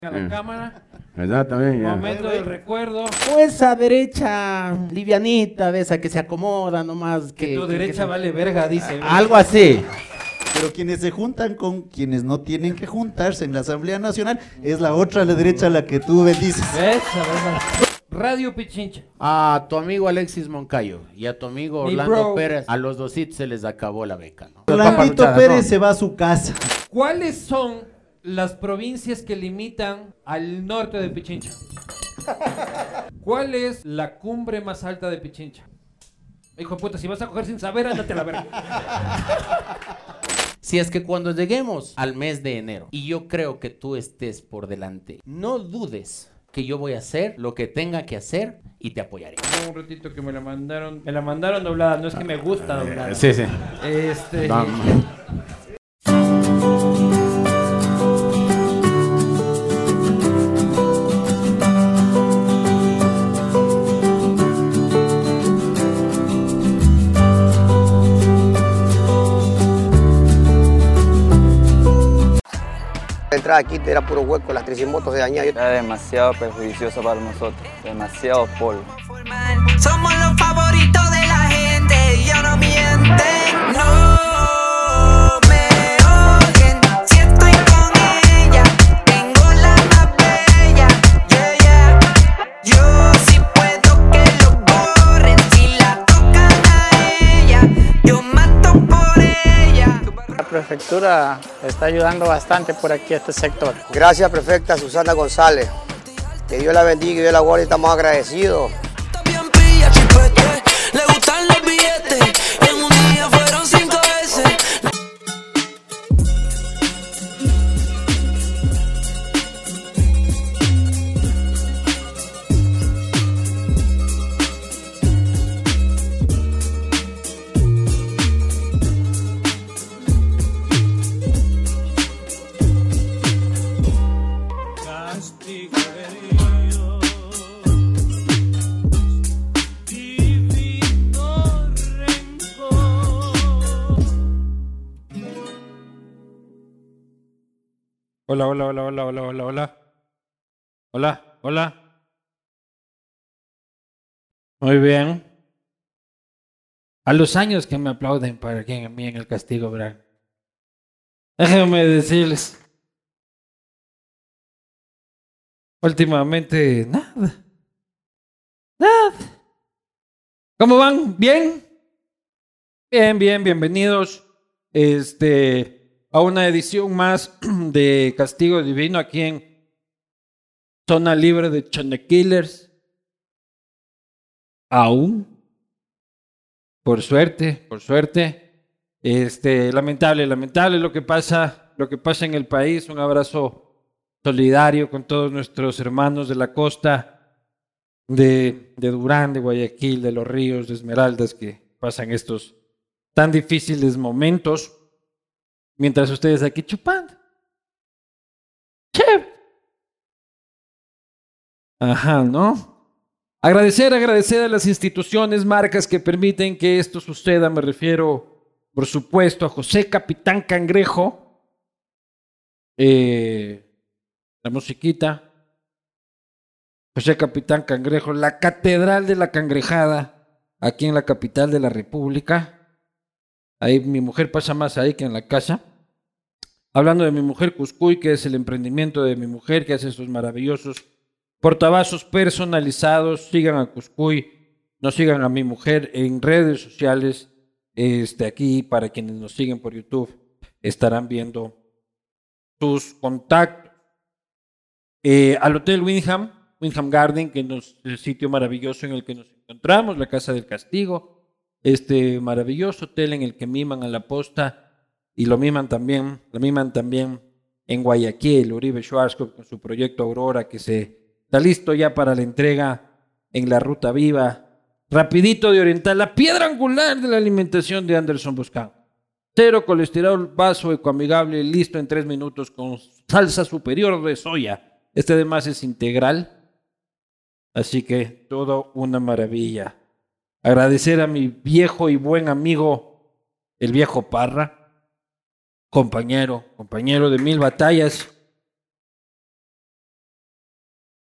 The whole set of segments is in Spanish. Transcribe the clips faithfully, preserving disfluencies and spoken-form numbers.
a la cámara. ¿Verdad? También, ya. Momento del recuerdo. O esa derecha livianita, de esa que se acomoda nomás. Que, Que, tu que- derecha que se- vale verga, dice. Algo así. Pero quienes se juntan con quienes no tienen que juntarse en la Asamblea Nacional es la otra, la derecha, la que tú bendices. ¿Ves? A ver, Radio Pichincha. A tu amigo Alexis Moncayo y a tu amigo Mi Orlando bro. Pérez, a los dos se les acabó la beca, ¿no? Orlandito Papaluchada, Pérez ¿no? se va a su casa. ¿Cuáles son las provincias que limitan al norte de Pichincha? ¿Cuál es la cumbre más alta de Pichincha? Hijo de puta, si vas a coger sin saber, ándate a la verga. Si es que cuando lleguemos al mes de enero y yo creo que tú estés por delante, no dudes que yo voy a hacer lo que tenga que hacer y te apoyaré. Un ratito que me la mandaron, me la mandaron doblada, no es que me gusta doblada. Sí, sí. Este, Vamos. La entrada aquí era puro hueco, las tricimotos se dañaban. Era demasiado perjudicioso para nosotros, demasiado polvo. Somos los favoritos de la gente, ya no mienten, no me oyen. Si estoy con ella, tengo la más bella, yeah, yeah. Yo sí puedo que lo borren, si la tocan a ella, yo mato por ella. La prefectura está ayudando bastante por aquí a este sector. Gracias, prefecta Susana González. Que Dios la bendiga y Dios la guarde, estamos agradecidos. También pilla chipete, le gustan los billetes, en un día fueron cinco veces. Hola, hola, hola, hola, hola, hola, hola. Hola, hola. Muy bien. A los años que me aplauden para quien a mí en el castigo, verán. Déjenme decirles. Últimamente, nada. Nada. ¿Cómo van? ¿Bien? Bien, bien, bienvenidos. Este... a una edición más de Castigo Divino aquí en Zona Libre de Chonekillers. Aún. Por suerte, por suerte. Este, lamentable, lamentable lo que pasa, lo que pasa en el país. Un abrazo solidario con todos nuestros hermanos de la costa, de, de Durán, de Guayaquil, de Los Ríos, de Esmeraldas, que pasan estos tan difíciles momentos. Mientras ustedes aquí chupando. Chévere. Ajá, ¿no? Agradecer, agradecer a las instituciones, marcas que permiten que esto suceda. Me refiero, por supuesto, a José Capitán Cangrejo. Eh, la musiquita. José Capitán Cangrejo, la Catedral de la Cangrejada, aquí en la capital de la República. Ahí mi mujer pasa más ahí que en la casa. Hablando de mi mujer Cuscuy, que es el emprendimiento de mi mujer, que hace esos maravillosos portavasos personalizados. Sigan a Cuscuy, no sigan a mi mujer en redes sociales. Este, aquí, para quienes nos siguen por YouTube, estarán viendo sus contactos. Eh, al Hotel Windham, Windham Garden, que es el sitio maravilloso en el que nos encontramos, la Casa del Castigo. Este maravilloso hotel en el que miman a la posta y lo miman también, lo miman también en Guayaquil, Uribe Schwarzkopf con su proyecto Aurora, que se está listo ya para la entrega en la Ruta Viva, rapidito de Oriental, la piedra angular de la alimentación de Anderson Buscán. Cero colesterol, vaso ecoamigable, listo en tres minutos con salsa superior de soya. Este además es integral, así que todo una maravilla. Agradecer a mi viejo y buen amigo, el viejo Parra, compañero, compañero de mil batallas,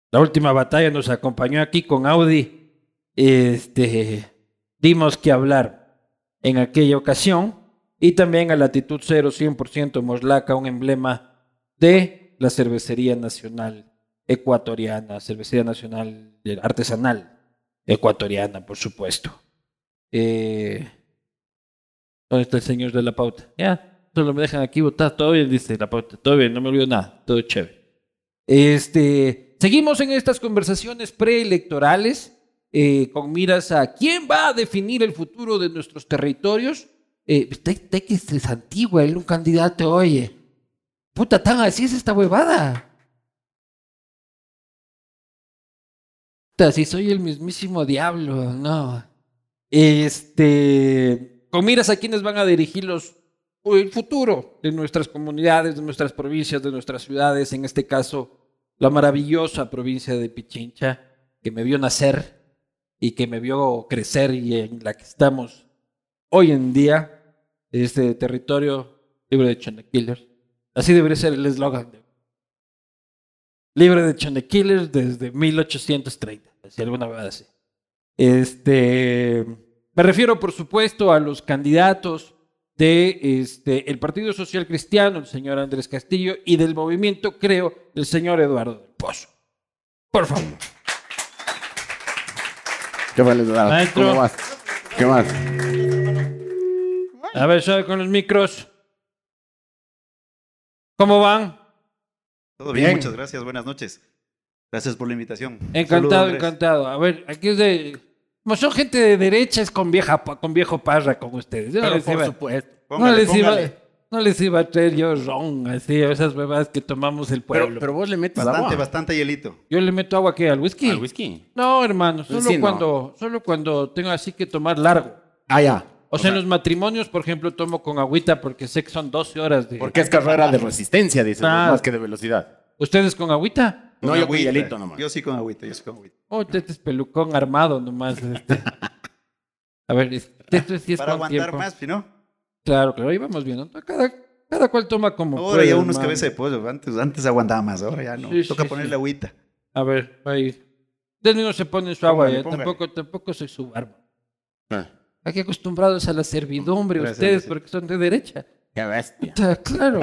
la última batalla nos acompañó aquí con Audi. Este, dimos que hablar en aquella ocasión. Y también a Latitud Cero, cien por ciento Moslaca, un emblema de la cervecería nacional ecuatoriana, cervecería nacional artesanal ecuatoriana, por supuesto. Eh, ¿Dónde está el señor de la pauta? Ya, solo me dejan aquí votar. Todo bien, dice la pauta. Todo bien, no me olvido nada. Todo chévere. Este, seguimos en estas conversaciones preelectorales eh, con miras a quién va a definir el futuro de nuestros territorios. Eh, está, está que es antigua, él un candidato, oye. Puta, tan así es esta huevada. Puta, si soy el mismísimo diablo, no. Este, con miras a quienes van a dirigir los, el futuro de nuestras comunidades, de nuestras provincias, de nuestras ciudades, en este caso, la maravillosa provincia de Pichincha, que me vio nacer y que me vio crecer y en la que estamos hoy en día. Este territorio libre de Chonekillers. Así debería ser el eslogan. Libre de Chonekillers desde mil ochocientos treinta. Si alguna vez así. Este, me refiero, por supuesto, a los candidatos de este, el Partido Social Cristiano, el señor Andrés Castillo, y del movimiento, creo, el señor Eduardo del Pozo. Por favor. ¿Qué vale, Eduardo? Maestro. ¿Cómo vas? ¿Qué más? A ver, suave con los micros. ¿Cómo van? Todo bien, Bien. muchas gracias, buenas noches. Gracias por la invitación. Encantado, Saludos, Andrés. encantado. A ver, aquí es de... Como son gente de derecha, es con vieja, con viejo parra con ustedes. Yo no Pero les por iba, supuesto. no Póngale, les iba, póngale. no les iba a traer yo ron, así, esas huevadas que tomamos el pueblo. Pero, pero vos le metes Bastante, agua bastante hielito. Yo le meto agua ¿qué? ¿Al whisky? al whisky. No, hermano, solo Sí, no. cuando, solo cuando tengo así que tomar largo. Ah, ya. O, sea, en los matrimonios, por ejemplo, tomo con agüita porque sé que son doce horas de... Porque es carrera de resistencia, dices, Ah. más que de velocidad. ¿Ustedes con agüita? No, Con yo con agüita. hielito nomás. Yo sí con agüita, yo sí con agüita. Oh, este es pelucón armado nomás. Este. A ver, esto sí es Para con aguantar tiempo. más, ¿no? Claro, claro, ahí vamos viendo. Cada, cada cual toma como Ahora puede, ya uno es hermano. cabeza de pollo. Antes, antes aguantaba más, ahora ya no. Sí, Toca sí, ponerle sí. agüita. A ver, ahí. Ustedes mismos se ponen su agua, Póngale, ya. póngale. Tampoco, tampoco soy su barba. Ah, Aquí acostumbrados a la servidumbre Gracias, ustedes gracias. porque son de derecha. qué bestia. Está claro.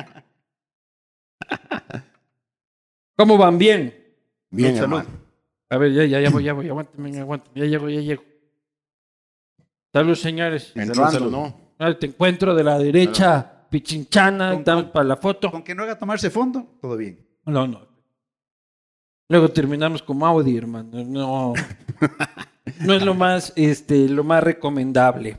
¿Cómo van? Bien. Bien, Salud. hermano. A ver, ya, ya, ya voy, ya voy, aguántame, aguántame. Ya llego, ya llego. Salud, señores. Entrando, salud. ¿no? Ah, te encuentro de la derecha, pichinchana, Con- estamos con- para la foto. Con que no haga tomarse fondo, todo bien. No, no. Luego terminamos como Audi, hermano. No, no es lo más, este, lo más recomendable.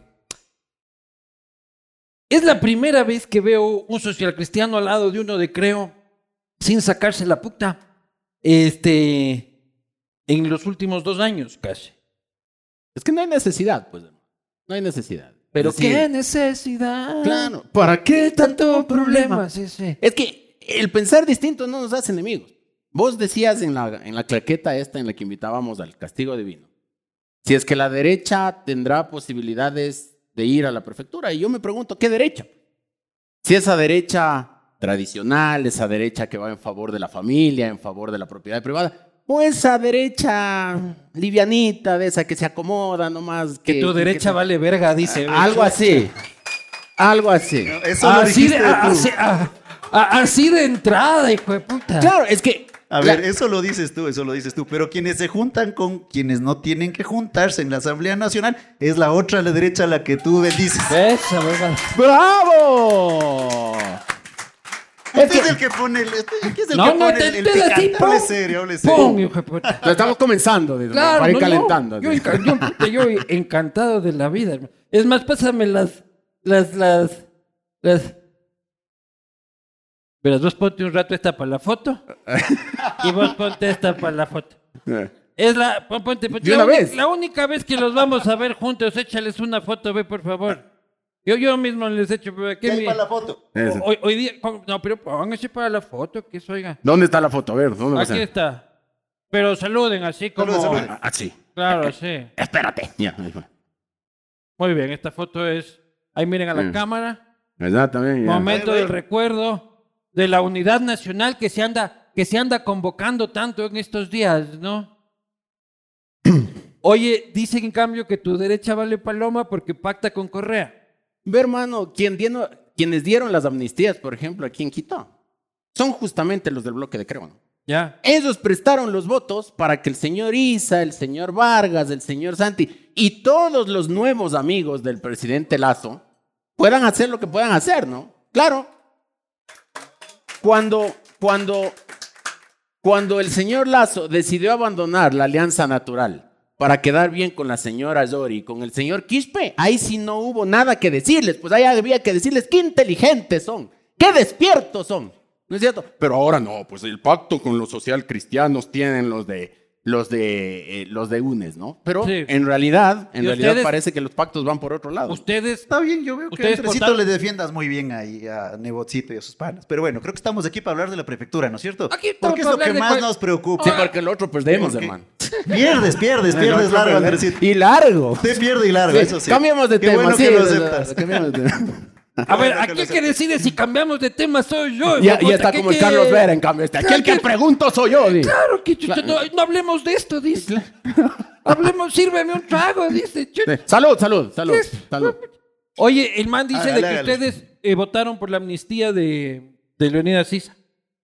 Es la primera vez que veo un socialcristiano al lado de uno de Creo sin sacarse la puta. Este, en los últimos dos años casi. Es que no hay necesidad, pues. hermano. No hay necesidad. Pero Es decir, qué necesidad. Claro. ¿Para qué Tanto problema. Sí, sí. Es que el pensar distinto no nos hace enemigos. Vos decías en la, en la claqueta esta en la que invitábamos al castigo divino, si es que la derecha tendrá posibilidades de ir a la prefectura. Y yo me pregunto, ¿qué derecha? Si esa derecha tradicional, esa derecha que va en favor de la familia, en favor de la propiedad privada, o esa derecha livianita, de esa que se acomoda nomás. Que tu derecha que- vale verga, dice. Algo así. Algo así. Eso lo Así dijiste de, tú. así, a- a- así de entrada, hijo de puta. Claro, es que... A la- ver, eso lo dices tú, eso lo dices tú. Pero quienes se juntan con quienes no tienen que juntarse en la Asamblea Nacional es la otra la derecha a la que tú bendices. Esa, huevada. ¡Bravo! Usted es el que pone el. Usted es el No, que no, pone te- el, el te- picante. así, Hable pum. serio, hable ¡Pum, serio. hijo de puta! Lo estamos comenzando, dice, Claro, para ir no, yo- calentando. Yo, dice. enca- yo, puta, yo encantado de la vida, hermano. Es más, pásame las, las, las, las. Verás, vos ponte un rato esta para la foto y vos ponte esta para la foto. Es la, pon- ponte, ponte, ¿De la, una uni- vez? la única vez que los vamos a ver juntos, échales una foto, ve por favor. Yo, yo mismo les echo, pero ¿Qué ¿qué hay mi- para la foto? Ese. hoy, hoy día, pon- no, pero pónganse para la foto, que eso, oiga. ¿Dónde está la foto? A ver, ¿dónde va a Aquí ser? está. Pero saluden así como. Saluden, saluden. Ah, ah, sí. Claro, sí. Espérate. Ya, ahí fue. Muy bien, esta foto es. Ahí miren a la Mm. cámara. ¿Verdad? También. Ya. Momento Ahí, ahí. del recuerdo de la unidad nacional que se anda que se anda convocando tanto en estos días, ¿no? Oye, dicen en cambio que tu derecha vale paloma porque pacta con Correa. Ve, hermano, quien dieron, quienes dieron las amnistías, por ejemplo, aquí en Quito, son justamente los del bloque de Creo, ¿no? Ya. Ellos prestaron los votos para que el señor Isa, el señor Vargas, el señor Santi y todos los nuevos amigos del presidente Lazo puedan hacer lo que puedan hacer, ¿no? Claro. Cuando, cuando, cuando el señor Lazo decidió abandonar la alianza natural para quedar bien con la señora Yori y con el señor Quispe, ahí sí no hubo nada que decirles, pues ahí había que decirles qué inteligentes son, qué despiertos son. ¿No es cierto? Pero ahora no, pues el pacto con los social cristianos tienen los de los de eh, los de U N E S, ¿no? Pero Sí. en realidad, en ¿Y realidad ustedes? parece que los pactos van por otro lado. Ustedes, Está bien, yo veo que a Ustedes Andresito votaron- le defiendas muy bien ahí a Nebotcito y a sus panas. Pero bueno, creo que estamos aquí para hablar de la prefectura, ¿no es cierto? Aquí estamos Porque es para lo que hablar de más cual- nos preocupa. Sí, porque el otro perdemos, Porque- hermano. Pierdes, pierdes, pierdes largo, Andresito. Y largo. Usted pierde y largo, Sí, eso sí. Cambiamos de Qué tema. bueno sí, que lo de- de- aceptas. cambiamos de tema. a ver, bueno que aquí lo el que decide si cambiamos de tema soy yo. Ya, hijo ya de está puta, como ¿qué- el Carlos qué? Vera, en cambio. Este. Aquí el que Claro que- pregunto soy yo. Di. Claro que chucha, no, no hablemos de esto, dice. Hablemos, sírveme un trago, dice. chucha. Sí. Salud, salud, salud, ¿Qué es? salud. Oye, el man dice Hágale, de que hágale. ustedes eh, votaron por la amnistía de, de Leonidas Sisa.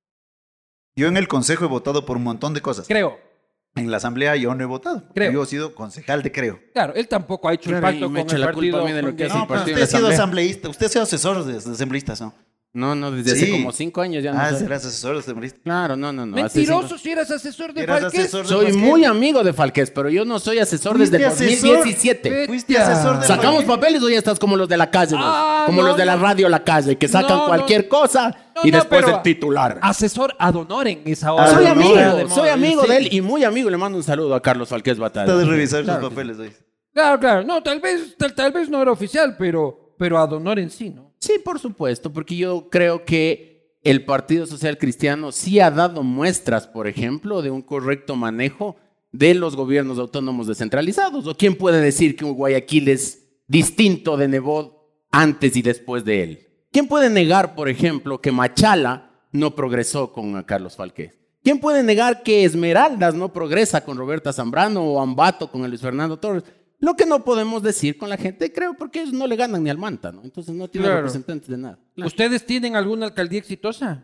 Yo en el consejo he votado por un montón de cosas. Creo. En la asamblea yo no he votado. Creo. Yo he sido concejal de Creo. Claro, él tampoco ha hecho Claro, el y pacto me con echa el la culpa partido. a mí de lo con que el- hace el No, pero partido usted en ha sido la asamblea. asambleísta. Usted ha sido asesor de, de asambleístas, ¿no? No, no, desde Sí. hace como cinco años ya no Ah, soy. serás asesor de asambleísta. Claro, no, no, no. hace Mentiroso cinco- si eras asesor de Eras Falqués. asesor de Soy Pasquel. muy amigo de Falqués, pero yo no soy asesor desde el Fuiste dos mil asesor. diecisiete. Fuiste asesor de ¿Sacamos papeles o ya estás como los de la calle, vos? Ah, como no, los de la no. radio La Calle, que sacan No, cualquier no. cosa No, y no, después pero- el titular. Asesor ad honorem es ahora. Ah, soy no, amigo, no, soy amigo Sí. de él y muy amigo. Le mando un saludo a Carlos Falqués Batalla. Trata de revisar Claro sus que papeles hoy. Claro, claro. No, tal vez, tal, tal vez no era oficial, pero, pero ad honorem sí, ¿no? Sí, por supuesto, porque yo creo que el Partido Social Cristiano sí ha dado muestras, por ejemplo, de un correcto manejo de los gobiernos autónomos descentralizados. ¿O quién puede decir que Guayaquil es distinto de Nebot antes y después de él? ¿Quién puede negar, por ejemplo, que Machala no progresó con Carlos Falqués? ¿Quién puede negar que Esmeraldas no progresa con Roberta Zambrano o Ambato con el Luis Fernando Torres? Lo que no podemos decir con la gente, creo, porque ellos no le ganan ni al Manta, ¿no? Entonces no tienen Claro. representantes de nada. Claro. ¿Ustedes tienen alguna alcaldía exitosa?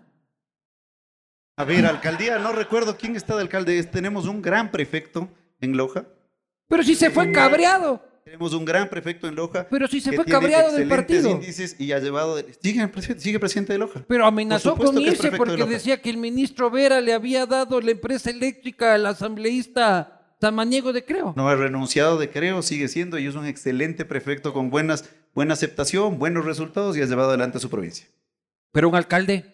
A ver, alcaldía, no recuerdo quién está de alcalde. Es- Tenemos un gran prefecto en Loja. Pero si se fue cabreado. Tenemos un gran prefecto en Loja. Pero si se que fue tiene cabreado del excelentes partido. índices y ha llevado... de- Sigue, presi- sigue presidente de Loja. Pero amenazó Por supuesto con que es irse prefecto de porque Loja. decía que el ministro Vera le había dado la empresa eléctrica al asambleísta Samaniego de Creo. No ha renunciado de Creo, sigue siendo y es un excelente prefecto con buenas, buena aceptación, buenos resultados y ha llevado adelante a su provincia. Pero un alcalde.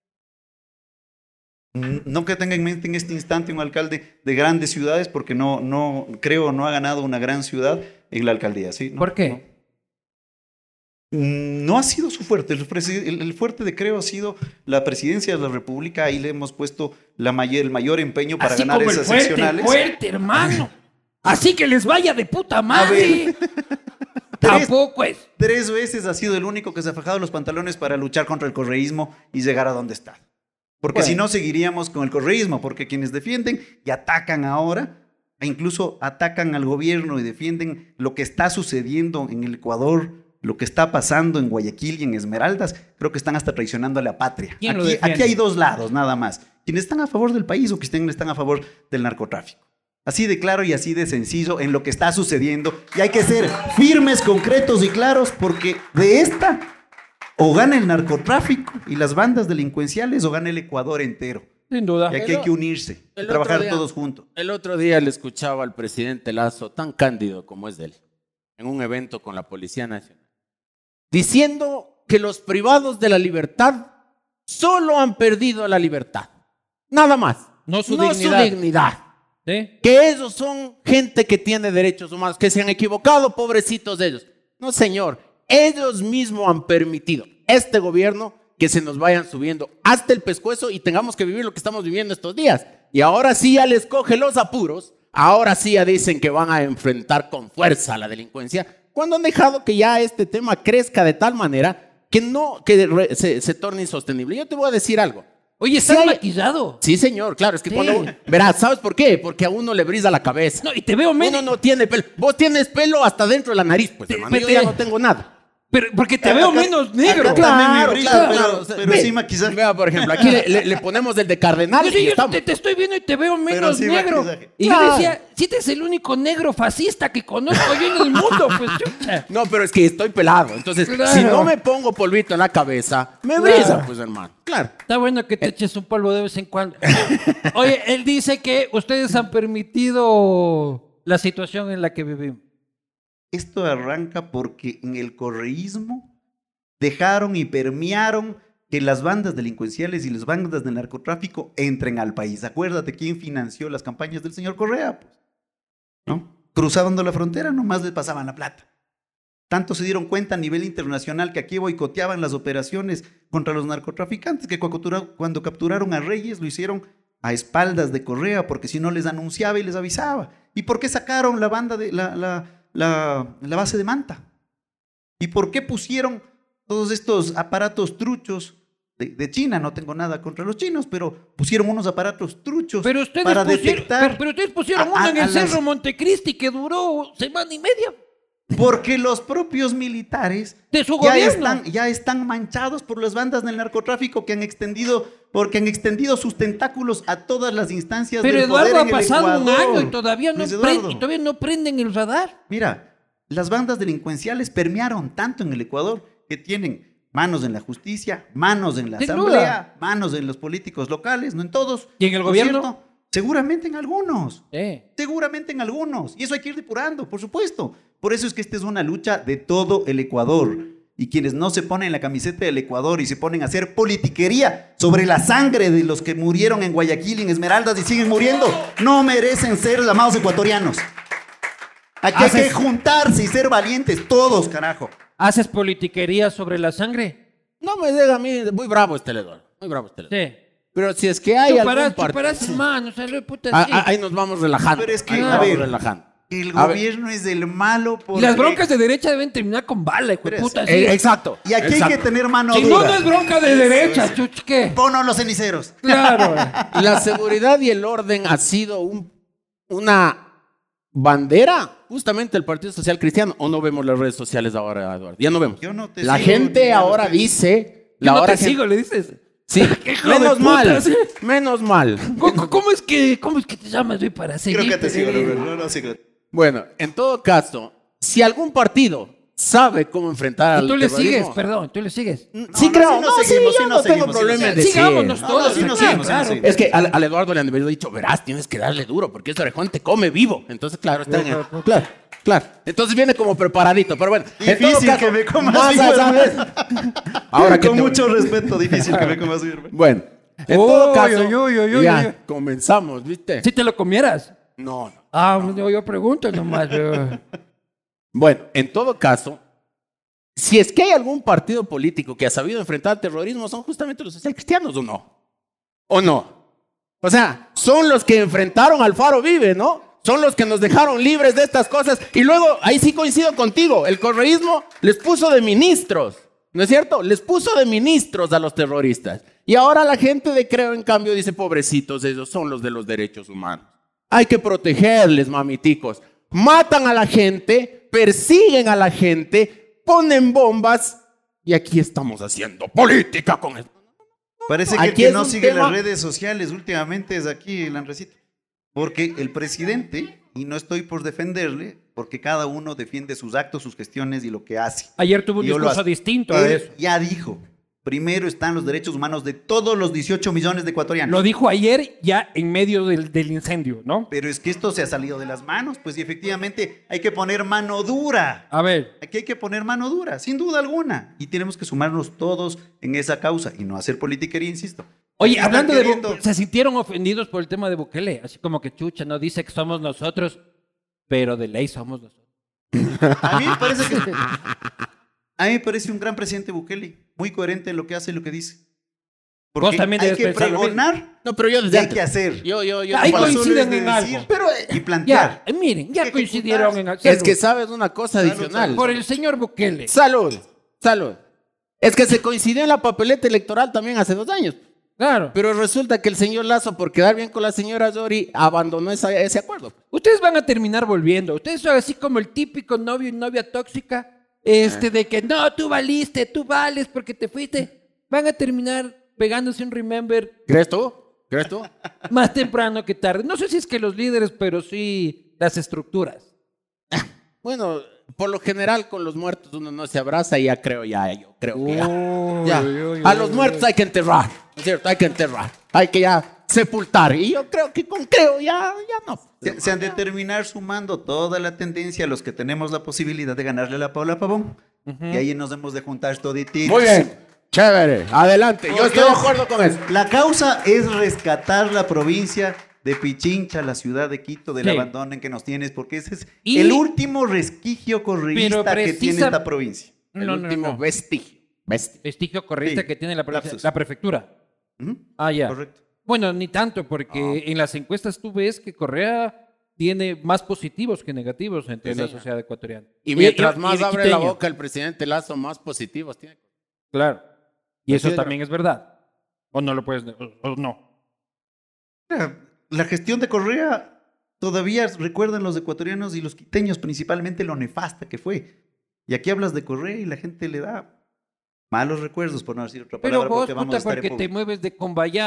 Mm, No que tenga en mente en este instante un alcalde de grandes ciudades, porque no, no creo no ha ganado una gran ciudad en la alcaldía. ¿Sí? No, ¿Por qué? No. Mm, No ha sido su fuerte. El, presi- el- el fuerte de Creo ha sido la presidencia de la República. Ahí le hemos puesto la may- el mayor empeño para Así ganar como el esas fuerte, seccionales. fuerte, hermano. Así que les vaya de puta A madre. ver. Tampoco es. Tres veces ha sido el único que se ha fajado los pantalones para luchar contra el correísmo y llegar a donde está. Porque Bueno. si no, seguiríamos con el correísmo, porque quienes defienden y atacan ahora, e incluso atacan al gobierno y defienden lo que está sucediendo en el Ecuador, lo que está pasando en Guayaquil y en Esmeraldas, creo que están hasta traicionando a la patria. ¿Quién lo Aquí, defiende? aquí hay dos lados, nada más. Quienes están a favor del país o quienes están a favor del narcotráfico. Así de claro y así de sencillo en lo que está sucediendo. Y hay que ser firmes, concretos y claros, porque de esta o gana el narcotráfico y las bandas delincuenciales o gana el Ecuador entero. Sin duda. Y aquí hay que unirse, el trabajar otro día- todos juntos. El otro día le escuchaba al presidente Lazo, tan cándido como es de él, en un evento con la Policía Nacional, diciendo que los privados de la libertad solo han perdido la libertad. Nada más. No su no dignidad. su dignidad. ¿Sí? Que ellos son gente que tiene derechos humanos, que se han equivocado, pobrecitos de ellos. No, señor, ellos mismos han permitido este gobierno que se nos vayan subiendo hasta el pescuezo y tengamos que vivir lo que estamos viviendo estos días. Y ahora sí ya les coge los apuros, ahora sí ya dicen que van a enfrentar con fuerza a la delincuencia, cuando han dejado que ya este tema crezca de tal manera que no que re- se, se torne insostenible. Yo te voy a decir algo. Oye, estás Sí hay- maquillado. Sí, señor, claro, es que Sí. cuando... Verás, ¿sabes por qué? Porque a uno le brisa la cabeza. No, y te veo menos. Uno no tiene pelo. Vos tienes pelo hasta dentro de la nariz, pues, Te- hermano. Yo te- ya no tengo nada. Pero porque te veo menos negro. acá también me Claro, brilla, claro, pero, claro, o sea, pero ve, sí maquillaje. Vea, por ejemplo, aquí le, le- le ponemos el de cardenal Yo, y sí, yo estamos. te, te estoy viendo y te veo menos sí negro. maquillaje. Y Claro. yo decía, si este es el único negro fascista que conozco yo en el mundo, pues chucha. No, pero es que estoy pelado. Entonces, Claro. si no me pongo polvito en la cabeza, me Claro. brisa, pues, hermano. Claro. Está bueno que te eches un polvo de vez en cuando. Oye, él dice que ustedes han permitido la situación en la que vivimos. Esto arranca porque en el correísmo dejaron y permearon que las bandas delincuenciales y las bandas de narcotráfico entren al país. Acuérdate quién financió las campañas del señor Correa, pues, ¿no? Cruzando la frontera, nomás les pasaban la plata. Tanto se dieron cuenta a nivel internacional que aquí boicoteaban las operaciones contra los narcotraficantes, que cuando, cuando capturaron a Reyes lo hicieron a espaldas de Correa, porque si no les anunciaba y les avisaba. ¿Y por qué sacaron la banda de la, la, la, la base de Manta? ¿Y por qué pusieron todos estos aparatos truchos de, de China? No tengo nada contra los chinos, pero pusieron unos aparatos truchos Pero ustedes para pusieron, detectar. pero, pero ustedes pusieron a- uno a- en el a las- Cerro Montecristi que duró semana y media. Porque los propios militares De su ya gobierno. están, ya están manchados por las bandas del narcotráfico que han extendido, porque han extendido sus tentáculos a todas las instancias Pero del Eduardo poder ha en el pasado un Ecuador. año y todavía no, Luis prend- Eduardo. y todavía no prenden el radar. Mira, las bandas delincuenciales permearon tanto en el Ecuador que tienen manos en la justicia, manos en la Sin asamblea, duda. manos en los políticos locales, no en todos. ¿Y en el ¿no es gobierno? cierto? Seguramente en algunos. Sí. Seguramente en algunos. Y eso hay que ir depurando, por supuesto. Por eso es que esta es una lucha de todo el Ecuador. Y quienes no se ponen la camiseta del Ecuador y se ponen a hacer politiquería sobre la sangre de los que murieron en Guayaquil y en Esmeraldas y siguen muriendo, no merecen ser llamados ecuatorianos. Aquí hay que Haces- juntarse y ser valientes todos, carajo. ¿Haces politiquería sobre la sangre? No me diga a mí, muy bravo este Eduardo. Muy bravo este Eduardo. Sí. Pero si es que hay algún Chuparás, partido... chuparás, hermano, salió de puta Ah, sí. ah, ahí nos vamos relajando. Pero es que, Ahí nos a vamos ver, relajando. El A ver. gobierno es el malo Y porque... las broncas de derecha deben terminar con bala, hijo de Pero es- puta. sí. Eh, exacto. Y aquí hay exacto. que tener mano Si no, dura. no es bronca de derecha, chuch, ¿qué? Ponos los ceniceros. Claro. La seguridad y el orden ha sido un- una bandera justamente del Partido Social Cristiano. ¿O no vemos las redes sociales ahora, Eduardo? Ya no vemos. Yo no te La sigo, ni gente ya lo ahora estoy- dice... Yo La no hora te gente- sigo, le dices. Sí, Hijo de menos puta, mal. sí. Menos mal. ¿Cómo, cómo es que, ¿Cómo es que te llamas, güey, para seguir? Creo que te sigo, Robert. No, no, sigo. Bueno, en todo caso, si algún partido sabe cómo enfrentar al Y tú le terrorismo- sigues, perdón, tú le sigues. Sí, No, no, creo. sí nos No, sí, seguimos, yo sí no nos tengo seguimos, sí problema nos en decir. Sigámonos No, todos. no, sí nos claro, seguimos, sí nos claro. seguimos. Es que al, al Eduardo le han debido dicho, verás, tienes que darle duro, porque ese orejón te come vivo. Entonces, claro, está en el- Claro, claro. Entonces viene como preparadito, pero bueno. en todo Difícil caso, que me comas más vivo, allá de- hermano. Ahora que Con te- mucho respeto, difícil que me comas bien. Bueno, en Uy, todo caso, uy, uy, uy, uy, ya, uy. comenzamos, ¿viste? Si te lo comieras. No, no. Ah, yo, yo pregunto nomás. yo. Bueno, en todo caso, si es que hay algún partido político que ha sabido enfrentar al terrorismo, son justamente los socialcristianos, ¿o no? ¿O no? O sea, son los que enfrentaron al Faro Vive, ¿no? Son los que nos dejaron libres de estas cosas. Y luego, ahí sí coincido contigo, el correísmo les puso de ministros, ¿no es cierto? Les puso de ministros a los terroristas. Y ahora la gente de Creo, en cambio, dice, pobrecitos, ellos son los de los derechos humanos. Hay que protegerles, mamiticos. Matan a la gente, persiguen a la gente, ponen bombas y aquí estamos haciendo política con esto. Parece que el Aquí que es no un sigue tema- las redes sociales últimamente es aquí el Andresito. Porque el presidente, y no estoy por defenderle, porque cada uno defiende sus actos, sus gestiones y lo que hace. Ayer tuvo un Y yo lo discurso hace. distinto a Él eso. ya dijo, primero están los derechos humanos de todos los dieciocho millones de ecuatorianos. Lo dijo ayer ya en medio del, del incendio, ¿no? Pero es que esto se ha salido de las manos, pues y efectivamente hay que poner mano dura. A ver, Aquí hay que poner mano dura, sin duda alguna. Y tenemos que sumarnos todos en esa causa y no hacer politiquería, insisto. oye, Aquí están hablando de... queriendo- Bo- Se sintieron ofendidos por el tema de Bukele. Así como que chucha, no dice que somos nosotros, pero de ley somos nosotros. A mí me parece que... A mí me parece un gran presidente Bukele, muy coherente en lo que hace y lo que dice. Porque Vos también hay debes que pensar lo mismo. pregonar No, pero yo y desde hay antes. que hacer. Yo, yo, yo. Ahí Para Bueno, solo coinciden es en decir algo. pero y Ya, plantear. eh, miren, ya Hay que coincidieron en ejecutar. hacerlo. es que sabes una cosa Salud, adicional. salud. Por el señor Bukele. Salud, salud. Es que se coincidió en la papeleta electoral también hace dos años. Claro. Pero resulta que el señor Lazo, por quedar bien con la señora Yori, abandonó esa- ese acuerdo. Ustedes van a terminar volviendo. Ustedes son así como el típico novio y novia tóxica, este, de que no, tú valiste, tú vales porque te fuiste. Van a terminar pegándose un remember ¿Crees tú? ¿Crees tú? más temprano que tarde. No sé si es que los líderes, pero sí las estructuras. Bueno, por lo general con los muertos uno no se abraza y ya creo, ya, yo creo que ya. Ya. A los muertos hay que enterrar, ¿no es cierto? Hay que enterrar. Hay que ya sepultar. Y yo creo que con creo ya, ya no. Se, se han de terminar sumando toda la tendencia a los que tenemos la posibilidad de ganarle a la Paula Pavón. Y ahí nos hemos de juntar todititos. Muy bien. Chévere. Adelante. Yo estoy de acuerdo con eso. La causa es rescatar la provincia de Pichincha, la ciudad de Quito, del Sí. abandono en que nos tienes, porque ese es Y- el último resquicio correísta Pero que tiene precisa- esta provincia. El No, no, último no. vestigio. Vestigio. Vestigio correcta Sí, que tiene la, pre- lapsus. la prefectura. ¿Mm? Ah, ya. Correcto. Bueno, ni tanto, porque en las encuestas tú ves que Correa tiene más positivos que negativos entre Sí, la señor. sociedad ecuatoriana. Y mientras y- más y abre la quiteño. boca el presidente Lazo, más positivos tiene. Claro. Y Así eso es, también es verdad. O no lo puedes, o, o no. La, la gestión de Correa todavía recuerdan los ecuatorianos y los quiteños principalmente lo nefasta que fue. Y aquí hablas de Correa y la gente le da malos recuerdos, por no decir otra Pero palabra, vos, porque vamos puta, a estar en porque te público. mueves de Combayá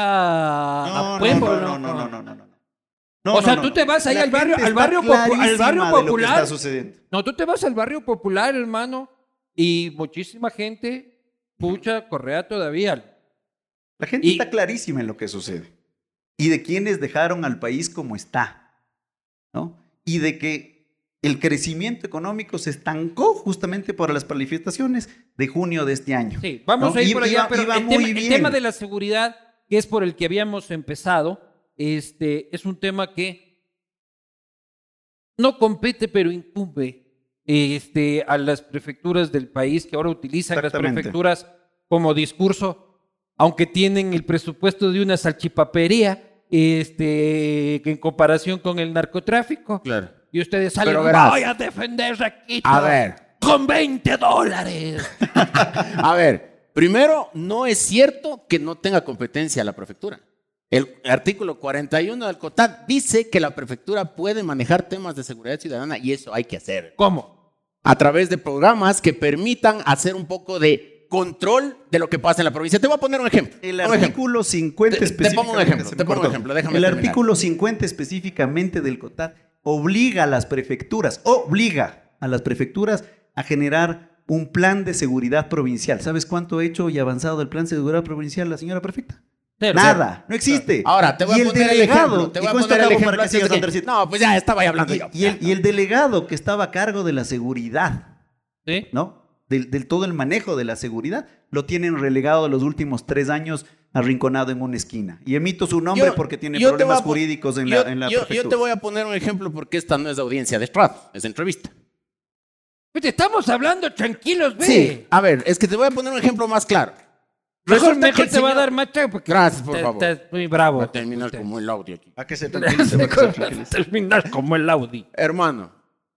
a No, Pueblo, no, no, no, no, no, no, no. No, O sea, no, tú no. te vas ahí La al barrio- gente al está barrio popu- al clarísima barrio de lo que popular. está sucediendo. No, tú te vas al barrio popular, hermano, y muchísima gente pucha Correa todavía. La gente Y- está clarísima en lo que sucede. Y de quienes dejaron al país como está. ¿No? Y de que el crecimiento económico se estancó justamente por las manifestaciones de junio de este año. Sí, vamos ¿no? a ir Iba- por allá, iba- pero iba el, muy tema, el bien. tema de la seguridad, que es por el que habíamos empezado, este, es un tema que no compete, pero incumbe este, a las prefecturas del país, que ahora utilizan las Exactamente. prefecturas como discurso, aunque tienen el presupuesto de una salchipapería, este, que en comparación con el narcotráfico. Claro. Y ustedes salen, Pero verás. voy a defender a Quito A ver. con veinte dólares. A ver, primero, no es cierto que no tenga competencia la prefectura. El artículo cuarenta y uno del COTAD dice que la prefectura puede manejar temas de seguridad ciudadana y eso hay que hacer. ¿Cómo? A través de programas que permitan hacer un poco de control de lo que pasa en la provincia. Te voy a poner un ejemplo. El Un ejemplo. artículo cincuenta Te- te pongo un específicamente. ejemplo, se te me pongo un cortó. ejemplo, déjame El terminar. artículo cincuenta específicamente del COTAD obliga a las prefecturas, obliga a las prefecturas a generar un plan de seguridad provincial. ¿Sabes cuánto ha hecho y avanzado el plan de seguridad provincial la señora prefecta? Cero. Nada, no existe. Ahora, te voy Y a el poner el delegado, ejemplo. Te y voy a con esto poner el acabo ejemplo para que antes sigas, de que- Andresito. No, pues ya estaba ahí hablando Y, yo. y el, y el delegado que estaba a cargo de la seguridad, ¿Sí? ¿no? Del, del todo el manejo de la seguridad, lo tienen relegado los últimos tres años arrinconado en una esquina. Y emito su nombre Yo- porque tiene yo te problemas voy a po- jurídicos en yo, la, en la yo- yo prefectura. te voy a poner un ejemplo porque esta no es audiencia de estrado, es entrevista. Pues estamos hablando tranquilos, ve. Sí, a ver, es que te voy a poner un ejemplo más claro. Mejor, Resulta mejor que el te va a señor- dar macho porque Gracias, por te- favor. estás muy bravo. Va a terminar Usted. como el audio aquí. ¿A qué se tranquilice? ¿A qué se tranquilice? Terminar como el Audi. Hermano,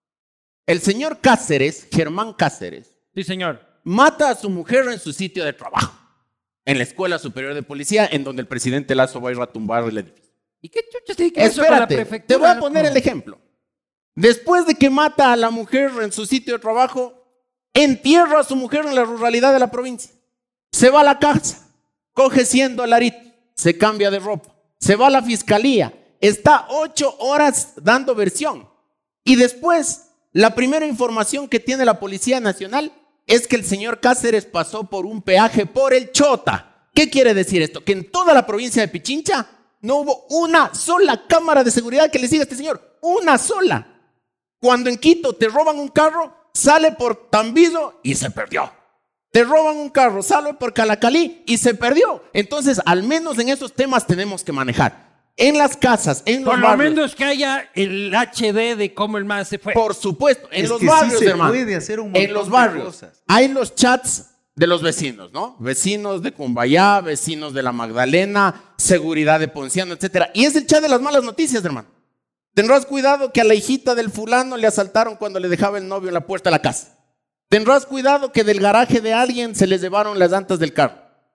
el señor Cáceres, Germán Cáceres, Sí, señor. mata a su mujer en su sitio de trabajo, en la Escuela Superior de Policía, en donde el presidente Lazo va a ir a tumbar el edificio. ¿Y qué chucha tiene que ver eso con la Espérate, prefectura? te voy a poner loco? el ejemplo. Después de que mata a la mujer en su sitio de trabajo, entierra a su mujer en la ruralidad de la provincia. Se va a la casa, coge cien dolaritos, se cambia de ropa, se va a la fiscalía, está ocho horas dando versión. Y después, la primera información que tiene la Policía Nacional es que el señor Cáceres pasó por un peaje por el Chota. ¿Qué quiere decir esto? Que en toda la provincia de Pichincha no hubo una sola cámara de seguridad que le siga a este señor. Una sola. Cuando en Quito te roban un carro, sale por Tambizo y se perdió. Te roban un carro, sale por Calacalí y se perdió. Entonces, al menos en esos temas tenemos que manejar. En las casas, en los Por lo barrios. menos que haya el H D de cómo el man se fue. Por supuesto, en Es los que sí barrios, se hermano. puede hacer un montón En los de barrios. cosas. Hay los chats de los vecinos, ¿no? Vecinos de Cumbayá, vecinos de la Magdalena, seguridad de Ponciano, etcétera. Y es el chat de las malas noticias, hermano. Tendrás cuidado que a la hijita del fulano le asaltaron cuando le dejaba el novio en la puerta de la casa. Tendrás cuidado que del garaje de alguien se les llevaron las llantas del carro.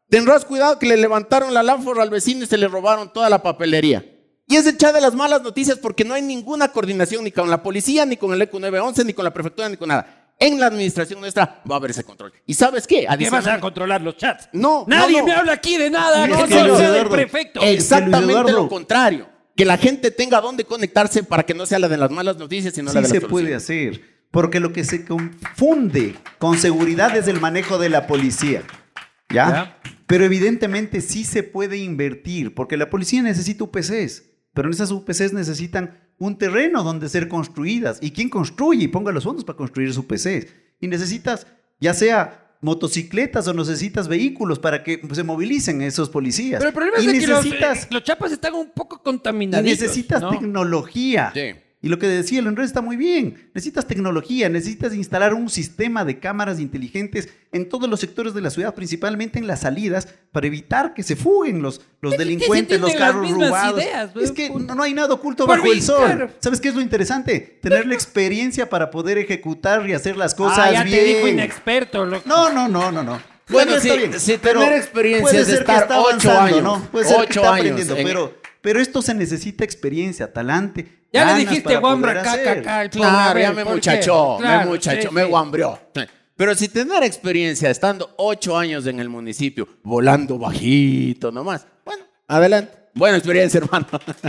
Tendrás cuidado que le levantaron la lámpara al vecino y se le robaron toda la papelería. Y es echar de las malas noticias porque no hay ninguna coordinación ni con la policía, ni con el E Q nueve once, ni con la prefectura, ni con nada. En la administración nuestra va a haber ese control. ¿Y sabes qué? ¿Qué vas a controlar los chats? No, Nadie no, no. me habla aquí de nada. No, No, es que no, Luis no, del Eduardo- prefecto. Exactamente Eduardo- lo contrario. Que la gente tenga dónde conectarse para que no sea la de las malas noticias, sino la Sí de se las puede hacer, porque lo que se confunde con seguridad es el manejo de la policía, ¿ya? Ya. Pero evidentemente sí se puede invertir, porque la policía necesita U P Cs, pero esas U P Cs necesitan un terreno donde ser construidas. ¿Y quién construye? Y ponga los fondos para construir esas U P Cs. Y necesitas, ya sea motocicletas o necesitas vehículos para que se movilicen esos policías. Pero el problema y es de que los, necesitas, eh, los chapas están un poco y contaminados. necesitas tecnología. Sí. Y lo que decía el Enrique está muy bien. Necesitas tecnología, necesitas instalar un sistema de cámaras inteligentes en todos los sectores de la ciudad, principalmente en las salidas, para evitar que se fuguen los, los Es que delincuentes, sí los tienen las carros mismas robados. ideas, es ¿no? que Punto. no hay nada oculto Por bajo mí, el sol. claro. ¿Sabes qué es lo interesante? Tener la experiencia para poder ejecutar y hacer las cosas Ah, ya bien. te dijo inexperto. Loco. No, no, no, no, no. Bueno, Está sí, bien, si pero tener experiencia puede es de ser que estar está ocho avanzando, años, ¿no? Puede ser que ocho está años aprendiendo, en- pero, pero esto se necesita experiencia, talante. Ya le ganas dijiste para guambra, poder caca, hacer. caca. el pobre, a Claro, ver, ya me ¿por qué? muchachó, Claro, me muchachó, sí, me sí. guambrió. Pero si tener experiencia estando ocho años en el municipio, volando bajito nomás, bueno, adelante. Buena experiencia, hermano.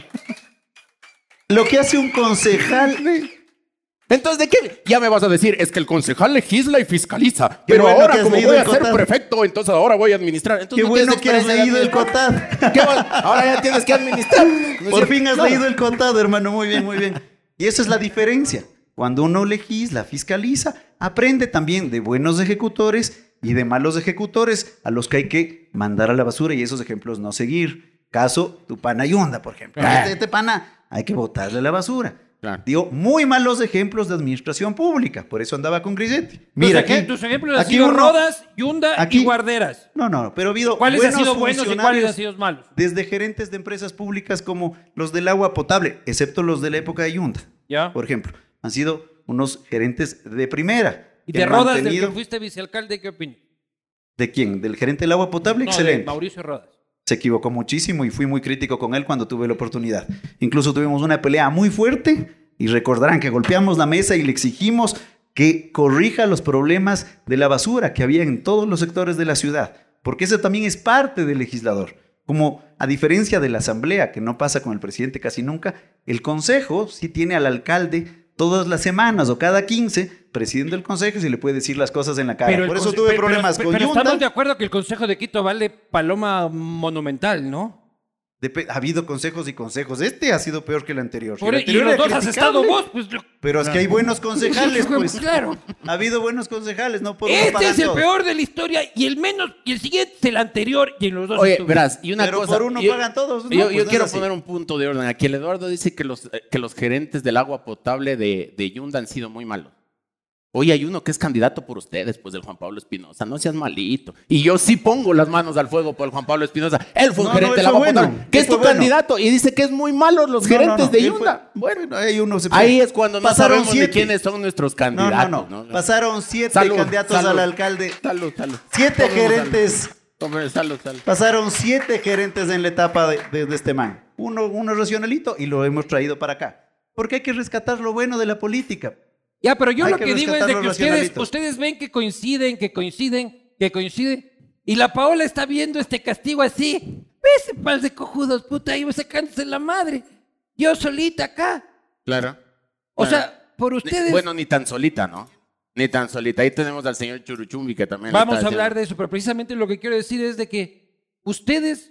Lo que hace un concejal. Entonces, ¿de qué? Ya me vas a decir, es que el concejal legisla y fiscaliza. Qué Pero bueno ahora, que has como leído voy a el ser Cotad. prefecto, entonces ahora voy a administrar. Entonces, Qué no bueno tienes que has experiencia de leído el administrar. Cotad. ¿Qué vas? Ahora ya tienes que administrar. ¿No es Por cierto? fin has Claro. leído el Cotad, hermano. Muy bien, muy bien. Y esa es la diferencia. Cuando uno legisla, fiscaliza, aprende también de buenos ejecutores y de malos ejecutores a los que hay que mandar a la basura y esos ejemplos no seguir. Caso tu pana Yunda, por ejemplo. Claro. Este, este pana hay que botarle a la basura. Claro. Dio muy malos ejemplos de administración pública. Por eso andaba con Grisetti. Mira, tus, ej- aquí, tus ejemplos han aquí sido uno- Rodas, Yunda aquí- y Guarderas. No, no, pero ha habido ¿Cuáles han buenos sido buenos y cuáles funcionarios, han sido malos? desde gerentes de empresas públicas como los del agua potable, excepto los de la época de Yunda, ¿Ya? por ejemplo. Han sido unos gerentes de primera. Y que de han Rodas, del mantenido- que fuiste vicealcalde, ¿qué opinas? ¿De quién? ¿Del gerente del agua potable? No, de Excelente. Mauricio Rodas. Se equivocó muchísimo y fui muy crítico con él cuando tuve la oportunidad. Incluso tuvimos una pelea muy fuerte y recordarán que golpeamos la mesa y le exigimos que corrija los problemas de la basura que había en todos los sectores de la ciudad, porque eso también es parte del legislador. Como a diferencia de la asamblea, que no pasa con el presidente casi nunca, el consejo sí tiene al alcalde todas las semanas o cada quince, presidiendo el consejo y se le puede decir las cosas en la cara. el Por eso conse- tuve pero- problemas pero, con Pero Yunda. estamos de acuerdo que el Consejo de Quito vale paloma monumental, ¿no? Dep- ha habido consejos y consejos. Este ha sido peor que el anterior. Si Por- el y anterior los era dos has estado criticable, vos, pues... lo- Pero es que hay buenos concejales, pues. Claro. Ha habido buenos concejales, no por uno Este pagan es el todos. peor de la historia y el menos, y el siguiente es el anterior y en los dos... Oye, estuvo- verás, y una Pero cosa. por uno yo, pagan todos, ¿no? Yo, Pues yo no quiero es así. poner un punto de orden. Aquí el Eduardo dice que los, eh, que los gerentes del agua potable de, de Yunda han sido muy malos. Hoy hay uno que es candidato por ustedes, pues del Juan Pablo Espinosa. No seas malito. Y yo sí pongo las manos al fuego por el Juan Pablo Espinosa. Él fue un No, gerente no, del él agua fue potable. bueno. Que Él es tu fue bueno. candidato. Y dice que es muy malo los No, gerentes no, no, de él Yunda. fue- Bueno, hay uno se Ahí es cuando no Pasaron sabemos siete. de quiénes son nuestros No, candidatos. no, no. Pasaron siete Salud, candidatos salud. al alcalde. Salud, salud. Siete Tomemos gerentes. salud. Tomemos salud, salud. Pasaron siete gerentes en la etapa de, de- de este man. Uno, uno racionalito y lo hemos traído para acá. Porque hay que rescatar lo bueno de la política. Ya, pero yo Hay lo que que, digo es rescatar de los que ustedes, racionalitos. ustedes ven que coinciden, que coinciden, que coinciden. Y la Paola está viendo este castigo así. Ese par de cojudos, puta, iba sacándose la madre. Yo solita acá. Claro. O Claro. sea, por ustedes... Bueno, ni tan solita, ¿no? Ni tan solita. Ahí tenemos al señor Churuchumbi que también. le Vamos está a hablar haciendo- de eso, pero precisamente lo que quiero decir es de que ustedes,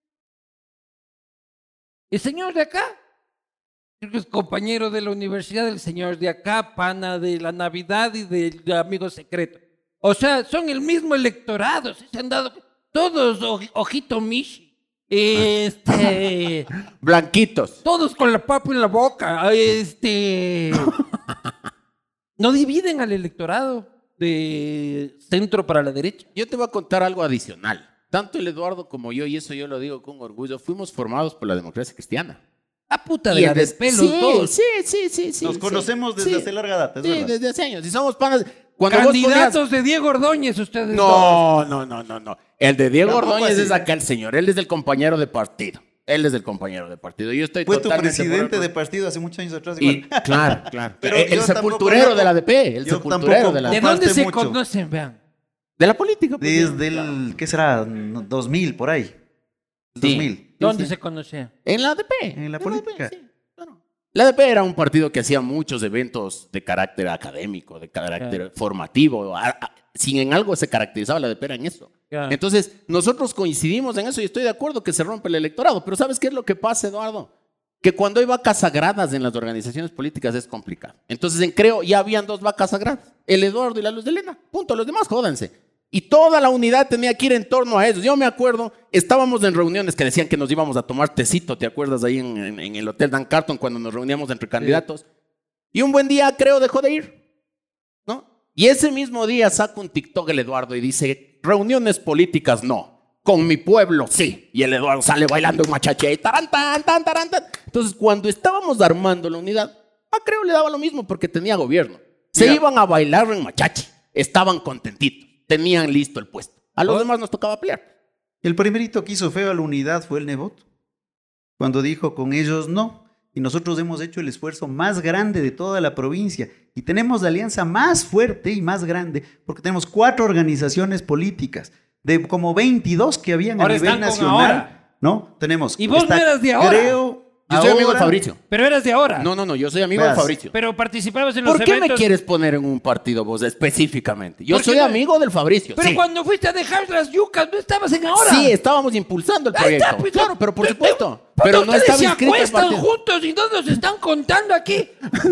el señor de acá, creo que es compañero de la universidad, el señor de acá, pana de la Navidad y del amigo secreto. O sea, son el mismo electorado, ¿sí? Se han dado todos oj- ojito mishi, este, Blanquitos. todos con la papa en la boca, este, no dividen al electorado de centro para la derecha. Yo te voy a contar algo adicional. Tanto el Eduardo como yo, y eso yo lo digo con orgullo, fuimos formados por la democracia cristiana. A puta de Y la el des- despelos sí, todos. sí, sí, sí, sí. Nos sí. conocemos desde Sí. hace larga data, es Sí, verdad. desde hace años. Y somos panas. Cuando vos Candidatos de Diego Ordóñez, ustedes dos. No, no, no, no, no. El de Diego Tampoco Ordóñez así. es acá el señor. Él es el compañero de partido. Él es el compañero de partido. Yo estoy Fue tu totalmente presidente por- de partido hace muchos años atrás. Y, igual. claro, claro. Pero el yo sepulturero tampoco- de la A D P. El yo sepulturero tampoco- de la ¿De A D P. dónde comparte se mucho. conocen, vean? De la política. pues, Desde el, ¿qué será? dos mil, por ahí. Sí. dos mil. ¿Dónde sí. se conocían? En la A D P. En la A D P, política. sí, claro. La A D P era un partido que hacía muchos eventos de carácter académico, de carácter Claro. formativo. A- a- Si en algo se caracterizaba la A D P era en eso. Claro. Entonces, nosotros coincidimos en eso y estoy de acuerdo que se rompe el electorado. Pero ¿sabes qué es lo que pasa, Eduardo? Que cuando hay vacas sagradas en las organizaciones políticas es complicado. Entonces, en Creo ya habían dos vacas sagradas. El Eduardo y la Luz de Elena. Punto. Los demás, jódanse. Y toda la unidad tenía que ir en torno a eso. Yo me acuerdo, estábamos en reuniones que decían que nos íbamos a tomar tecito, ¿te acuerdas? Ahí en, en- en el Hotel Dan Carton cuando nos reuníamos entre candidatos. Y un buen día Creo dejó de ir, ¿no? Y ese mismo día saca un TikTok el Eduardo y dice, reuniones políticas no, con mi pueblo sí. Y el Eduardo sale bailando en machache y taran, tan, tan, taran, tan. Entonces, cuando estábamos armando la unidad, a Creo le daba lo mismo porque tenía gobierno. Se Mira. iban a bailar en machache, estaban contentitos, tenían listo el puesto. A los Oh. demás nos tocaba pelear. El primerito que hizo feo a la unidad fue el Nebot. Cuando dijo con ellos no. Y nosotros hemos hecho el esfuerzo más grande de toda la provincia. Y tenemos la alianza más fuerte y más grande porque tenemos cuatro organizaciones políticas. De como veintidós que habían Ahora a nivel están con nacional. ahora. ¿No? Tenemos. Y vos no está eras de ahora. Creo. Yo soy amigo de ahora- Fabricio. Pero eras de ahora. No, no, no, yo soy amigo Veas. de Fabricio. Pero participabas en los ¿Por qué eventos. me quieres poner en un partido vos específicamente? Yo ¿Por qué soy no? amigo del Fabricio. Pero sí. cuando fuiste a dejar las yucas, no estabas en ahora. Sí, estábamos impulsando el Ahí proyecto. está, pues, claro, pero por pe- supuesto. pe- Pero puta, no estaba ustedes se inscrito el acuestan partido. juntos y no nos están contando aquí.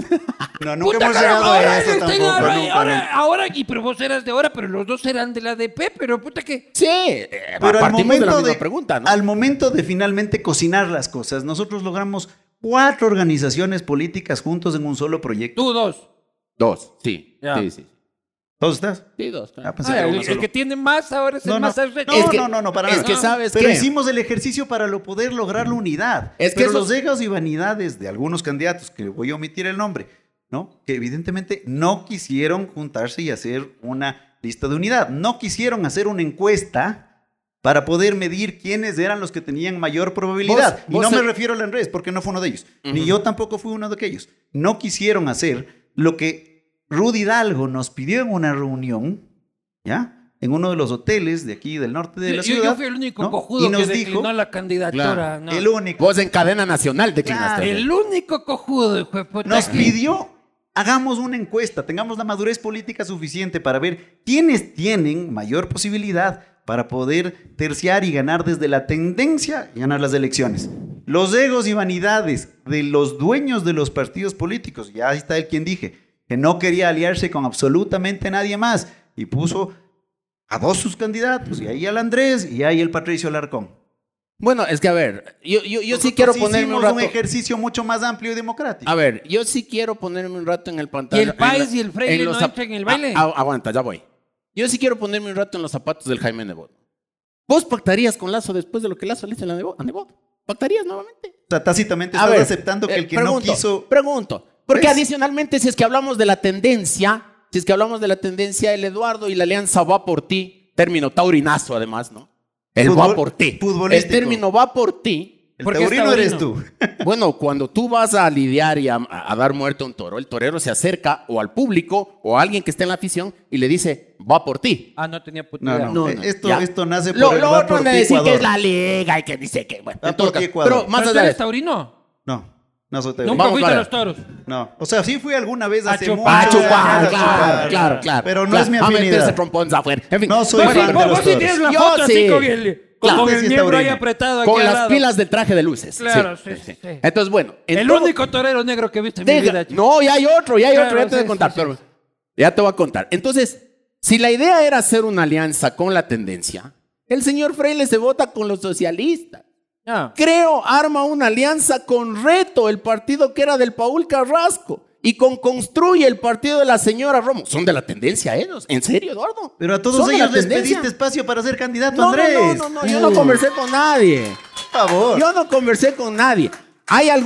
No, nunca Puta, hemos caramba, llegado a ahora eso están tampoco. ahora, nunca, ahora, nunca. ahora, y pero vos eras de ahora, pero los dos eran de la D P, pero puta que... Sí, eh, Pero al partimos de la momento misma de, pregunta, ¿no? al momento de finalmente cocinar las cosas, nosotros logramos cuatro organizaciones políticas juntos en un solo proyecto. Tú dos. Dos, sí. Ya. Sí, sí. ¿Todos estás? Sí, dos. claro. Ah, pensé Ah, que era el, uno el solo. que tiene más ahora es No, el no, más arrecho. no, Es que- no, no, no, para es nada. que sabes Pero qué. hicimos el ejercicio para lo poder lograr la unidad. Es que Pero eso- los egos y vanidades de algunos candidatos, que voy a omitir el nombre, ¿no? Que evidentemente no quisieron juntarse y hacer una lista de unidad. No quisieron hacer una encuesta para poder medir quiénes eran los que tenían mayor probabilidad. Vos- y vos no se- me refiero al Andrés, porque no fue uno de ellos. Ni Ujú. yo tampoco fui uno de aquellos. No quisieron hacer lo que Rudy Hidalgo nos pidió en una reunión, ¿ya? En uno de los hoteles de aquí del norte de Yo, la yo- ciudad. yo fui el único ¿no? cojudo Y nos que dijo, declinó la candidatura. Claro. no. el único. Vos en cadena nacional declinaste. Claro. El único cojudo, hijo de puta. Nos que- pidió, hagamos una encuesta, tengamos la madurez política suficiente para ver quiénes tienen mayor posibilidad para poder terciar y ganar desde la tendencia y ganar las elecciones. Los egos y vanidades de los dueños de los partidos políticos, ya ahí está el quien dije, que no quería aliarse con absolutamente nadie más y puso a dos sus candidatos, y ahí al Andrés y ahí el Patricio Alarcón. Bueno, es que a ver, yo, yo, yo sí Nosotros quiero ponerme un hicimos rato. un ejercicio mucho más amplio y democrático. A ver, yo sí quiero ponerme un rato en el ¿Y pantalón. el Páez y el Freire no zap- entran en el baile? Ah, ah, aguanta, ya voy. Yo sí quiero ponerme un rato en los zapatos del Jaime Nebot. ¿Vos pactarías con Lazo después de lo que Lazo le hizo a Nebot? ¿A Nebot? ¿Pactarías nuevamente? O sea, tácitamente A estás ver, aceptando que eh, el que pregunto, no quiso... Pregunto. Porque ¿Ves? adicionalmente, si es que hablamos de la tendencia, si es que hablamos de la tendencia, el Eduardo y la alianza va por ti, término taurinazo además, ¿no? El Fútbol- va por ti. El futbolístico. término va por ti. El Porque es taurino eres tú. taurino. Bueno, cuando tú vas a lidiar y a, a dar muerte a un toro, el torero se acerca o al público o a alguien que esté en la afición y le dice, va por ti. Ah, no tenía puta No, idea. no, No, eh, no, esto, ya. esto nace por Lo, el lo va otro por de ti, decir que Ecuador. es la liga y que dice que, bueno, Va en todo por ti, caso. Ecuador. Pero más ¿Pero tú allá de eres eso. taurino? No, no soy taurino. Nunca Vamos fuiste a a ver. los toros. No, o sea, sí fui alguna vez A hace chupar. mucho. Ah, chupar, años, claro, claro, claro. Pero no claro. es mi A meterse afinidad. trompones afuera. En fin. No soy Vos, fan sí- de vos los sí toros. tienes la Yo foto así sí. con el, con, Claro. con Sí, el sí, miembro ahí taurino. apretado aquí Con al las lado. pilas del traje de luces. Claro, sí, sí, sí. Entonces, bueno. en El todo- único torero negro que he visto en mi Deja- vida. chico. No, ya hay otro, ya hay Claro, otro, ya te voy sí, a contar. sí, pero sí. ya te voy a contar. Entonces, si la idea era hacer una alianza con la tendencia, el señor Freire se vota con los socialistas. Ya. Creo arma una alianza con Reto, el partido que era del Paul Carrasco, y con Construye, el partido de la señora Romo. Son de la tendencia ellos. ¿En serio, Eduardo? Pero a todos ¿Son de la ellos les tendencia? pediste espacio para ser candidato, No, no, Andrés. no, no, no, yo no conversé con nadie. Por favor. Yo no conversé con nadie. Hay algún...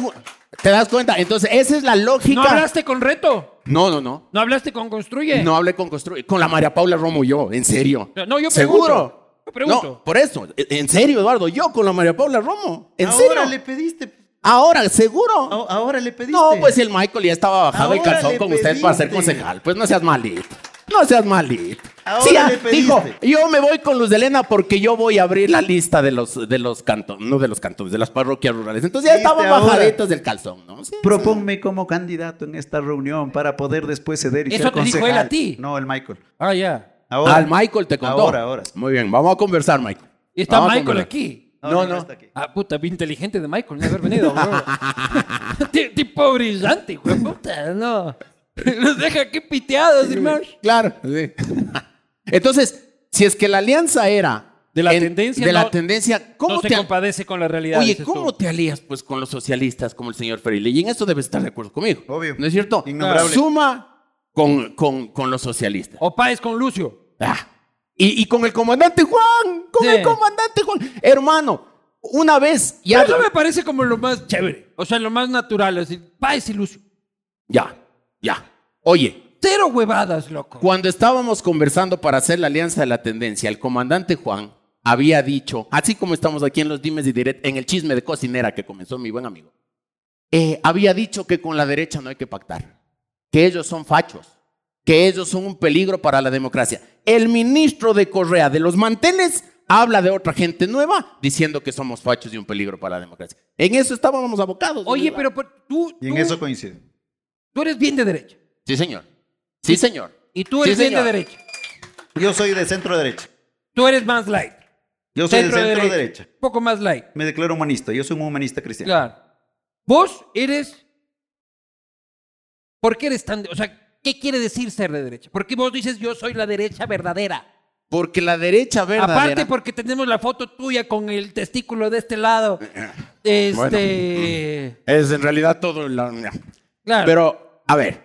¿Te das cuenta? Entonces, esa es la lógica. ¿No hablaste con Reto? No, no, no. ¿No hablaste con Construye? No hablé con Construye. Con la María Paula Romo yo, en serio. No, yo pregunto. ¿Seguro? Yo pregunto. No, por eso. En serio, Eduardo, yo con la María Paula Romo. ¿En Ahora serio? le pediste. Ahora, ¿seguro? A- Ahora le pediste. No, pues si el Michael ya estaba bajado el Ahora calzón le con usted para ser pediste. concejal. Pues no seas malito. No seas malito. Ahora Sí, ah, le pediste. dijo, yo me voy con Luz de Elena porque yo voy a abrir la lista de los, de los cantones, no de los cantones, de las parroquias rurales. Entonces ya ¿Viste estaban ahora? bajaditos del calzón, ¿no? Sí, Proponme como candidato en esta reunión para poder después ceder y ¿Eso ser te dijo concejal. él a ti? No, el Michael. Ah, ya. Ahora. Al Michael te contó. Ahora, ahora. Muy bien, vamos a conversar, Michael. Y está Vamos a Michael conversar. aquí. No, no. está aquí. Ah, puta, bien inteligente de Michael, no haber venido, bro. Ti- Tipo brillante, hijo de puta, no. Los deja aquí piteados, hermano. Claro, sí. Entonces, si es que la alianza era De la en- tendencia, de la no- tendencia, ¿cómo No se te compadece con la realidad. Oye, dices ¿cómo tú. te alías pues con los socialistas como el señor Ferile? Y en eso debes estar de acuerdo conmigo. Obvio. ¿No es cierto? Innombrable. Suma con, con, con los socialistas. O Páez con Lucio. Ah. Y, y con el comandante Juan, con Sí. el comandante Juan. Hermano, una vez ya... Pero eso me parece como lo más chévere. O sea, lo más natural. Es decir, Páez y Lucio. Ya, ya. Oye, Cero huevadas, loco. cuando estábamos conversando para hacer la alianza de la tendencia, el comandante Juan había dicho, así como estamos aquí en los dimes y direct, en el chisme de cocinera que comenzó mi buen amigo, eh, había dicho que con la derecha no hay que pactar, que ellos son fachos, que ellos son un peligro para la democracia. El ministro de Correa de los manteles habla de otra gente nueva diciendo que somos fachos y un peligro para la democracia. En eso estábamos abocados. Oye, ¿verdad? pero, pero tú, Y en tú- eso coincide. tú eres bien de derecha. Sí, señor. Sí, señor. Y tú Sí, eres bien señor. de derecha. Yo soy de centro derecha. Tú eres más light. Yo soy de centro derecha. Un poco más light. Me declaro humanista. Yo soy un humanista cristiano. Claro. Vos eres... ¿Por qué eres tan... de- O sea, ¿qué quiere decir ser de derecha? ¿Por qué vos dices yo soy la derecha verdadera? Porque la derecha verdadera... Aparte porque tenemos la foto tuya con el testículo de este lado. Este... Es en realidad todo la... Claro. Pero, a ver,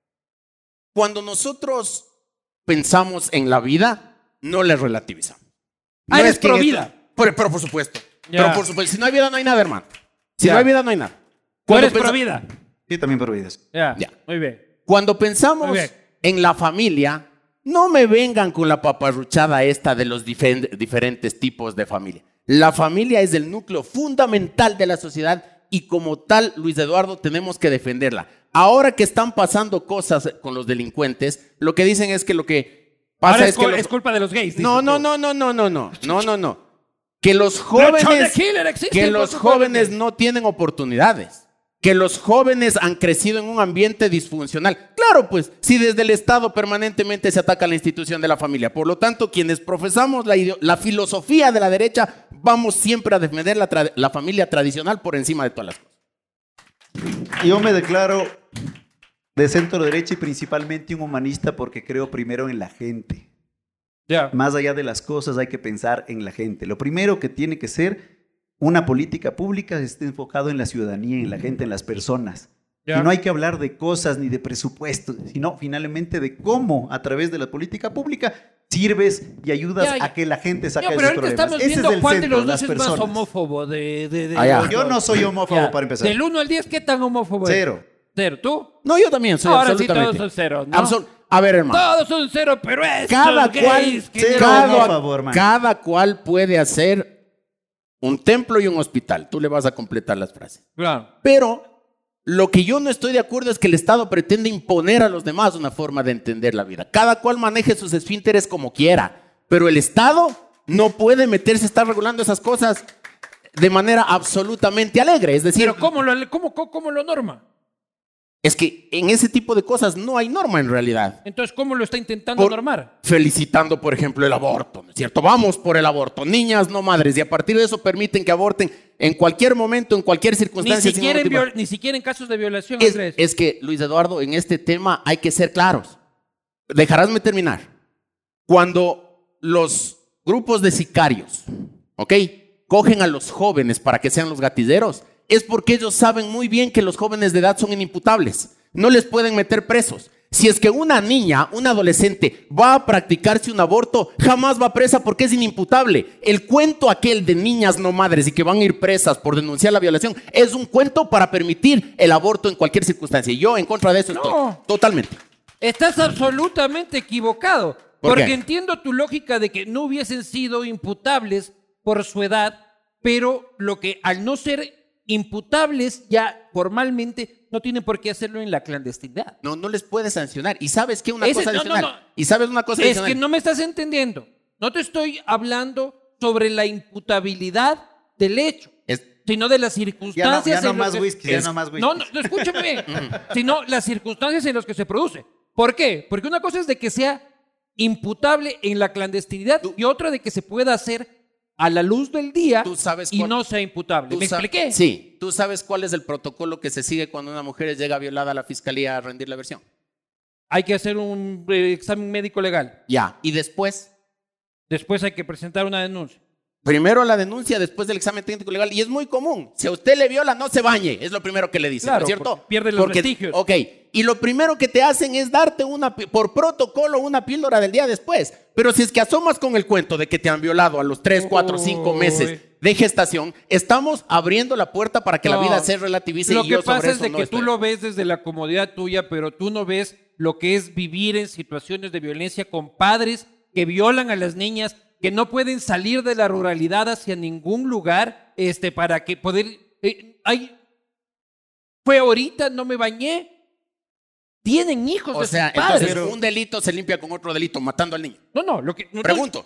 cuando nosotros pensamos en la vida, no la relativizamos. Ah, eres que en pro esto- vida. Pero, pero por supuesto. Ya. Pero por supuesto, si no hay vida, no hay nada, hermano. Si Ya. no hay vida, no hay nada. Tú Cuando eres pro pensa- vida. Sí, también por vidas. Ya. Ya. Muy bien. Cuando pensamos Muy bien. en la familia, no me vengan con la paparruchada esta de los difen- diferentes tipos de familia. La familia es el núcleo fundamental de la sociedad y como tal, Luis Eduardo, tenemos que defenderla. Ahora que están pasando cosas con los delincuentes, lo que dicen es que lo que pasa Ahora es, es, que cul- los- es culpa de los gays. No, dices no, tú. no, no, no, no, no, no, no, no. Que los Pero John jóvenes, the Killer existe, que por los supuesto. jóvenes no tienen oportunidades. Que los jóvenes han crecido en un ambiente disfuncional. Claro, pues, si desde el Estado permanentemente se ataca la institución de la familia. Por lo tanto, quienes profesamos la, ideo- la filosofía de la derecha, vamos siempre a defender la, tra- la familia tradicional por encima de todas las cosas. Yo me declaro de centro derecha y principalmente un humanista porque creo primero en la gente. Ya. Más allá de las cosas hay que pensar en la gente. Lo primero que tiene que ser una política pública esté enfocado en la ciudadanía, en la gente, en las personas. Ya. Y no hay que hablar de cosas ni de presupuestos, sino finalmente de cómo a través de la política pública sirves y ayudas Ya, ya. a que la gente saque No, de pero sus ahorita problemas. estamos Ese viendo es el cuál de centro, los dos las es más personas. homófobo de... de, de- Ah, ya. Yo no soy homófobo Ya. para empezar. Del uno al diez, ¿qué tan homófobo es? Cero. Cero. ¿Tú? No, yo también soy Ahora sí absolutamente. todos son cero, ¿no? Absol- a ver, hermano. Todos son cero, pero estos Cada gays cual, que- Cero cada, homófobo, hermano. cada cual puede hacer un templo y un hospital. Tú le vas a completar las frases. Claro. Pero lo que yo no estoy de acuerdo es que el Estado pretende imponer a los demás una forma de entender la vida. Cada cual maneje sus esfínteres como quiera, pero el Estado no puede meterse a estar regulando esas cosas de manera absolutamente alegre. Es decir, Pero ¿cómo lo, cómo, cómo, cómo lo norma? es que en ese tipo de cosas no hay norma en realidad. Entonces, ¿cómo lo está intentando Por- normar? Felicitando, por ejemplo, el aborto, ¿no es cierto? Vamos por el aborto, niñas, no madres, y a partir de eso permiten que aborten en cualquier momento, en cualquier Ni circunstancia. sin siquiera, en ningún tipo- viol- ni siquiera en casos de violación, Es, Andrés. es que, Luis Eduardo, en este tema hay que ser claros. Dejarásme terminar. Cuando los grupos de sicarios, ¿ok?, cogen a los jóvenes para que sean los gatilleros, es porque ellos saben muy bien que los jóvenes de edad son inimputables. No les pueden meter presos. Si es que una niña, una adolescente va a practicarse un aborto, jamás va presa porque es inimputable. El cuento aquel de niñas no madres y que van a ir presas por denunciar la violación es un cuento para permitir el aborto en cualquier circunstancia. Y yo en contra de eso estoy. No. Totalmente. Estás absolutamente equivocado. ¿Por Porque qué? entiendo tu lógica de que no hubiesen sido imputables por su edad, pero lo que al no ser imputables ya formalmente no tienen por qué hacerlo en la clandestinidad. No, no les puedes sancionar. ¿Y sabes qué? Una Ese- cosa no, adicional. no, no. ¿Y sabes una cosa Es adicional? que no me estás entendiendo. No te estoy hablando sobre la imputabilidad del hecho, Es- sino de las Ya no, circunstancias ya no en las más que- whisky, ya es- no más whisky. No, no, no, escúchame bien. Sino las circunstancias en las que se produce. ¿Por qué? Porque una cosa es de que sea imputable en la clandestinidad y otra de que se pueda hacer a la luz del día Tú sabes y cuál- no sea imputable. ¿Tú ¿Me sa- expliqué? Sí. ¿Tú sabes cuál es el protocolo que se sigue cuando una mujer llega violada a la fiscalía a rendir la versión? Hay que hacer un eh, examen médico legal. Ya. ¿Y después? Después hay que presentar una denuncia. Primero la denuncia, después del examen técnico legal. Y es muy común. Si a usted le viola, no se bañe. Es lo primero que le dicen, Claro, ¿no es cierto? porque pierde los Porque- vestigios. Ok. Y lo primero que te hacen es darte una, pi- por protocolo una píldora del día después. Pero si es que asomas con el cuento de que te han violado a los tres, cuatro, cinco Uy. meses de gestación, estamos abriendo la puerta para que la No. vida se relativice. Lo y que yo sobre pasa es eso de no que tú estoy. lo ves desde la comodidad tuya, pero tú no ves lo que es vivir en situaciones de violencia con padres que violan a las niñas, que no pueden salir de la ruralidad hacia ningún lugar, este, para que poder... eh, ay, fue ahorita, no me bañé. Tienen hijos O de sea, sus padres. entonces un delito se limpia con otro delito, matando al niño. No, no, lo que... no, Pregunto.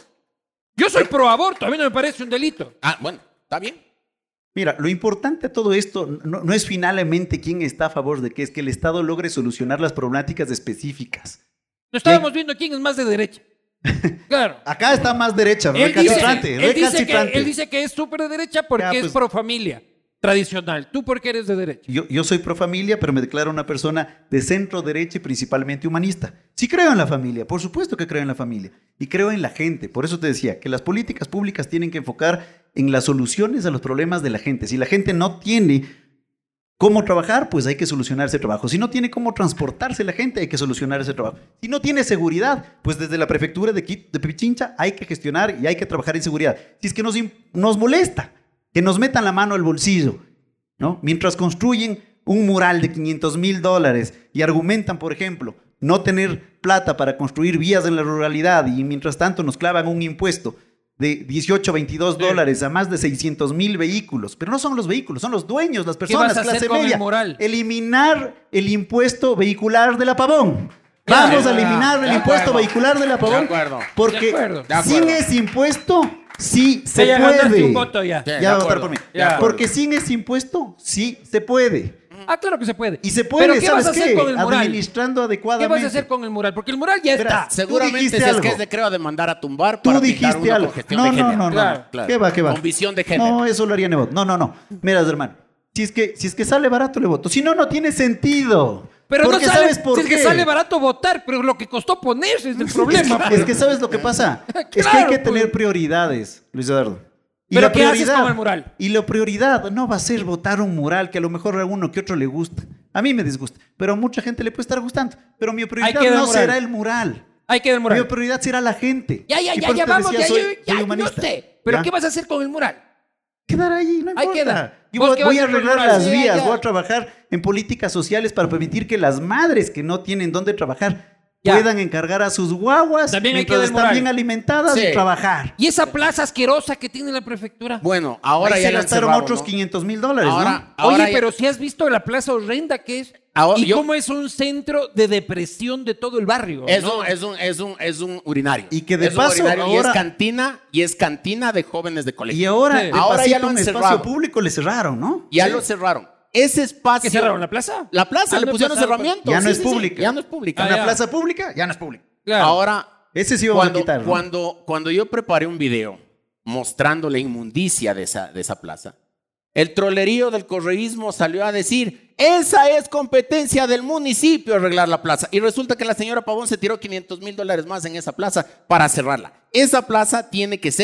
Yo soy pro aborto, a mí no me parece un delito. Ah, bueno, está bien. Mira, lo importante de todo esto no, no es finalmente quién está a favor de qué, es que el Estado logre solucionar las problemáticas específicas. No estábamos viendo quién es más de derecha. Claro. Acá está más derecha, Él dice, recalcitrante, él dice que, recalcitrante. él dice que es súper de derecha porque Ya, es pues. pro familia, tradicional. ¿Tú por qué eres de derecha? Yo, yo soy pro familia, pero me declaro una persona de centro derecha y principalmente humanista. Sí creo en la familia, por supuesto que creo en la familia. Y creo en la gente. Por eso te decía que las políticas públicas tienen que enfocar en las soluciones a los problemas de la gente. Si la gente no tiene cómo trabajar, pues hay que solucionar ese trabajo. Si no tiene cómo transportarse la gente, hay que solucionar ese trabajo. Si no tiene seguridad, pues desde la prefectura de, Quito, de Pichincha hay que gestionar y hay que trabajar en seguridad. Si es que nos, im- nos molesta que nos metan la mano al bolsillo, ¿no? Mientras construyen un mural de quinientos mil dólares y argumentan, por ejemplo, no tener plata para construir vías en la ruralidad y mientras tanto nos clavan un impuesto de dieciocho, veintidós dólares a más de seiscientos mil vehículos. Pero no son los vehículos, son los dueños, las personas, vas a hacer clase con el media. mural? Eliminar el impuesto vehicular del apagón. Ya, Vamos a ya, eliminar el de impuesto acuerdo. vehicular del apagón. De acuerdo. Porque De acuerdo. De acuerdo. sin ese impuesto sí se ya ganaste puede. un voto ya. Sí, de Ya va a votar acuerdo. por mí. De acuerdo. Porque sin ese impuesto sí se puede. Ah, claro que se puede. Y se puede, ¿Pero qué ¿sabes vas a hacer qué? con el mural? Administrando ¿Qué adecuadamente. vas a hacer con el mural? Porque el mural ya Verás, está. Seguramente dijiste si es algo. que es de creo de mandar a tumbar Tú para pintar dijiste uno algo. con gestión No, de no, género. no, no. Claro, claro. ¿Qué va, qué va? Con visión de género. No, eso lo haría Nebot. No, no, no. Miras, hermano. Si es que, si es que sale barato, le voto. Si no, no tiene sentido. Pero Porque no sale, ¿sabes por si es qué? que sale barato votar, pero lo que costó ponerse es el problema. Es que ¿sabes lo que pasa? Es que hay Claro, que tener pues. prioridades, Luis Eduardo. Y ¿Pero la qué haces prioridad- con el mural? Y la prioridad no va a ser votar un mural que a lo mejor a uno que otro le gusta. A mí me disgusta, pero a mucha gente le puede estar gustando. Pero mi prioridad queda el no mural. será el mural. Ahí queda el Mi mural. prioridad será la gente. Ya, ya, Y ya, por ya, eso te vamos, decía, ya, soy- yo, soy ya, yo humanista. sé. Pero ¿Ya? ¿qué vas a hacer con el mural? Quedar ahí, no Ahí importa. queda. Yo ¿Vos voy, qué voy vas a a hacer con arreglar el mural? las Sí, vías, ya. voy a trabajar en políticas sociales para permitir que las madres que no tienen dónde trabajar Ya. puedan encargar a sus guaguas También hay que mientras dar están moral. bien alimentadas Sí. y trabajar. ¿Y esa plaza asquerosa que tiene la prefectura? Bueno, ahora Ahí ya se le han gastaron cerrado, otros ¿no? quinientos mil dólares, Ahora, ¿no? ahora Oye, ya- pero si has visto la plaza horrenda que es Ahora, y yo- cómo es un centro de depresión de todo el barrio. Es, ¿no? un, es, un, es, un, es un urinario. Y que de es un paso, urinario y ahora- es cantina y es cantina de jóvenes de colegio. Y ahora, Sí. de Ahora ya pasito, lo han un espacio cerrado. público le cerraron, ¿no? Ya Sí. lo cerraron. Ese espacio. ¿Que cerraron la plaza? La plaza, Ah, le no pusieron empezaron, cerramiento. Ya no Sí, es sí, sí, pública. ya no es pública. Ah, Una ya. plaza pública ya no es pública. Claro. Ahora, Ese sí vamos cuando, a quitar, ¿no? cuando, cuando yo preparé un video mostrando la inmundicia de esa, de esa plaza, el trolerío del correísmo salió a decir, esa es competencia del municipio arreglar la plaza. Y resulta que la señora Pavón se tiró quinientos mil dólares más en esa plaza para cerrarla. Esa plaza tiene que ser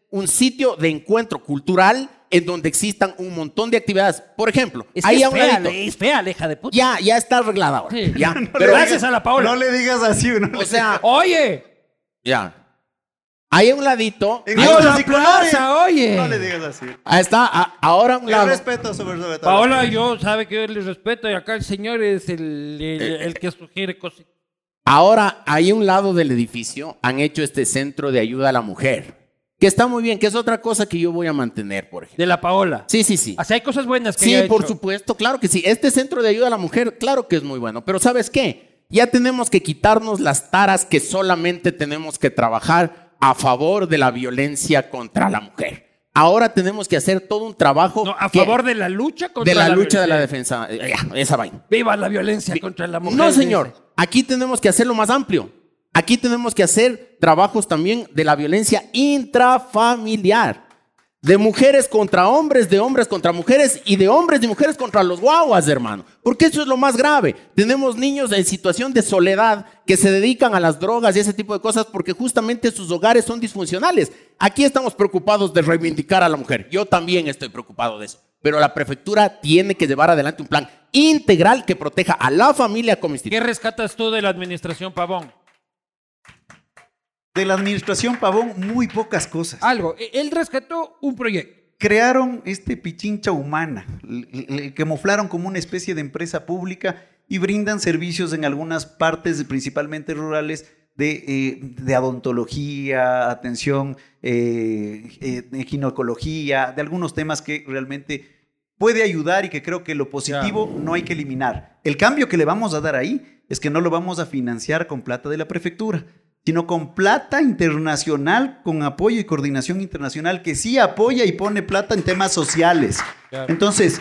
un sitio de encuentro cultural en donde existan un montón de actividades. Por ejemplo, Es que ahí a es un fea, ladito. es fea, la hija de puta. Ya, ya está arreglada ahora. Sí. Ya. No Pero le gracias digas- a la Paola. No le digas así. No o le- sea, Oye, ya. Ahí a un ladito. En ahí Dios gustos la y colores. plaza, oye. No le digas así. ahí está, a- ahora a un El lado. respeto sobre, sobre todo. Paola, yo sabe que yo le respeto y acá el señor es el, el, el que sugiere cosas. Ahora, ahí a un lado del edificio han hecho este centro de ayuda a la mujer. Que está muy bien, que es otra cosa que yo voy a mantener, por ejemplo. De la Paola. Sí, sí, sí. O sea, hay cosas buenas que Sí, ella ha por hecho. supuesto, claro que sí. Este centro de ayuda a la mujer, claro que es muy bueno. Pero ¿sabes qué? Ya tenemos que quitarnos las taras que solamente tenemos que trabajar a favor de la violencia contra la mujer. Ahora tenemos que hacer todo un trabajo No, a que- favor de la lucha contra de la, lucha de la violencia. defensa. Eh, ya, esa vaina. Viva la violencia contra la mujer. No, señor. Aquí tenemos que hacerlo más amplio. Aquí tenemos que hacer trabajos también de la violencia intrafamiliar. De mujeres contra hombres, de hombres contra mujeres y de hombres y mujeres contra los guaguas, hermano. Porque eso es lo más grave. Tenemos niños en situación de soledad que se dedican a las drogas y ese tipo de cosas porque justamente sus hogares son disfuncionales. Aquí estamos preocupados de reivindicar a la mujer. Yo también estoy preocupado de eso. Pero la prefectura tiene que llevar adelante un plan integral que proteja a la familia como ¿Qué institución. rescatas tú de la administración Pavón? De la administración Pavón, muy pocas cosas. Algo. E- Él rescató un proyecto. Crearon este pichincha humana, le, le camuflaron como una especie de empresa pública y brindan servicios en algunas partes, principalmente rurales, de, eh, de odontología, atención, eh, eh, de ginecología, de algunos temas que realmente puede ayudar y que creo que lo positivo no hay que eliminar. El cambio que le vamos a dar ahí es que no lo vamos a financiar con plata de la prefectura, sino con plata internacional, con apoyo y coordinación internacional, que sí apoya y pone plata en temas sociales. Claro. Entonces,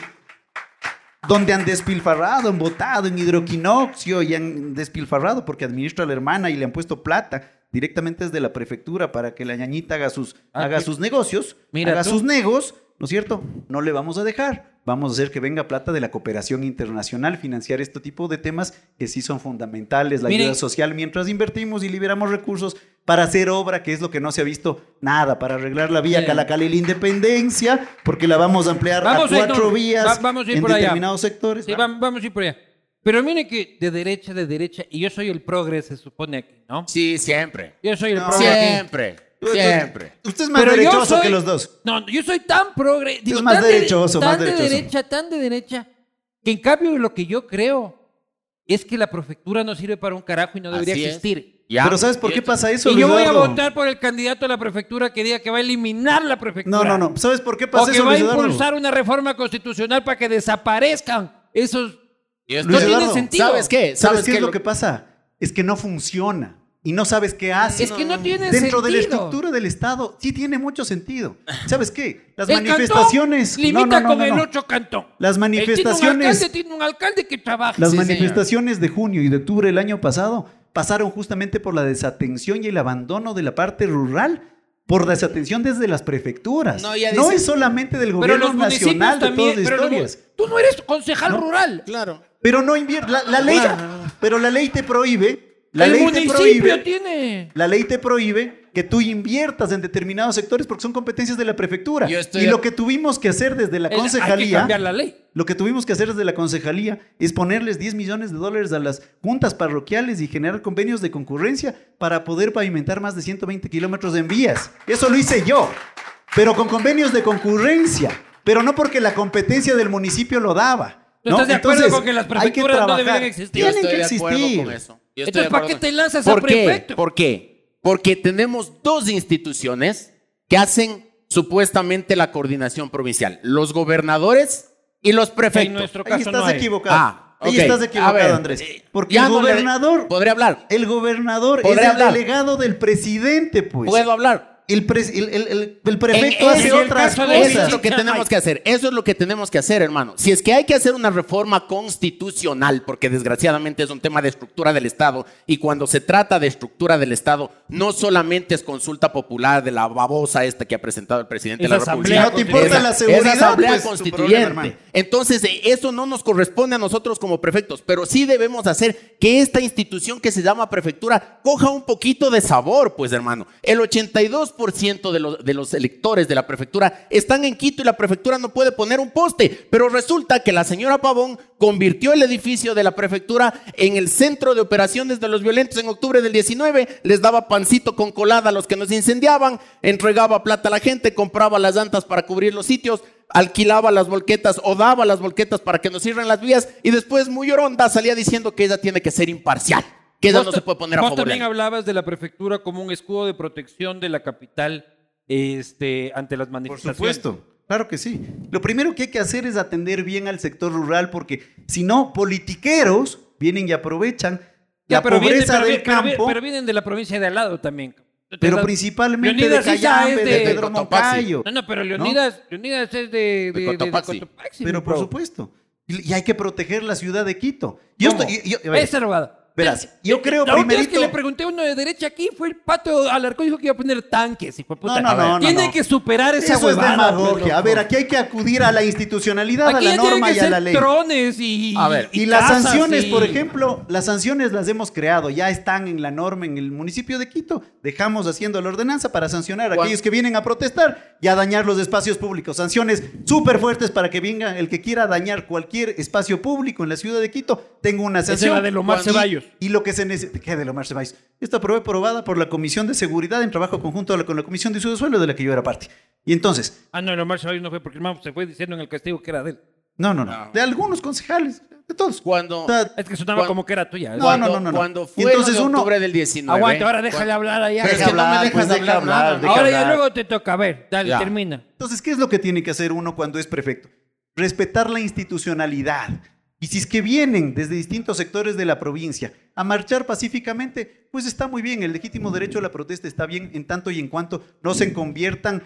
donde han despilfarrado, han votado en hidroquinoxio y han despilfarrado porque administra la hermana y le han puesto plata directamente desde la prefectura para que la ñañita haga sus, Ah, haga que- sus negocios, Mira haga tú. sus negos, ¿no es cierto? No le vamos a dejar. Vamos a hacer que venga plata de la cooperación internacional, financiar este tipo de temas que sí son fundamentales, la Miren. ayuda social, mientras invertimos y liberamos recursos para hacer obra, que es lo que no se ha visto nada, para arreglar la vía Bien. Calacali y la Independencia, porque la vamos a ampliar Vamos a a ir, cuatro no, vías va- vamos a ir en por allá. determinados sectores. Sí, vam- vamos a ir por allá. Pero mire que de derecha, de derecha, y yo soy el progre, se supone aquí, ¿no? Sí, siempre. Yo soy el No. progre aquí. Siempre. Siempre. Usted es más Pero yo derechoso soy- que los dos. No, yo soy tan progre, digo, más tan de- derechoso, tan más de derechoso. derecha, tan de derecha, que en cambio lo que yo creo es que la prefectura no sirve para un carajo y no debería Así es. existir. Ya. Pero ¿sabes por qué pasa eso, Y yo Luis voy a Eduardo? votar por el candidato a la prefectura que diga que va a eliminar la prefectura. No, no, no. ¿Sabes por qué O pasa que eso, va a Luis Eduardo? impulsar una reforma constitucional para que desaparezcan esos... Yo No Luis tiene Eduardo, sentido. ¿Sabes qué? ¿Sabes qué es Lo- lo que pasa? Es que no funciona y no sabes qué hace. Es que no tiene Dentro de la sentido. estructura del Estado sí tiene mucho sentido. ¿Sabes qué? Las El manifestaciones... cantón limita No, no, no, con no, el no. otro cantón. Las Él tiene un manifestaciones... alcalde, tiene un alcalde que trabaja. Las Sí, manifestaciones de junio y de octubre del año pasado pasaron justamente por la desatención y el abandono de la parte rural, por desatención desde las prefecturas. No, ya No dice- es solamente del Pero gobierno los municipios nacional de también... todas las pero los mu- historias. tú no eres concejal No. rural. Claro. Pero no invierte. La, la ley, pero la ley te prohíbe. La el ley te municipio prohíbe. tiene... La ley te prohíbe que tú inviertas en determinados sectores porque son competencias de la prefectura. Yo estoy Y de- lo que tuvimos que hacer desde la Es- Hay que concejalía, cambiar la ley. lo que tuvimos que hacer desde la concejalía es ponerles diez millones de dólares a las juntas parroquiales y generar convenios de concurrencia para poder pavimentar más de ciento veinte kilómetros en vías. Eso lo hice yo, pero con convenios de concurrencia, pero no porque la competencia del municipio lo daba. ¿Tú ¿no? estás de acuerdo Entonces, con que las hay que prefecturas no trabajar. deberían existir? Yo Tienen estoy que de acuerdo existir. con eso. Yo estoy de Entonces, ¿para acuerdo qué con te eso. lanzas a ¿Por qué? prefecto? ¿Por qué? Porque tenemos dos instituciones que hacen supuestamente la coordinación provincial. Los gobernadores y los En prefectos. nuestro Ahí caso estás no hay. equivocado. Ah, Ahí ok. estás A equivocado, ver, Andrés. eh, Porque ya el no le- gobernador, ¿Podré hablar? el gobernador es ¿Podré el hablar? delegado del presidente, pues. ¿Puedo hablar? El, pres- el, el- el- el prefecto En- hace en el otras caso de- Eso cosas. es lo que Ya tenemos hay. que hacer. Eso es lo que tenemos que hacer, hermano. Si es que hay que hacer una reforma constitucional, porque desgraciadamente es un tema de estructura del Estado, y cuando se trata de estructura del Estado, no solamente es consulta popular de la babosa esta que ha presentado el presidente Es de la asamblea República. Si no te importa la seguridad, es asamblea pues, tu constituyente. problema, hermano. Entonces, eh, eso no nos corresponde a nosotros como prefectos, pero sí debemos hacer que esta institución que se llama prefectura coja un poquito de sabor, pues, hermano. El ochenta y dos por ciento de los, de los electores de la prefectura están en Quito y la prefectura no puede poner un poste. Pero resulta que la señora Pavón convirtió el edificio de la prefectura en el centro de operaciones de los violentos en octubre del diecinueve. Les daba pancito con colada a los que nos incendiaban, entregaba plata a la gente, compraba las llantas para cubrir los sitios, alquilaba las volquetas o daba las volquetas para que nos cierren las vías y después muy oronda salía diciendo que ella tiene que ser imparcial, que ella no se puede poner a vos favor de también ella. hablabas de la prefectura como un escudo de protección de la capital este, ante las Por manifestaciones. supuesto, claro que sí. Lo primero que hay que hacer es atender bien al sector rural porque si no, politiqueros vienen y aprovechan Ya, la pero vienen- pobreza pero del vi- pero vi- campo. Pero vienen de la provincia de al lado también. Pero Leonidas- principalmente Leonidas de Issa Cayambe, es de, de- Pedro de Cotopaxi. Moncayo. No, no, pero Leonidas, Leonidas es de, de, de- de Cotopaxi. Cotopaxi, Pero mi por bro. supuesto. Y, y hay que proteger la ciudad de Quito. Yo ¿Cómo? estoy, yo- a ver, Esa robada. verás, yo creo La última vez primerito. que le pregunté a uno de derecha aquí fue el Pato Alarcón, dijo que iba a poner tanques. Hijo de puta. No, no, no, no, Tiene no. que superar esa Eso es huevada. demagogia. pues, A ver, loco. aquí hay que acudir a la institucionalidad, Aquí a la ya tienen norma que y a ser la ley. drones y, A ver, Y las casas sanciones, y- por ejemplo, las sanciones las hemos creado, ya están en la norma en el municipio de Quito. Dejamos haciendo la ordenanza para sancionar a ¿Cuán- aquellos que vienen a protestar y a dañar los espacios públicos. Sanciones súper fuertes para que venga el que quiera dañar cualquier espacio público en la ciudad de Quito. Tengo una Esa es sanción. la de Lomar Y- Ceballos. Y lo que se necesita. ¿Qué de Lomar Ceballos? Esta fue aprobada por la Comisión de Seguridad en trabajo conjunto con la Comisión de Uso de Suelo de la que yo era parte. Y entonces, Ah, no, el Omar Ceballos no fue porque el man se fue diciendo en el castigo que era de él. no, no, no. No. De algunos concejales, de todos. Cuando, O sea, Es que sonaba Cuan- como que era tuya. ¿eh? No, cuando, no, no, no, no. cuando Y fue entonces lo de uno- octubre del diecinueve. Aguanta, ahora déjale hablar allá. Pero es Deja que no me hablar, dejas pues, deja hablar hablar, nada. deja Ahora ya hablar. luego te toca. A ver, dale, Ya. termina. Entonces, ¿qué es lo que tiene que hacer uno cuando es prefecto? Respetar la institucionalidad. Y si es que vienen desde distintos sectores de la provincia a marchar pacíficamente, pues está muy bien, el legítimo derecho a la protesta está bien en tanto y en cuanto no se conviertan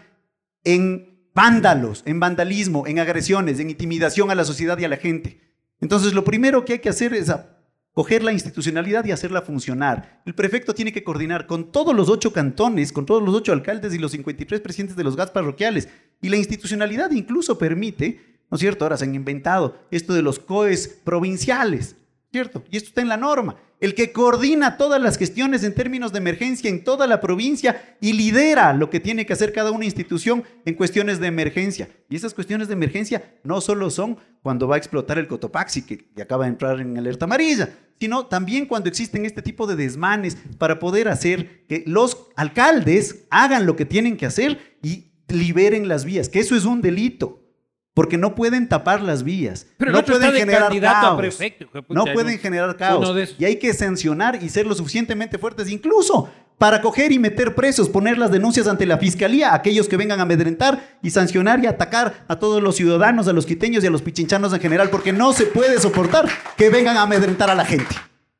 en vándalos, en vandalismo, en agresiones, en intimidación a la sociedad y a la gente. Entonces, lo primero que hay que hacer es a- coger la institucionalidad y hacerla funcionar. El prefecto tiene que coordinar con todos los ocho cantones, con todos los ocho alcaldes y los cincuenta y tres presidentes de los G A S parroquiales. Y la institucionalidad incluso permite, ¿no es cierto? Ahora se han inventado esto de los C O Es provinciales, ¿cierto? Y esto está en la norma. El que coordina todas las gestiones en términos de emergencia en toda la provincia y lidera lo que tiene que hacer cada una institución en cuestiones de emergencia. Y esas cuestiones de emergencia no solo son cuando va a explotar el Cotopaxi, que, que acaba de entrar en alerta amarilla, sino también cuando existen este tipo de desmanes para poder hacer que los alcaldes hagan lo que tienen que hacer y liberen las vías, que eso es un delito. Porque no pueden tapar las vías, Pero el no otro pueden está de generar candidato a caos, prefecto, hijo de puta, no ¿no? pueden generar Uno caos de esos. y hay que sancionar y ser lo suficientemente fuertes, incluso para coger y meter presos, poner las denuncias ante la fiscalía a aquellos que vengan a amedrentar y sancionar y atacar a todos los ciudadanos, a los quiteños y a los pichinchanos en general, porque no se puede soportar que vengan a amedrentar a la gente.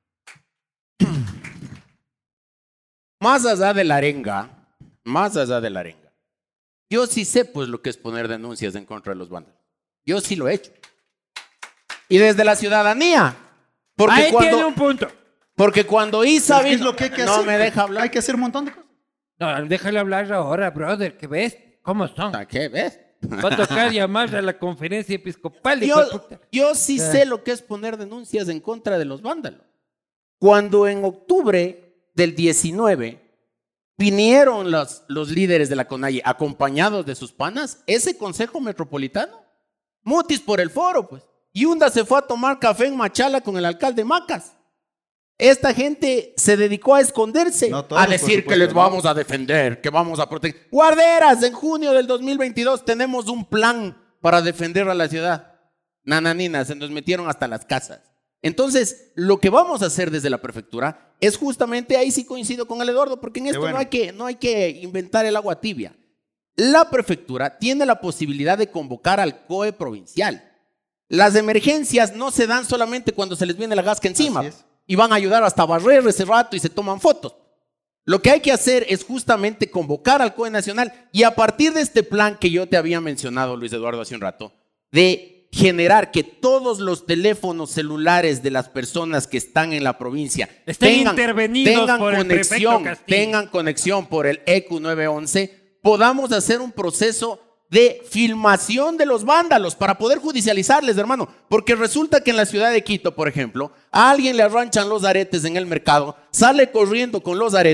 Más allá de la arenga, más allá de la arenga, yo sí sé pues lo que es poner denuncias en contra de los vándalos. Yo sí lo he hecho. Y desde la ciudadanía. Porque Ahí cuando, tiene un punto. porque cuando Isa ¿Qué es vino- lo que hay que no hacer? me deja hablar. Hay que hacer un montón de cosas. No, déjale hablar ahora, brother, que ves cómo son. ¿A ¿Qué ves? Va a tocar llamar a la conferencia episcopal. hijo Yo, de puta. yo sí Ah. sé lo que es poner denuncias en contra de los vándalos. Cuando en octubre del diecinueve vinieron los, los líderes de la CONAIE acompañados de sus panas, ese consejo metropolitano, mutis por el foro, pues. Yunda se fue a tomar café en Machala con el alcalde Macas. Esta gente se dedicó a esconderse, No todos, a por decir que supuesto, les ¿no? vamos a defender, que vamos a proteger. Guarderas, en junio del dos mil veintidós tenemos un plan para defender a la ciudad. Nananina, se nos metieron hasta las casas. Entonces, lo que vamos a hacer desde la prefectura es justamente, ahí sí coincido con el Eduardo, porque en esto bueno. no, hay que, no hay que inventar el agua tibia. La prefectura tiene la posibilidad de convocar al C O E provincial. Las emergencias no se dan solamente cuando se les viene la gasca encima Así es. y van a ayudar hasta a barrer ese rato y se toman fotos. Lo que hay que hacer es justamente convocar al C O E nacional y a partir de este plan que yo te había mencionado, Luis Eduardo, hace un rato, de generar que todos los teléfonos celulares de las personas que están en la provincia Estén intervenidos tengan por el prefecto conexión, Castillo. tengan conexión por el E Q nueve once, podamos hacer un proceso de filmación de los vándalos para poder judicializarles, hermano. Porque resulta que en la ciudad de Quito, por ejemplo, a alguien le arranchan los aretes en el mercado, sale corriendo con los aretes,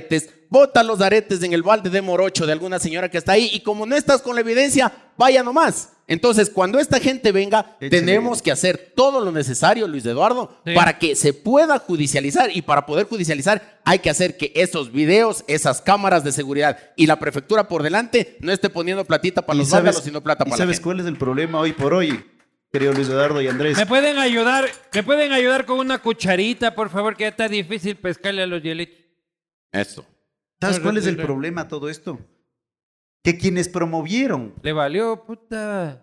bota los aretes en el balde de morocho de alguna señora que está ahí y como no estás con la evidencia, vaya nomás. Entonces, cuando esta gente venga, Échale. tenemos que hacer todo lo necesario, Luis Eduardo, Sí. para que se pueda judicializar. Y para poder judicializar hay que hacer que esos videos, esas cámaras de seguridad y la prefectura por delante no esté poniendo platita para ¿Y los sabes- vándalos, sino plata ¿Y para la sabes gente. cuál es el problema hoy por hoy, querido Luis Eduardo y Andrés? ¿Me pueden ayudar? ¿Me pueden ayudar con una cucharita, por favor? Que ya está difícil pescarle a los hielitos. Eso. ¿Sabes No, cuál no, es el no. problema de todo esto? Que quienes promovieron, Le valió, puta.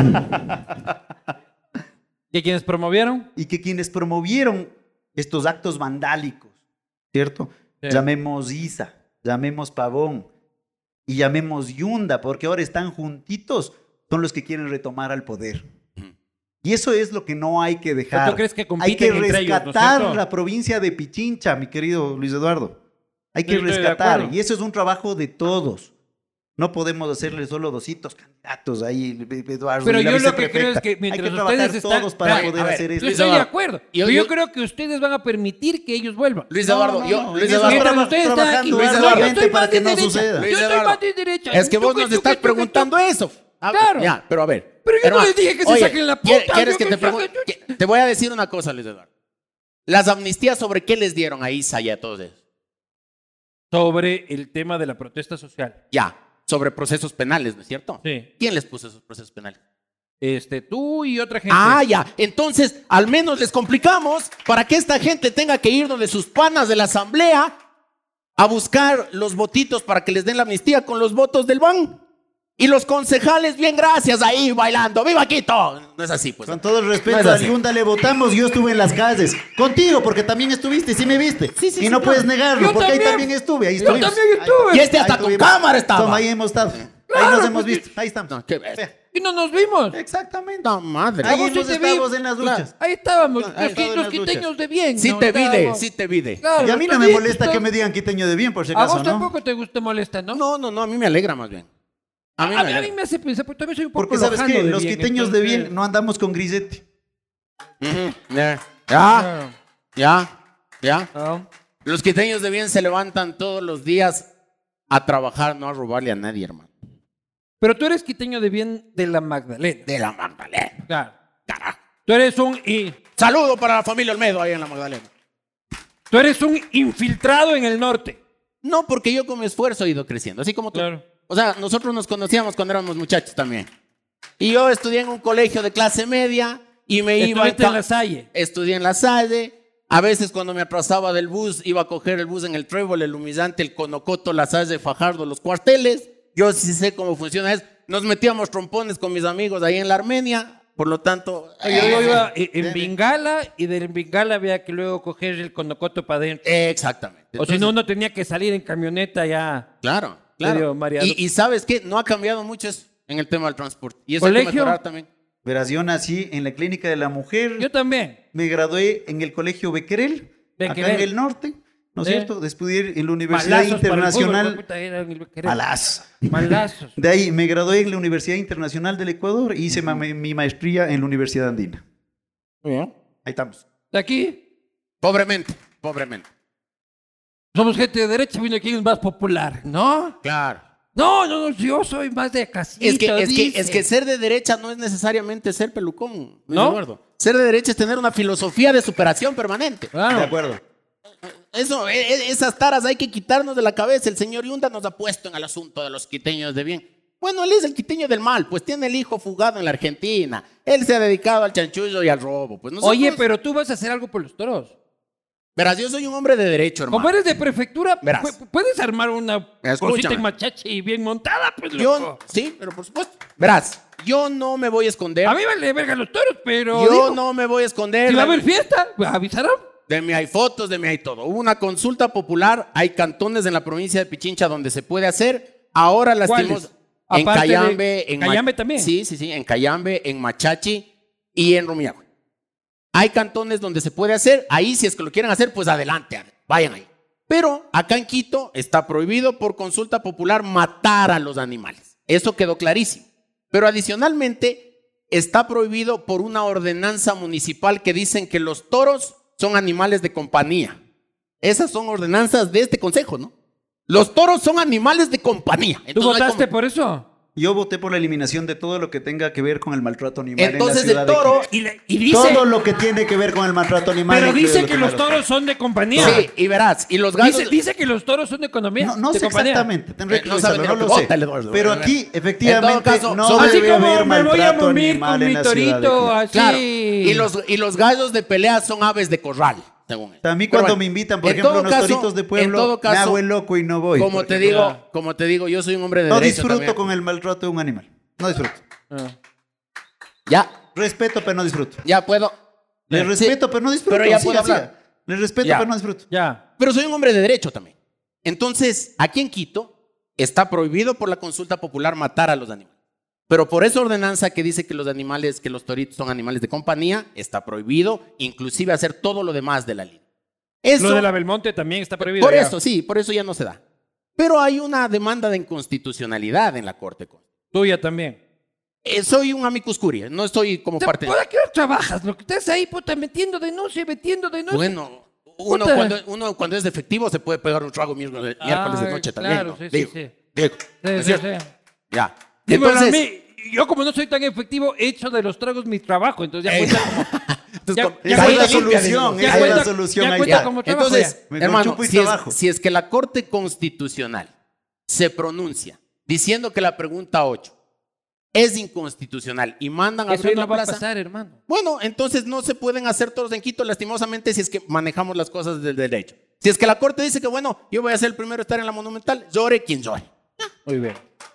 ¿Y quienes promovieron? y que quienes promovieron estos actos vandálicos, ¿cierto? Sí. Llamemos Isa, llamemos Pavón y llamemos Yunda, porque ahora están juntitos, son los que quieren retomar al poder. Y eso es lo que no hay que dejar. ¿Tú crees que Hay compiten que entre ellos, ¿no es rescatar cierto? la provincia de Pichincha, mi querido Luis Eduardo. Hay que Sí, estoy de rescatar. acuerdo. Y eso es un trabajo de todos. No podemos hacerle solo dositos candidatos ahí, Eduardo. Pero y la yo lo que creo es viceprefecta. que mientras Hay que trabajar ustedes están... todos para Claro, poder a ver, hacer Yo esto. Luis estoy de Eduardo, acuerdo. yo- Pero yo- yo creo que ustedes van a permitir que ellos vuelvan. Luis No, Eduardo, no, yo, no, Luis en eso Eduardo, estamos Mientras ustedes están aquí... trabajando Luis No, yo Eduardo, estoy para más que de no derecha. suceda. Yo Luis estoy Eduardo, más de derecha. es que vos Tuque, nos tuque, estás tuque, preguntando tuque. eso. Ah, Claro. Ya, pero a ver. Pero yo no hermano, les dije que se oye, saquen la ¿quiere- puta, ¿Quieres yo que que te pregunte? saque- que- Te voy a decir una cosa, Luis Eduardo. Las amnistías, ¿sobre qué les dieron a Isa y a todos ellos? Sobre el tema de la protesta social. Ya, sobre procesos penales, ¿no es cierto? Sí. ¿Quién les puso esos procesos penales? Este, tú y otra gente. Ah, ya. Entonces, al menos les complicamos para que esta gente tenga que ir donde sus panas de la asamblea a buscar los votitos para que les den la amnistía con los votos del B A N. Y los concejales, bien gracias, ahí bailando. ¡Viva Quito! No es así, pues. Con todo el respeto, No es a así. Yunda le votamos. Yo estuve en las calles contigo, porque también estuviste, sí me viste. Sí, sí, y sí, no claro. puedes negarlo, Yo porque ahí también. también estuve. Ahí Yo estuvimos. también estuve. Y este hasta Ahí con estuvimos. cámara estaba. Toma, ahí hemos estado. ahí Claro, nos hemos porque- visto. Ahí estamos. No, qué bestia. Y no nos vimos. Exactamente. No, madre. Ahí vos sí hemos te estado vi. en las Claro. luchas. Ahí estábamos. Ahí Los, estaba en los las quiteños luchas. de bien. Sí ¿no? te vide, Estábamos- sí te vide. Claro, Y a mí los no me toditos. molesta que me digan quiteño de bien, por si A acaso, vos ¿no? tampoco te gusta molesta, ¿no? No, no, no, a mí me alegra más bien. A mí me A mí, a alegra. mí me hace pensar, porque también soy un poco Porque sabes lojano qué, de los bien, quiteños de entonces- bien no andamos con grisete. Ujú, Ya, ya, Claro. ya, ya. No. Los quiteños de bien se levantan todos los días a trabajar, no a robarle a nadie, hermano. Pero tú eres quiteño de bien de la Magdalena. De la Magdalena. Claro. Carajo. Tú eres un i- Saludo para la familia Olmedo ahí en la Magdalena. tú eres un infiltrado en el norte. No, porque yo con mi esfuerzo he ido creciendo, así como tú. Claro. O sea, nosotros nos conocíamos cuando éramos muchachos también. Y yo estudié en un colegio de clase media y me iba... Estuviste ca- en la Salle. Estudié en la Salle. A veces cuando me atrasaba del bus, iba a coger el bus en el Trébol, el Humillante, el Conocoto, la Salle, Fajardo, los cuarteles. Yo sí sé cómo funciona eso. Nos metíamos trompones con mis amigos ahí en la Armenia. Por lo tanto... Yo, yo iba en en Bengala y del Bengala había que luego coger el Conocoto para adentro. Exactamente. O si no, uno tenía que salir en camioneta ya. Claro, Medio claro. mareado. Y, y ¿sabes qué? No ha cambiado mucho eso en el tema del transporte. Y eso hay que ¿Colegio? mejorar también. Verás, yo nací en la Clínica de la Mujer. Yo también. Me gradué en el Colegio Becquerel, acá Becquerel. en el norte, ¿no es Sí. cierto? Después de ir en la Universidad Malazos para el fútbol, Internacional. puta, era en el Becquerel. Malaz. Malazos. De ahí me gradué en la Universidad Internacional del Ecuador y hice ma- mi maestría en la Universidad Andina. Ahí estamos. De aquí Pobremente, pobremente. somos gente de derecha, vino aquí es más popular, ¿no? Claro. No, no, no, yo soy más de casita. Es que, es, que, dice. es que ser de derecha no es necesariamente ser pelucón, Luis ¿No? Eduardo. Ser de derecha es tener una filosofía de superación permanente. Claro. De acuerdo. Eso, e- e- esas taras hay que quitarnos de la cabeza. El señor Yunda nos ha puesto en el asunto de los quiteños de bien. Bueno, él es el quiteño del mal, pues tiene el hijo fugado en la Argentina. Él se ha dedicado al chanchullo y al robo. Pues nosotros- Oye, pero tú vas a hacer algo por los toros. Verás, yo soy un hombre de derecho, hermano. Como eres de prefectura, Verás. pu- puedes armar una Escúchame. cosita en machache y bien montada, pues, Yo, loco. sí, pero por supuesto. Verás, yo no me voy a esconder. A mí vale verga los toros, pero... yo digo, no me voy a esconder. Si va a haber fiesta, avisarán. De mí hay fotos, de mí hay todo. Hubo una consulta popular, hay cantones en la provincia de Pichincha donde se puede hacer. Ahora lastimos ¿Cuáles? en Aparte de- Cayambe, en Ma- Cayambe también. Sí, sí, sí, en Cayambe, en Machachi y en Rumiagüe. Hay cantones donde se puede hacer. Ahí, si es que lo quieren hacer, pues adelante, vayan ahí. Pero acá en Quito está prohibido por consulta popular matar a los animales. Eso quedó clarísimo. Pero adicionalmente está prohibido por una ordenanza municipal que dicen que los toros son animales de compañía. Esas son ordenanzas de este consejo, ¿no? Los toros son animales de compañía. ¿Tú Entonces, no hay votaste como- por eso? Yo voté por la eliminación de todo lo que tenga que ver con el maltrato animal Entonces en la ciudad el toro... Y, le- y dice, Todo lo que tiene que ver con el maltrato animal. pero incluido dice lo que los tenga toros son de compañía. Sí, y verás, y los gallos... Dice, dice que los toros son de economía. No, no de sé compañía. exactamente, tendré Eh, que no sabe revisarlo, ni no lo lo que sé. vota el Eduardo. Pero aquí, efectivamente, En todo caso, no son- Así debe como haber me voy a maltrato morir animal con en mi la ciudad de torito, Quito. así. Claro, y los, y los gallos de pelea son aves de corral, según él. A mí Pero cuando bueno, me invitan, por en ejemplo, todo unos caso- toritos de en pueblo, todo me caso, hago el loco y no voy. Como por te ejemplo. digo, como te digo, yo soy un hombre de No derecho disfruto también. con el maltrato de un animal. No disfruto. Ah. Ya, Respeto, pero no disfruto. ya puedo. Les Sí, respeto, pero no disfruto. Pero ya Sí, puedo así. hablar. Les respeto, Ya. pero no disfruto. Ya. Pero soy un hombre de derecho también. Entonces, aquí en Quito está prohibido por la consulta popular matar a los animales. Pero por esa ordenanza que dice que los animales, que los toritos son animales de compañía, está prohibido, inclusive hacer todo lo demás de la ley. Eso, Lo de la Belmonte también está prohibido. por ya. eso, sí, por eso ya no se da. Pero hay una demanda de inconstitucionalidad en la Corte. Tuya también. Eh, soy un amicus curiae, no estoy como Te- parte... ¿Por qué no trabajas? Lo que estás ahí, puta, metiendo denuncia, metiendo denuncia. Bueno, uno Puta. cuando, uno cuando es de efectivo se puede pegar un trago miércoles, miércoles de Ah, noche también. claro, ¿no? sí, sí, Digo, sí. digo, Sí, ¿no es sí, cierto? sí. Ya. Dímelo Entonces, a mí, yo como no soy tan efectivo, he hecho de los tragos mi trabajo, entonces ya Eh, cuenta como... entonces, ya- con- ya Esa es cuenta la limpia, solución, digo. esa Ya es la cuenta- solución ya ahí. cuenta Ya. como trabajo, Entonces, ya. Me hermano, chupo y si es, trabajo. si es que la Corte Constitucional se pronuncia diciendo que la pregunta ocho es inconstitucional y mandan a Eso abrir no la va a plaza, pasar, hermano. bueno, entonces no se pueden hacer toros en Quito, lastimosamente, si es que manejamos las cosas del derecho. Si es que la Corte dice que, bueno, yo voy a ser el primero a estar en la Monumental, llore quien llore. Muy bien.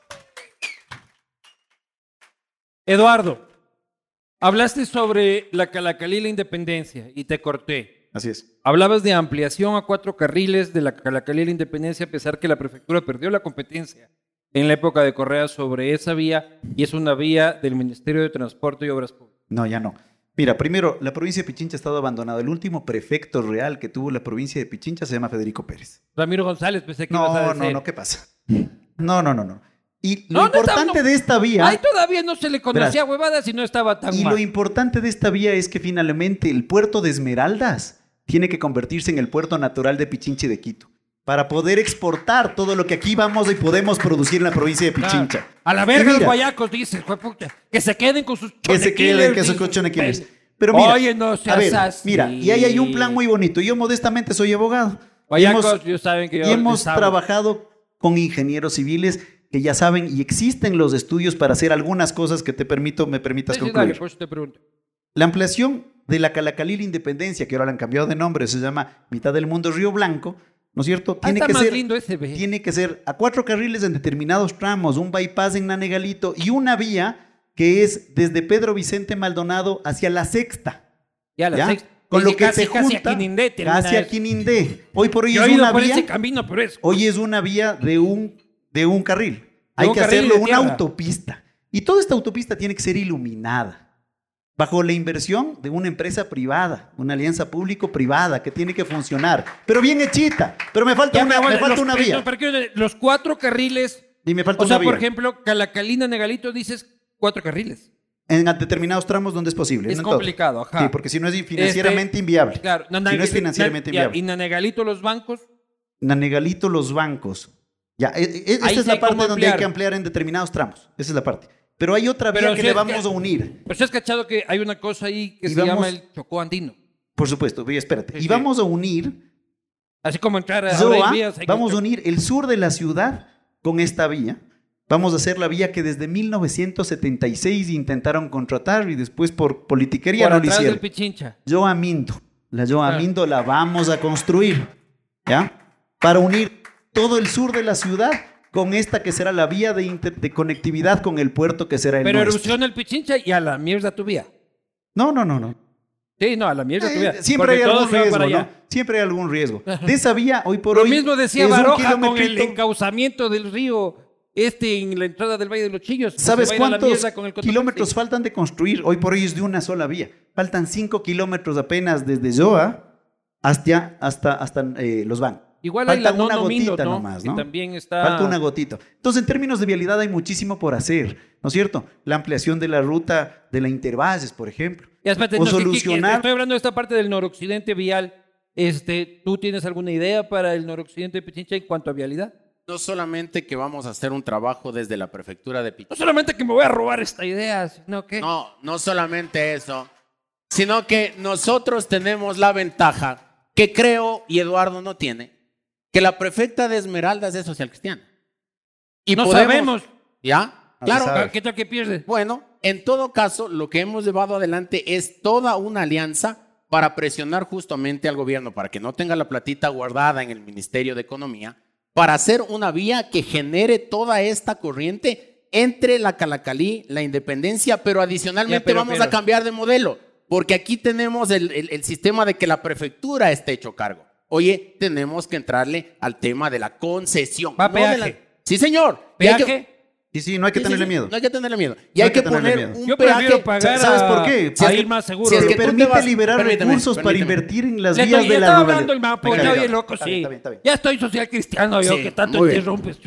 Eduardo, hablaste sobre la Calacalí y la Independencia y te corté. Así es. Hablabas de ampliación a cuatro carriles de la Calacalí y la Independencia a pesar que la prefectura perdió la competencia en la época de Correa sobre esa vía y es una vía del Ministerio de Transporte y Obras Públicas. No, ya no. Mira, primero, la provincia de Pichincha ha estado abandonada. El último prefecto real que tuvo la provincia de Pichincha se llama Federico Pérez. Ramiro González, pensé que ibas a No, decir. no, no, ¿qué pasa? No, no, no, no. Y lo No, no estaba- importante no. de esta vía... Ay, todavía no se le conocía Verás. huevadas y no estaba tan Y mal. lo importante de esta vía es que finalmente el puerto de Esmeraldas tiene que convertirse en el puerto natural de Pichincha y de Quito para poder exportar todo lo que aquí vamos y podemos producir en la provincia de Pichincha. Claro. A la Y verga los mira, guayacos, dices, jueputa. Que se queden con sus que se queden, chonequiles, que sus dices, chonequiles. ven. Pero mira, Oye, no seas a ver, así. mira, y ahí hay un plan muy bonito. Yo modestamente soy abogado. Y Guayacos, hemos- ellos saben que yo Y hemos les hablo. trabajado con ingenieros civiles que ya saben y existen los estudios para hacer algunas cosas que te permito, me permitas Sí, sí, concluir. dale, por eso te pregunto. La ampliación de la Calacalí la Independencia, que ahora la han cambiado de nombre, se llama Mitad del Mundo Río Blanco, ¿no es cierto? Ah, Tiene está que más ser, lindo ese, ve. tiene que ser a cuatro carriles en determinados tramos, un bypass en Nanegalito y una vía que es desde Pedro Vicente Maldonado hacia La Sexta. Ya, la ¿ya? sexta. Con Es lo que que casi, te casi junta a Quinindé termina casi a eso. Quinindé. Hoy por hoy Yo es he ido una por vía, ese camino, pero es... hoy es una vía de un, de un carril. Hay un que carril hacerlo de una tierra. autopista. Y toda esta autopista tiene que ser iluminada, bajo la inversión de una empresa privada, una alianza público-privada que tiene que funcionar, pero bien hechita. Pero me falta Ya, una, pero me falta los- una vía. no, pero quiero- Los cuatro carriles... Y me falta O sea, una vía. por ejemplo, Calacalina, Negalito, dices cuatro carriles. En determinados tramos donde es posible. Es no en todos. complicado, ajá. Sí, porque si no es financieramente Este, inviable. Claro. Si no es financieramente ya, inviable. Y Nanegalito, los bancos... Nanegalito, los bancos. Ya, e- e- esta Ahí es sí la hay cómo parte donde hay ampliar. que ampliar en determinados tramos. Esa es la parte. Pero hay otra vía Pero que si le es vamos que- a unir. Pero si has cachado que hay una cosa ahí que Y se vamos- llama el Chocó Andino. Por supuesto, ve, espérate. Sí, y sí. vamos a unir, Así como entrar a... ahora Zoa, hay vías, hay que- vamos a unir el sur de la ciudad con esta vía. Vamos a hacer la vía que desde mil novecientos setenta y seis intentaron contratar y después por politiquería por no lo atrás del hicieron. Pichincha. Yoa Mindo. La Yoa Ah. Mindo la vamos a construir, ¿ya? Para unir todo el sur de la ciudad con esta que será la vía de, inter- de conectividad con el puerto que será el Pero nuestro. erosiona el Pichincha y a la mierda tu vía. No, no, no, no. Sí, no, a la mierda tu vía. Eh, siempre Porque hay todo algún se va riesgo, para ¿no? allá. Siempre hay algún riesgo. De esa vía, hoy por Lo hoy. mismo decía es un Baroja con el kilometrito. encauzamiento del río este en la entrada del Valle de los Chillos. Pues ¿Sabes se va a ir a la cuántos mierda con el Cotopaxi. kilómetros faltan de construir? Hoy por hoy es de una sola vía. Faltan cinco kilómetros apenas desde Yoa hasta, hasta, hasta eh, Los Van. Igual hay Falta la una Nono Mindo, gotita ¿no? nomás, Que ¿no? también está... Falta una gotita. Entonces, en términos de vialidad hay muchísimo por hacer, ¿no es cierto? La ampliación de la ruta de la Interbases, por ejemplo. Ya, espérate, o no, que- que- que solucionar... estoy hablando de esta parte del noroccidente vial. Este, ¿tú tienes alguna idea para el noroccidente de Pichincha en cuanto a vialidad? no solamente que vamos a hacer un trabajo desde la prefectura de Pichincha. No solamente que me voy a robar esta idea, sino que... No, no solamente eso, sino que nosotros tenemos la ventaja que creo, y Eduardo no tiene, que la prefecta de Esmeraldas es social cristiana. Y no podemos, sabemos. ¿Ya? Claro. ¿Qué tal que pierde? Bueno, en todo caso, lo que hemos llevado adelante es toda una alianza para presionar justamente al gobierno para que no tenga la platita guardada en el Ministerio de Economía, para hacer una vía que genere toda esta corriente entre la Calacalí, la Independencia, pero adicionalmente Ya, pero, vamos pero. a cambiar de modelo, porque aquí tenemos el, el, el sistema de que la prefectura esté hecho cargo. Oye, tenemos que entrarle al tema de la concesión. Va no peaje. de la- Sí, señor. Y hay que- ¿Peaje? Sí, sí, no hay que Sí, sí, tenerle sí, miedo. No hay que tenerle miedo. Y No hay hay que que tenerle poner miedo. un Yo peaje. prefiero pagar ¿Sabes a, por qué? a Si ir es- más seguro. si es Que que tú te permite vas- liberar permíteme, recursos para permíteme. invertir en las Le vías estoy- de ya la estaba ruralidad. hablando el mapo, Venga, ya venga. oye, loco, Está bien, sí. está bien, está bien. Ya estoy social cristiano yo, Sí, que tanto muy bien. interrumpes.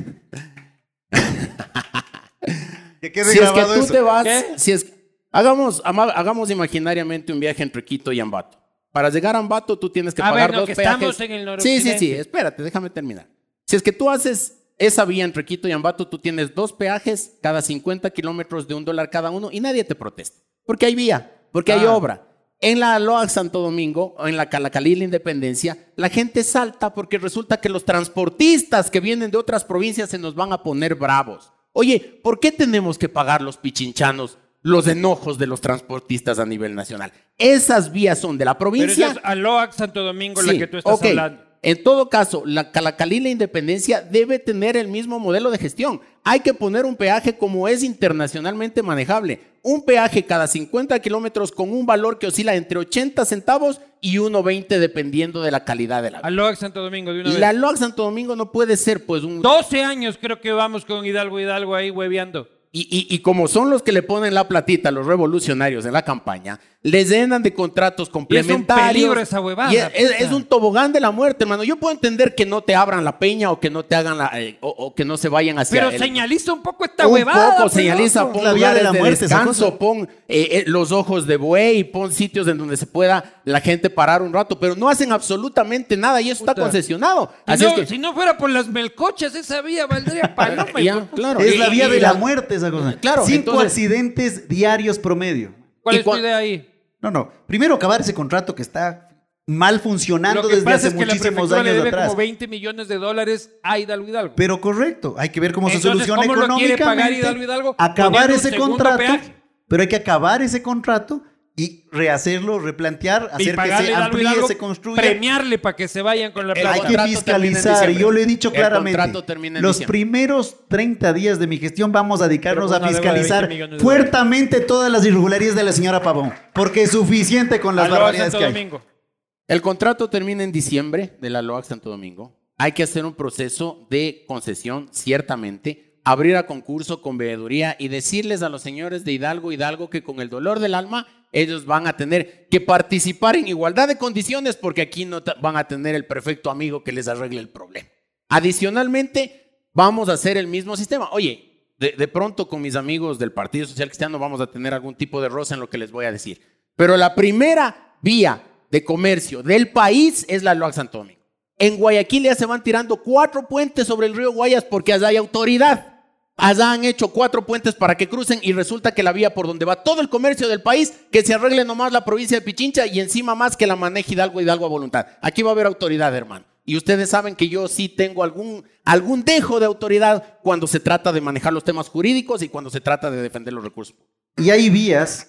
Que quede Si es que grabado tú eso. te vas, ¿Qué? si es, hagamos, ama- hagamos imaginariamente un viaje entre Quito y Ambato. Para llegar a Ambato tú tienes que A pagar ver, no, dos que peajes. estamos en el Sí, noroccidente. sí, sí, espérate, déjame terminar. Si es que tú haces esa vía entre Quito y Ambato, tú tienes dos peajes cada cincuenta kilómetros de un dólar cada uno y nadie te protesta. Porque hay vía, porque hay Ah. obra. En la Loa Santo Domingo, o en la Calacalí la Independencia, la gente salta porque resulta que los transportistas que vienen de otras provincias se nos van a poner bravos. Oye, ¿por qué tenemos que pagar los pichinchanos los enojos de los transportistas a nivel nacional? Esas vías son de la Pero provincia. esa es Aloac Santo Domingo la Sí, que tú estás ok. hablando. En todo caso, la Calacalí la Independencia debe tener el mismo modelo de gestión. Hay que poner un peaje como es internacionalmente manejable. Un peaje cada cincuenta kilómetros con un valor que oscila entre ochenta centavos y uno veinte dependiendo de la calidad de la vía. Aloac Santo Domingo de una La vez. Loac Santo Domingo no puede ser pues un... doce años creo que vamos con Hidalgo Hidalgo ahí hueveando. Y, y, y como son los que le ponen la platita a los revolucionarios en la campaña, les llenan de contratos complementarios. peligro esa huevada, Y es, es- puta. es un tobogán de la muerte, hermano. Yo puedo entender que no te abran la peña o que no te hagan la, eh, o, o que no se vayan hacia Pero el- señaliza un poco esta un huevada. poco, pues, señaliza, loco. pon La vía de lugares la de, muerte, esa descanso, cosa. pon eh, eh, los ojos de buey, pon sitios en donde se pueda la gente parar un rato, pero no hacen absolutamente nada y eso está Puta. concesionado. Si Así no, es que, si no fuera por las melcochas, esa vía valdría paloma. Ya, hijo de puta. claro. Es Y- la vía y de la- la muerte esa cosa. Claro, Cinco entonces- accidentes diarios promedio. ¿Cuál ¿Y es tu cuál- idea ahí? No, no. Primero acabar ese contrato que está mal funcionando Lo que desde pasa hace es que la muchísimos prefectura le años debe atrás. como veinte millones de dólares a Hidalgo Hidalgo. Pero correcto, hay que ver cómo se Entonces, soluciona ¿cómo lo quiere pagar económicamente. Hidalgo Hidalgo? Acabar Poniendo un ese segundo contrato, peaje. pero hay que acabar ese contrato y rehacerlo, replantear, y hacer que pagarle se Hidalgo amplíe, Hidalgo, se construya. premiarle para que se vayan con la El Hay plata. que contrato termina en fiscalizar, y diciembre. yo lo he dicho El claramente. contrato termina en Los diciembre. primeros treinta días de mi gestión vamos a dedicarnos Pero a con una deuda de fiscalizar veinte millones de fuertemente todas las irregularidades de la señora Pavón, porque es suficiente con las Aloac barbaridades Santo que hay. Domingo. El contrato termina en diciembre de la Loac Santo Domingo. Hay que hacer un proceso de concesión, ciertamente, abrir a concurso con veeduría y decirles a los señores de Hidalgo Hidalgo que con el dolor del alma ellos van a tener que participar en igualdad de condiciones porque aquí no ta- van a tener el perfecto amigo que les arregle el problema. Adicionalmente, vamos a hacer el mismo sistema. Oye, de, de pronto con mis amigos del Partido Social Cristiano vamos a tener algún tipo de roce en lo que les voy a decir. Pero la primera vía de comercio del país es la Loac Santo Domingo. En Guayaquil ya se van tirando cuatro puentes sobre el río Guayas porque allá hay autoridad. Allá han hecho cuatro puentes para que crucen y resulta que la vía por donde va todo el comercio del país, que se arregle nomás la provincia de Pichincha y encima más que la maneje Hidalgo Hidalgo a voluntad. Aquí va a haber autoridad, hermano. Y ustedes saben que yo sí tengo algún, algún dejo de autoridad cuando se trata de manejar los temas jurídicos y cuando se trata de defender los recursos. Y hay vías,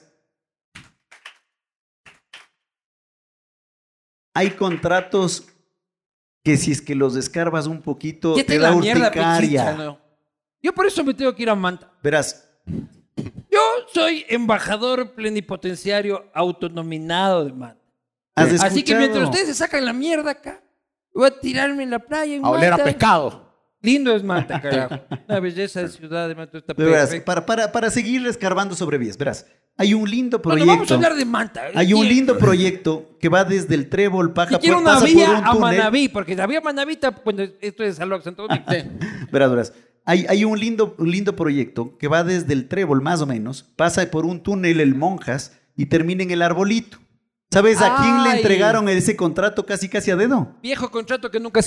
hay contratos que si es que los descarbas un poquito Ya te te da la mierda, urticaria. Pichincha, ¿no? Yo por eso me tengo que ir a Manta. Verás, Yo soy embajador plenipotenciario autonominado de Manta. ¿has Así que escuchado? mientras ustedes se sacan la mierda acá, voy a tirarme en la playa en A oler a Manta. pescado. Lindo es Manta, carajo. Una belleza de ciudad de Manta está Pero verás, perfecta. para, para, para seguir escarbando sobre vías, verás, hay un lindo Bueno, proyecto. vamos a hablar de Manta. Hay un Quiero- lindo proyecto que va desde el Trébol, Si Paja, quiero por- una pasa vía por un a túnel. Manabí, porque la vía Manabita, bueno, esto es Aloac Santo Domingo. Verás, verás. Hay, hay un, lindo, un lindo proyecto que va desde el Trébol, más o menos, pasa por un túnel, el Monjas, y termina en el Arbolito. ¿Sabes a quién le Ay. entregaron ese contrato casi casi a dedo? Viejo contrato que nunca se ha hecho.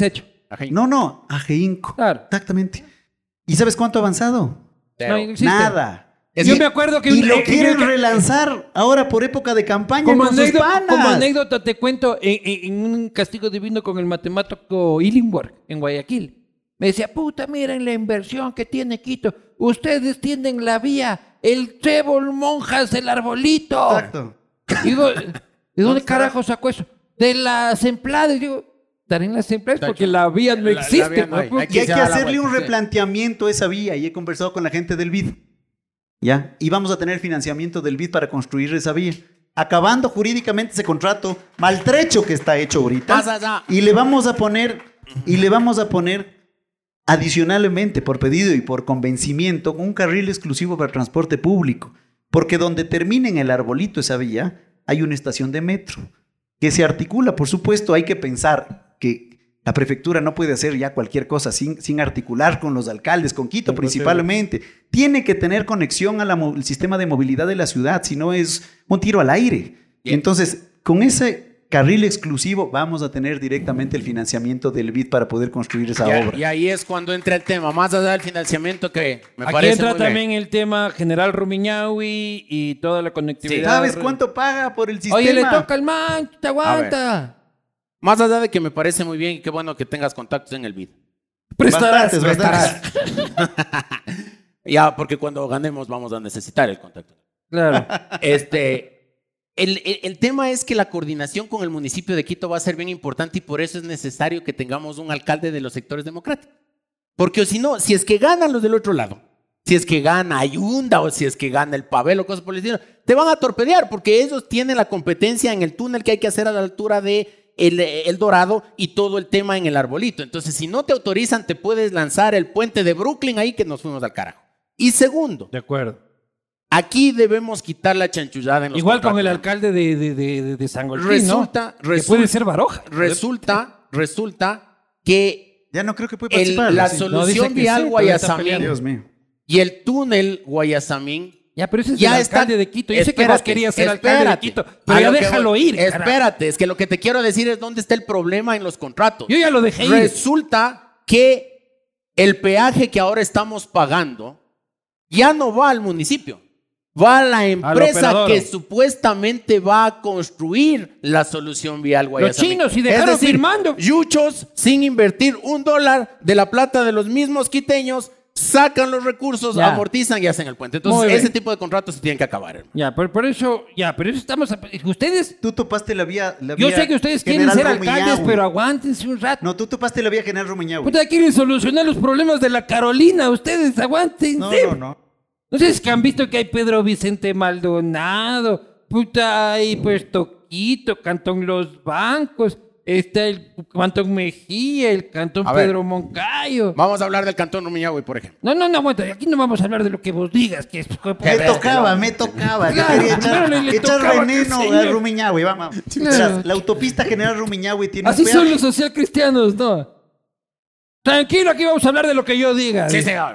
Ajeinco. No, no, Ajeinco. Claro. Exactamente. ¿Y sabes cuánto ha avanzado? Cero. No existe. Nada. Yo Y- me acuerdo que Y un- lo eh, quieren eh, relanzar ahora por época de campaña Como con sus anécdota, panas. como anécdota te cuento, en, en- en un castigo divino con el matemático Illingworth en Guayaquil. Me decía, puta, miren la inversión que tiene Quito. Ustedes tienen la vía, el trébol, monjas, el arbolito. Exacto. Y digo, ¿de dónde carajo sacó eso? De las empladas. Digo, estaré en las empladas porque la vía no La- la existe. vía no ¿no? hay. Hay Y hay que se da la hacerle un vuelta, sí. replanteamiento a esa vía. Y he conversado con la gente del B I D. ¿Ya? Y vamos a tener financiamiento del B I D para construir esa vía. Acabando jurídicamente ese contrato maltrecho que está hecho ahorita. Más allá. Y le vamos a poner, y le vamos a poner adicionalmente, por pedido y por convencimiento, un carril exclusivo para transporte público. Porque donde termine en el arbolito esa vía, hay una estación de metro que se articula. Por supuesto, hay que pensar que la prefectura no puede hacer ya cualquier cosa sin, sin articular con los alcaldes, con Quito principalmente. Tiene que tener conexión al sistema de movilidad de la ciudad, si no es un tiro al aire. Bien. Entonces, con ese carril exclusivo vamos a tener directamente el financiamiento del B I D para poder construir esa Y, a- obra. y ahí es cuando entra el tema, más allá del financiamiento que me Aquí parece entra muy bien. también el tema General Rumiñahui y toda la conectividad. ¿Sabes cuánto paga por el sistema? Oye, le toca al man, te aguanta. Más allá de que me parece muy bien y qué bueno que tengas contactos en el B I D. Prestarás, Bastantes, prestarás. Ya, porque cuando ganemos vamos a necesitar el contacto. Claro. Este, el, el- el tema es que la coordinación con el municipio de Quito va a ser bien importante y por eso es necesario que tengamos un alcalde de los sectores democráticos. Porque si no, si es que ganan los del otro lado, si es que gana Ayunda o si es que gana el Pavel o cosas por el estilo, te van a torpedear porque ellos tienen la competencia en el túnel que hay que hacer a la altura de el, el Dorado y todo el tema en el arbolito. Entonces, si no te autorizan, te puedes lanzar el puente de Brooklyn ahí que nos fuimos al carajo. Y segundo, De acuerdo. aquí debemos quitar la chanchullada en los Igual con el contratos. alcalde de, de, de, de, de San Agustín, Resulta- ¿no? Que resulta- puede ser Baroja. Resulta, resulta que Ya no creo que puede el- participar. la sí. No, solución dice que vial sí, todavía está Guayasamín peleando. Dios mío. y el túnel Guayasamín Ya, pero ese es ya el está. alcalde de Quito. Yo sé que vos Espérate, querías ser alcalde de espérate. Quito, A pero ya lo que déjalo voy- ir. carajo. Espérate, es que lo que te quiero decir es dónde está el problema en los contratos. Yo ya lo dejé ir. Resulta que el peaje que ahora estamos pagando ya no va al municipio, va a la empresa operador. que supuestamente va a construir la solución vial Guayasamín. chinos, y dejaron es decir, firmando. yuchos sin invertir un dólar de la plata de los mismos quiteños, sacan los recursos, Ya. amortizan y hacen el puente. Muy Entonces, bien. ese tipo de contratos se tienen que acabar, hermano. Ya, por, por eso, ya, pero eso estamos. Ustedes, Tú topaste la vía. La yo vía sé que ustedes quieren General ser alcaldes, Rumiñahui. pero aguántense un rato. No, tú topaste la vía General Rumiñahui. Puta, quieren solucionar los problemas de la Carolina. Ustedes aguántense. No, no, no. No sé si es que han visto que hay Pedro Vicente Maldonado, puta, hay Puerto Quito, Cantón Los Bancos, está el Cantón Mejía, el Cantón A ver. Pedro Moncayo. Vamos a hablar del Cantón Rumiñahui, por ejemplo. No, no, no, aguanta, aquí no vamos a hablar de lo que vos digas, que es... Me tocaba, me tocaba. Yo Claro, quería echar, claro, le echar tocaba, veneno señor. a Rumiñahui. Vamos. Claro. O sea, la autopista General Rumiñahui tiene Así un son peaje. los socialcristianos, ¿no? Tranquilo, aquí vamos a hablar de lo que yo diga. Sí, señor.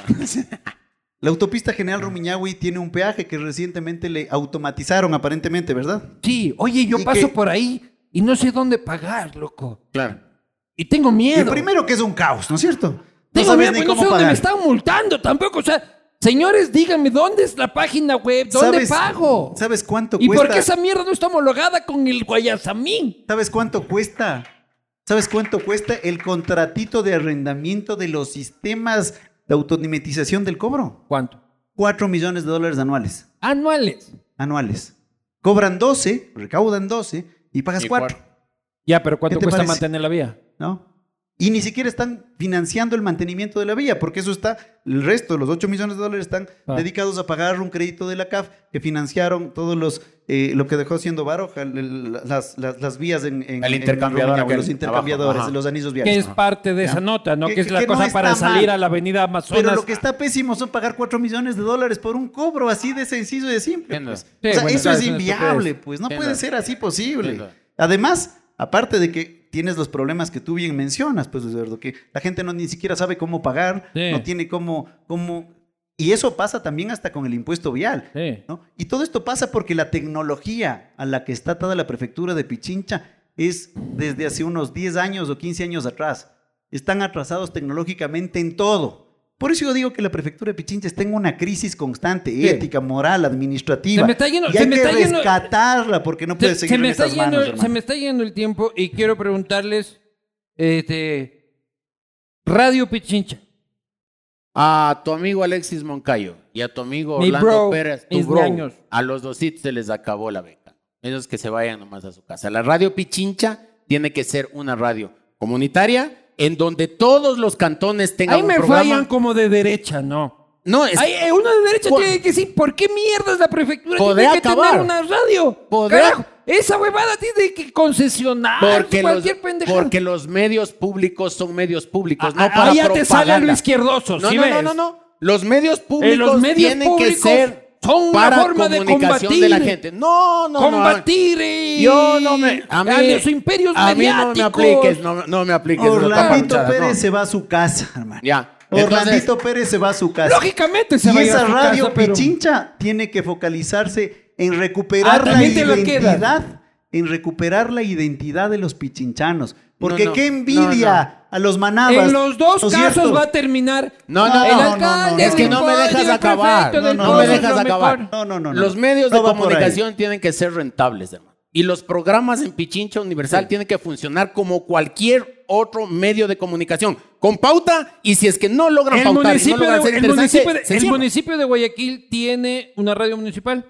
La autopista General Rumiñahui tiene un peaje que recientemente le automatizaron aparentemente, ¿verdad? Sí, oye, yo ¿Y paso qué? por ahí y no sé dónde pagar, loco. Claro. Y tengo miedo. Y primero que es un caos, ¿no es cierto? No Tengo sabes miedo, ni pues no cómo sé dónde me pagar. están multando tampoco. O sea, señores, díganme, ¿dónde es la página web? ¿Dónde ¿Sabes- pago? ¿Sabes cuánto ¿Y cuesta? por qué esa mierda no está homologada con el Guayasamín? ¿Sabes cuánto cuesta? ¿Sabes cuánto cuesta el contratito de arrendamiento de los sistemas de automatización del cobro? ¿Cuánto? Cuatro millones de dólares anuales. Anuales. Anuales. Cobran doce, recaudan doce y pagas Y cuatro, Ya, pero ¿cuánto ¿Qué te cuesta parece? mantener la vía? ¿no? Y ni siquiera están financiando el mantenimiento de la vía, porque eso está, el resto, los ocho millones de dólares están Ah. dedicados a pagar un crédito de la C A F que financiaron todos los, eh, lo que dejó siendo Baroja, el- el- las, las, las vías en, en El en intercambiador Rumiñahui, aquel, los intercambiadores, abajo, ajá. los anillos Que viales. es parte de Ya. esa nota, ¿no? Que- Que, es que- la que no cosa está para salir mal. a la avenida Amazonas. Pero lo que está pésimo son pagar cuatro millones de dólares por un cobro así de sencillo y de simple. Entiendo. Pues. Sí, O sea, bueno, eso claro, es es una inviable, estupidez. pues. No Entiendo. puede ser así posible. Entiendo. Además, aparte de que tienes los problemas que tú bien mencionas, pues, Eduardo, que la gente no ni siquiera sabe cómo pagar, Sí. no tiene cómo, cómo... Y eso pasa también hasta con el impuesto vial. Sí. ¿no? Y todo esto pasa porque la tecnología a la que está atada la prefectura de Pichincha es desde hace unos diez años o quince años atrás. están atrasados tecnológicamente en todo. Por eso yo digo que la prefectura de Pichincha está en una crisis constante, Bien. ética, moral, administrativa. Se me está yendo- y se hay me que está yendo- rescatarla porque no puede Se, seguir se me en está esas yendo, manos, se hermano. me está yendo el tiempo y quiero preguntarles, este, Radio Pichincha. A tu amigo Alexis Moncayo y a tu amigo Mi Orlando bro, Pérez, tu mis bro, ñaños. a los dositos se les acabó la beca. Esos que se vayan nomás a su casa. La radio Pichincha tiene que ser una radio comunitaria en donde todos los cantones tengan Ahí un me programa. fallan como de derecha, ¿no? No, es Ahí, eh, uno de derecha Por- tiene que decir, ¿por qué mierdas la prefectura Podría tiene que acabar. tener una radio? Podría- Carajo, esa huevada tiene que concesionar porque los, cualquier pendejada. porque los medios públicos son medios públicos, no Ah, para ahí ya te sale propaganda. lo izquierdoso, No, ¿sí no, ves? no, no, no. Los medios públicos Eh, los medios tienen públicos que ser son una para forma de comunicación combatir. de la gente. No, no, Combatir no. y... Yo no me... A mí, a los imperios a mí no me mediáticos. apliques, no, no me apliques. esas Orlandito papuchadas, Pérez no. se va a su casa, hermano. Ya. Orlandito Entonces, Pérez se va a su casa. Lógicamente se y va a ir a esa su radio casa, pero- Pichincha tiene que focalizarse en recuperar Ah, la también te lo identidad, quedas. en recuperar la identidad de los pichinchanos. Porque No, no, qué envidia no, no. a los manabas. En los dos ¿no es casos cierto? va a terminar. No, no, el no, no, alcalde, no, no, el es que no me alcalde, dejas el acabar. prefecto del No, No no, me pueblo, dejas lo acabar. mejor. No, no, no, no. Los medios No de va por ahí. comunicación tienen que ser rentables, hermano. Y los programas en Pichincha Universal tienen que funcionar como cualquier otro medio de comunicación, con pauta, y si es que no logran El pautar y no municipio, logran de, ser el, interesante, municipio de, se el cierra. municipio de Guayaquil tiene una radio municipal.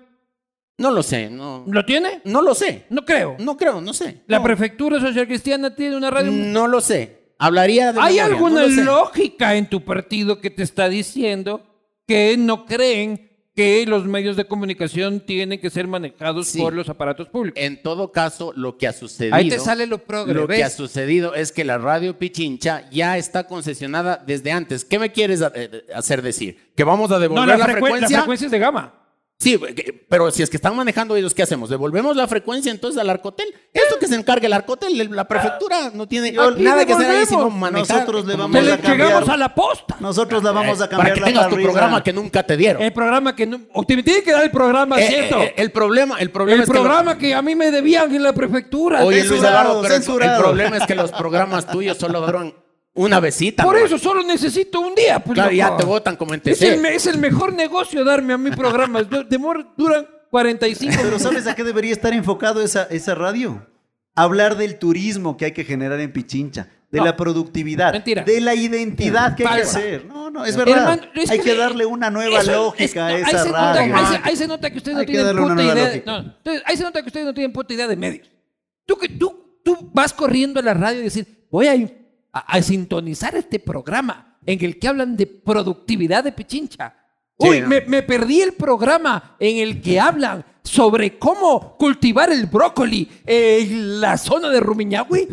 No lo sé, no, ¿Lo tiene? no lo sé. No creo. No creo, no sé. La No. prefectura social cristiana tiene una radio municipal. No lo sé. Hablaría de ¿Hay memoria, alguna no lo sé. lógica en tu partido que te está diciendo que no creen que los medios de comunicación tienen que ser manejados Sí. por los aparatos públicos? En todo caso, lo que ha sucedido. Ahí te sale lo progre, Lo que ¿ves? ha sucedido es que la radio Pichincha ya está concesionada desde antes. ¿Qué me quieres eh, hacer decir? ¿Que vamos a devolver No, la, la, frecuen- frecuencia? la frecuencia es de gama. Sí, que- pero si es que están manejando ellos, ¿qué hacemos? ¿Devolvemos la frecuencia entonces al Arcotel? Esto que se encargue el Arcotel, el- la prefectura no tiene Yo- nada que hacer ahí sino devolvemos. manejar. Nosotros le como vamos Te a le cambiar. llegamos a la posta. Nosotros la vamos a Eh, cambiar para que la tengas tu parrilla. programa que nunca te dieron. El programa que no... O te tiene que dar el programa, Eh, ¿cierto? eh, eh, el problema, el problema el es que lo- programa que, a mí me debían en la prefectura. Oye, Luis Censurado, Eduardo, pero el- el, censurado. problema es que los programas tuyos solo duran una besita. Por nomás. eso solo necesito un día. Pues, Claro, loco. ya te votan como en T Es el, C. me- es el mejor negocio darme a mi programa. Demor, duran cuarenta y cinco Pero minutos. ¿sabes a qué debería estar enfocado esa, esa radio? Hablar del turismo que hay que generar en Pichincha, de No. la productividad, Mentira. de la identidad que hay que Falsa. hacer. No, no, es verdad. Hermano, es hay que- que darle una nueva Eso es- lógica a no, ahí esa se nota- radio. ahí, se, ahí se nota que ustedes no Hay que tienen darle una puta nueva idea. lógica. No, entonces, ahí se nota que ustedes no tienen puta idea de medios. Tú, que, tú, tú vas corriendo a la radio y decir, voy a, a- a sintonizar este programa en el que hablan de productividad de Pichincha. Sí, Uy, ¿no? me, me perdí el programa en el que hablan sobre cómo cultivar el brócoli en la zona de Rumiñahui.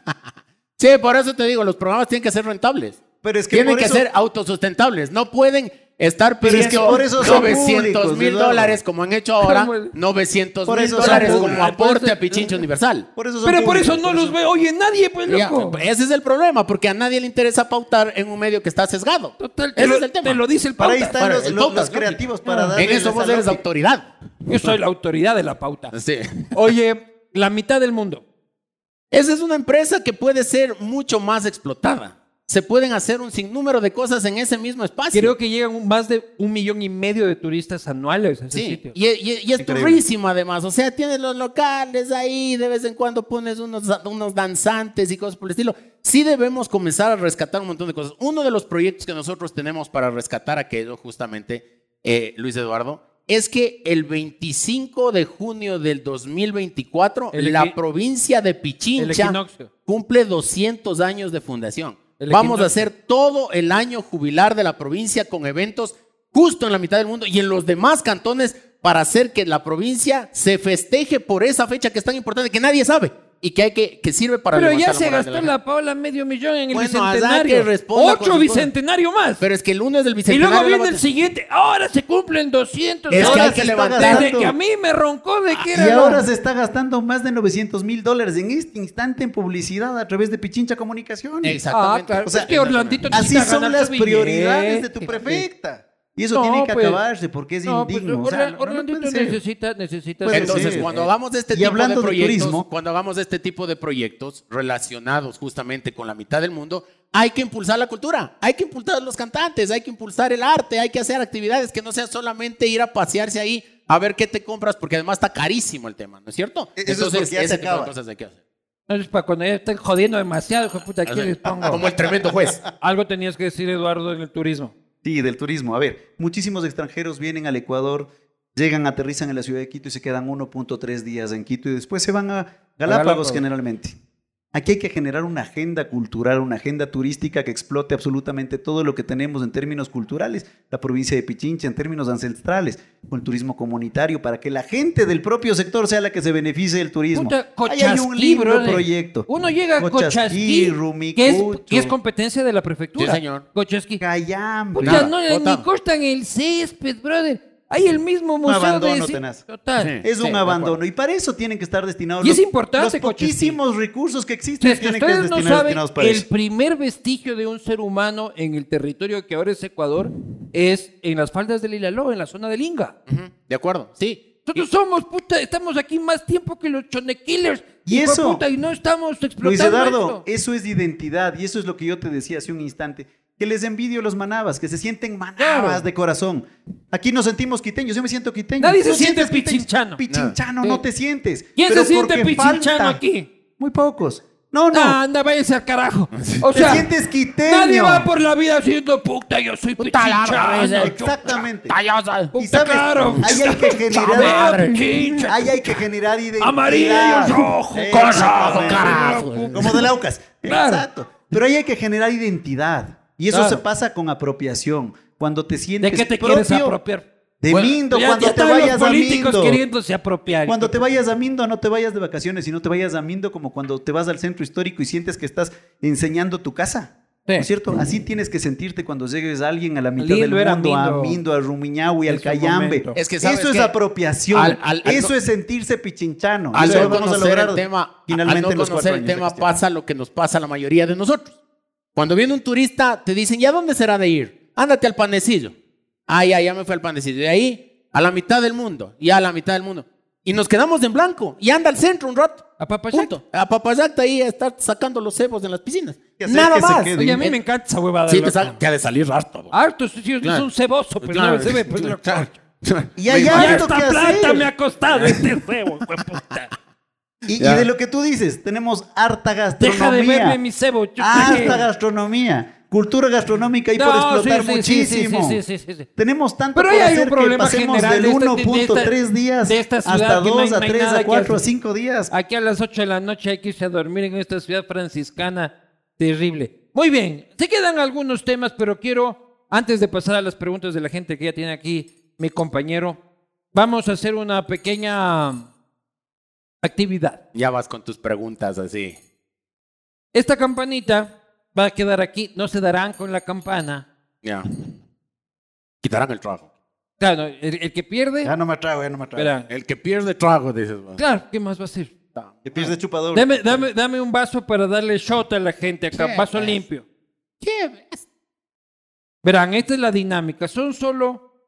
Sí, por eso te digo, los programas tienen que ser rentables. Pero es que tienen por que eso- ser autosustentables. No pueden estar Pero es pidiendo que por eso son novecientos públicos, mil Eduardo. dólares como han hecho ahora, ¿Cómo es? novecientos Por mil eso son dólares como públicos. aporte a Pichincha Universal. Por eso son Pero por eso públicos, no los ve, oye, nadie, pues Ya, loco. ese es el problema, porque a nadie le interesa pautar en un medio que está sesgado. Total, te ese lo, es el tema. te lo dice el Para ahí pauta. están Para los, el los- pauta, los ¿no? creativos para En darle eso vos esa eres lógica. autoridad. Yo soy la autoridad de la pauta. Sí. Oye, la mitad del mundo. Esa es una empresa que puede ser mucho más explotada. Se pueden hacer un sinnúmero de cosas en ese mismo espacio. Creo que llegan un- más de un millón y medio de turistas anuales a ese Sí, sitio. y, y- y es Increíble. turrísimo además. O sea, tienes los locales ahí, de vez en cuando pones unos, unos danzantes y cosas por el estilo. Sí debemos comenzar a rescatar un montón de cosas. Uno de los proyectos que nosotros tenemos para rescatar aquello, justamente, eh, Luis Eduardo, es que el veinticinco de junio del dos mil veinticuatro, El la equi- provincia de el Pichincha equinoccio. cumple doscientos años de fundación. El Vamos equinoccio. a hacer todo el año jubilar de la provincia con eventos justo en la mitad del mundo y en los demás cantones para hacer que la provincia se festeje por esa fecha que es tan importante que nadie sabe y que hay que, que sirve para Pero ya levantar la se moral de gastó la la gente. Paola medio millón en el Bueno, habrá bicentenario. que responda con Otro sus cosas. bicentenario más. Pero es que el lunes del Y bicentenario luego la viene va a- el siguiente. Ahora se cumplen doscientos. Es que Ahora hay se que está levantar. Desde gastando. que a mí me roncó de que era. Y la- ahora se está gastando más de novecientos mil dólares en este instante en publicidad a través de Pichincha Comunicaciones. Exactamente. Ah, claro. O sea, es que Orlandito Así necesita son ganar las su prioridades de billete. tu prefecta. Y eso No, tiene que pues, acabarse porque es No, pues, indigno. O sea, Orla- no- no Orlandito puede ser. necesita, necesita Puede ser- Entonces, ser. cuando hagamos de este Y tipo hablando de de proyectos, turismo- cuando hagamos de este tipo de proyectos relacionados justamente con la mitad del mundo, hay que impulsar la cultura, hay que impulsar a los cantantes, hay que impulsar el arte, hay que hacer actividades que no sea solamente ir a pasearse ahí a ver qué te compras, porque además está carísimo el tema, ¿no es cierto? Eso es Entonces, porque ya se ese tipo de acaba. cosas hay que hacer. Entonces, para cuando ya estén jodiendo demasiado, hijo de puta, aquí les pongo. Como el tremendo juez. Algo tenías que decir, Eduardo, en el turismo. Sí, del turismo. A ver, muchísimos extranjeros vienen al Ecuador, llegan, aterrizan en la ciudad de Quito y se quedan uno punto tres días en Quito y después se van a Galápagos, Galápagos. generalmente. Aquí hay que generar una agenda cultural, una agenda turística que explote absolutamente todo lo que tenemos en términos culturales, la provincia de Pichincha, en términos ancestrales, con el turismo comunitario, para que la gente del propio sector sea la que se beneficie del turismo. Puta, Ahí hay un Cochasquí, lindo brother. proyecto. Uno llega a Cochasquí, Cochasquí, Rumicucho, que es, que es competencia de la prefectura. Sí, señor. Cochasquí. Cayambe. Puta, Nada, no, bota. ni cortan el césped, brother. Hay el mismo museo abandono de... tenaz. Total. Sí. Es un de abandono acuerdo. y para eso tienen que estar destinados Y es los, importante, los Cochasquí. poquísimos recursos que Si existen es que tienen que ustedes no destinar- saben, destinados para el eso. primer vestigio de un ser humano en el territorio que ahora es Ecuador es en las faldas del Ilaló, en la zona del Inga. Ujú, de acuerdo, sí. Nosotros somos, puta, estamos aquí más tiempo que los chonekillers. Y hijo de eso, puta, y no estamos explotando Luis Eduardo, esto. eso es identidad y eso es lo que yo te decía hace un instante. Que les envidio a los manabas, que se sienten manabas Claro. de corazón. Aquí nos sentimos quiteños, yo me siento quiteño. Nadie ¿Tú se siente sientes quiteño? pichinchano. Pichinchano, No. no te sientes. ¿Quién Pero se siente porque pichinchano falta. aquí? Muy pocos. No, no. Ah, anda, váyase al carajo. O Te sea, sientes quiteño. nadie va por la vida diciendo, puta, yo soy pichinchano. Exactamente. Puta, Y sabes, claro. ahí hay que generar, Madre, pichincha. ahí hay que generar identidad. Amarillo, rojo, Exactamente. carajo. Como de Laucas. Claro. Exacto. Pero ahí hay que generar identidad. Y eso Claro. se pasa con apropiación. Cuando te ¿De sientes qué te propio, quieres apropiar? De Bueno, Mindo, ya- cuando ya te están vayas los a políticos Mindo. queriéndose apropiar. Cuando te vayas a Mindo, no te vayas de vacaciones, sino te vayas a Mindo como cuando te vas al centro histórico y sientes que estás enseñando tu casa. Sí. ¿No es cierto? Así tienes que sentirte cuando llegues a alguien a la mitad Lindo del era mundo, a Mindo. Mindo, a Rumiñahui, al En su Cayambe. momento. Es que, ¿sabes Eso es qué? apropiación. Al- al- al Eso no- es sentirse pichinchano. Al Eso no lo vamos a conocer lograr el tema, finalmente al no en los conocer cuatro el años de tema gestión. pasa lo que nos pasa a la mayoría de nosotros. Cuando viene un turista, te dicen, ¿y a dónde será de ir? Ándate al Panecillo. Ah, ya, ya me fue al Panecillo. De ahí, a la mitad del mundo. Ya a la mitad del mundo. Y nos quedamos en blanco. Y anda al centro un rato. A Papayacta. Punto. A Papayacta ahí a estar sacando los cebos en las piscinas. Que hacer Nada que se más. queden. Oye, a mí me encanta esa huevada. Sí, te, loco. sal- te ha de salir harto. Harto, sí, sí, es Claro. un ceboso, pero Claro. no se ve, pues, loco. Y hay Ya harto esta que plata hacer. me ha costado este cebo, hijo de puta. Y, y Ya. de lo que tú dices, tenemos harta gastronomía. Deja de verme mi cebo. yo Harta sé. gastronomía. Cultura gastronómica ahí por No, explotar sí, sí, sí, muchísimo. sí, sí, sí, sí, sí. Tenemos tanto Pero por ahí hay hacer un problema que pasemos general del de esta- uno de punto tres esta- días de esta ciudad hasta que no hay- dos a no hay tres nada a que cuatro a hacer. cinco días. Aquí a las ocho de la noche hay que irse a dormir en esta ciudad franciscana terrible. Muy bien, se quedan algunos temas, pero quiero, antes de pasar a las preguntas de la gente que ya tiene aquí mi compañero, vamos a hacer una pequeña actividad. Ya vas con tus preguntas así. Esta campanita va a quedar aquí, no se darán con la campana. Ya. Quitarán el trago. Claro, el, el que pierde, Ya no me trago, ya no me trago. verá. El que pierde trago, dices. bueno. Claro, ¿qué más va a hacer? Que pierdes chupador. Dame, dame, dame un vaso para darle shot a la gente acá, vaso limpio. ¿Qué? Verán, esta es la dinámica. Son solo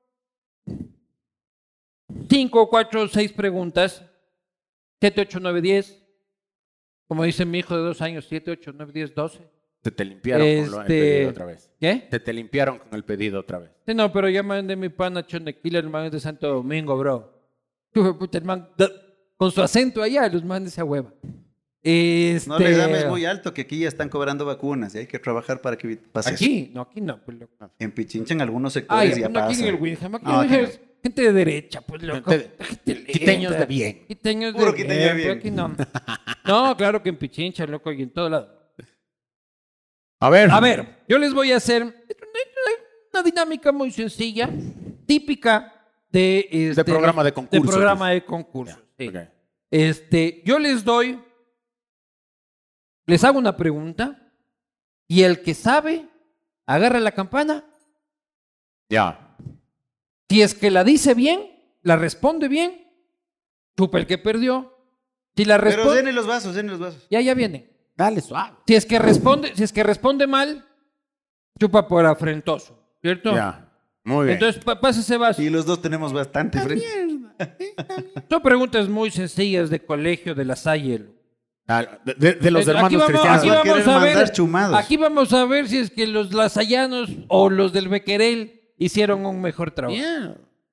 cinco, cuatro, seis preguntas. Siete, ocho, nueve, diez. Como dice mi hijo de dos años, siete, ocho, nueve, diez, doce. Se te limpiaron con lo- el Este- pedido otra vez. ¿Qué? Se te limpiaron con el pedido otra vez. Sí, no, pero ya mandé mi pana Chonequila, el man es de Santo Domingo, bro. Hijo de puta, el man, da- con su acento allá, los man de esa hueva. Este... No le llames muy alto, que aquí ya están cobrando vacunas y hay que trabajar para que pase eso. Aquí, no, aquí no, pues loco. En Pichincha, en algunos Ay, sectores ya no, aquí pasa. en el Wilhelm, aquí No, en aquí el- no. gente de derecha, pues loco. Gente de- Gente lenta. quiteños de bien. Quiteños de Puro quiteño de bien, bien. pero aquí no. No, claro que en Pichincha, loco, y en todo lado. A ver. A ver, yo les voy a hacer una dinámica muy sencilla, típica de... Este, De programa de concursos. De programa de concursos, sí. Ok. Este, yo les doy, les hago una pregunta y el que sabe agarra la campana. Ya. Si es que la dice bien, la responde bien, chupa el que perdió. Si la Pero responde, denle los vasos, denle los vasos. ya ya viene. Dale suave. Si es que responde, si es que responde mal, chupa por afrentoso, ¿cierto? Ya. Muy bien. Entonces, pa- pasa ese vaso. Y los dos tenemos bastante frente. Son preguntas muy sencillas de colegio de la Salle. Ah, de, de- de los Aquí hermanos vamos- cristianos. aquí Va a vamos querer a ver- mandar chumados. Aquí vamos a ver si es que los lasallanos o los del Bequerel hicieron un mejor trabajo. Bien.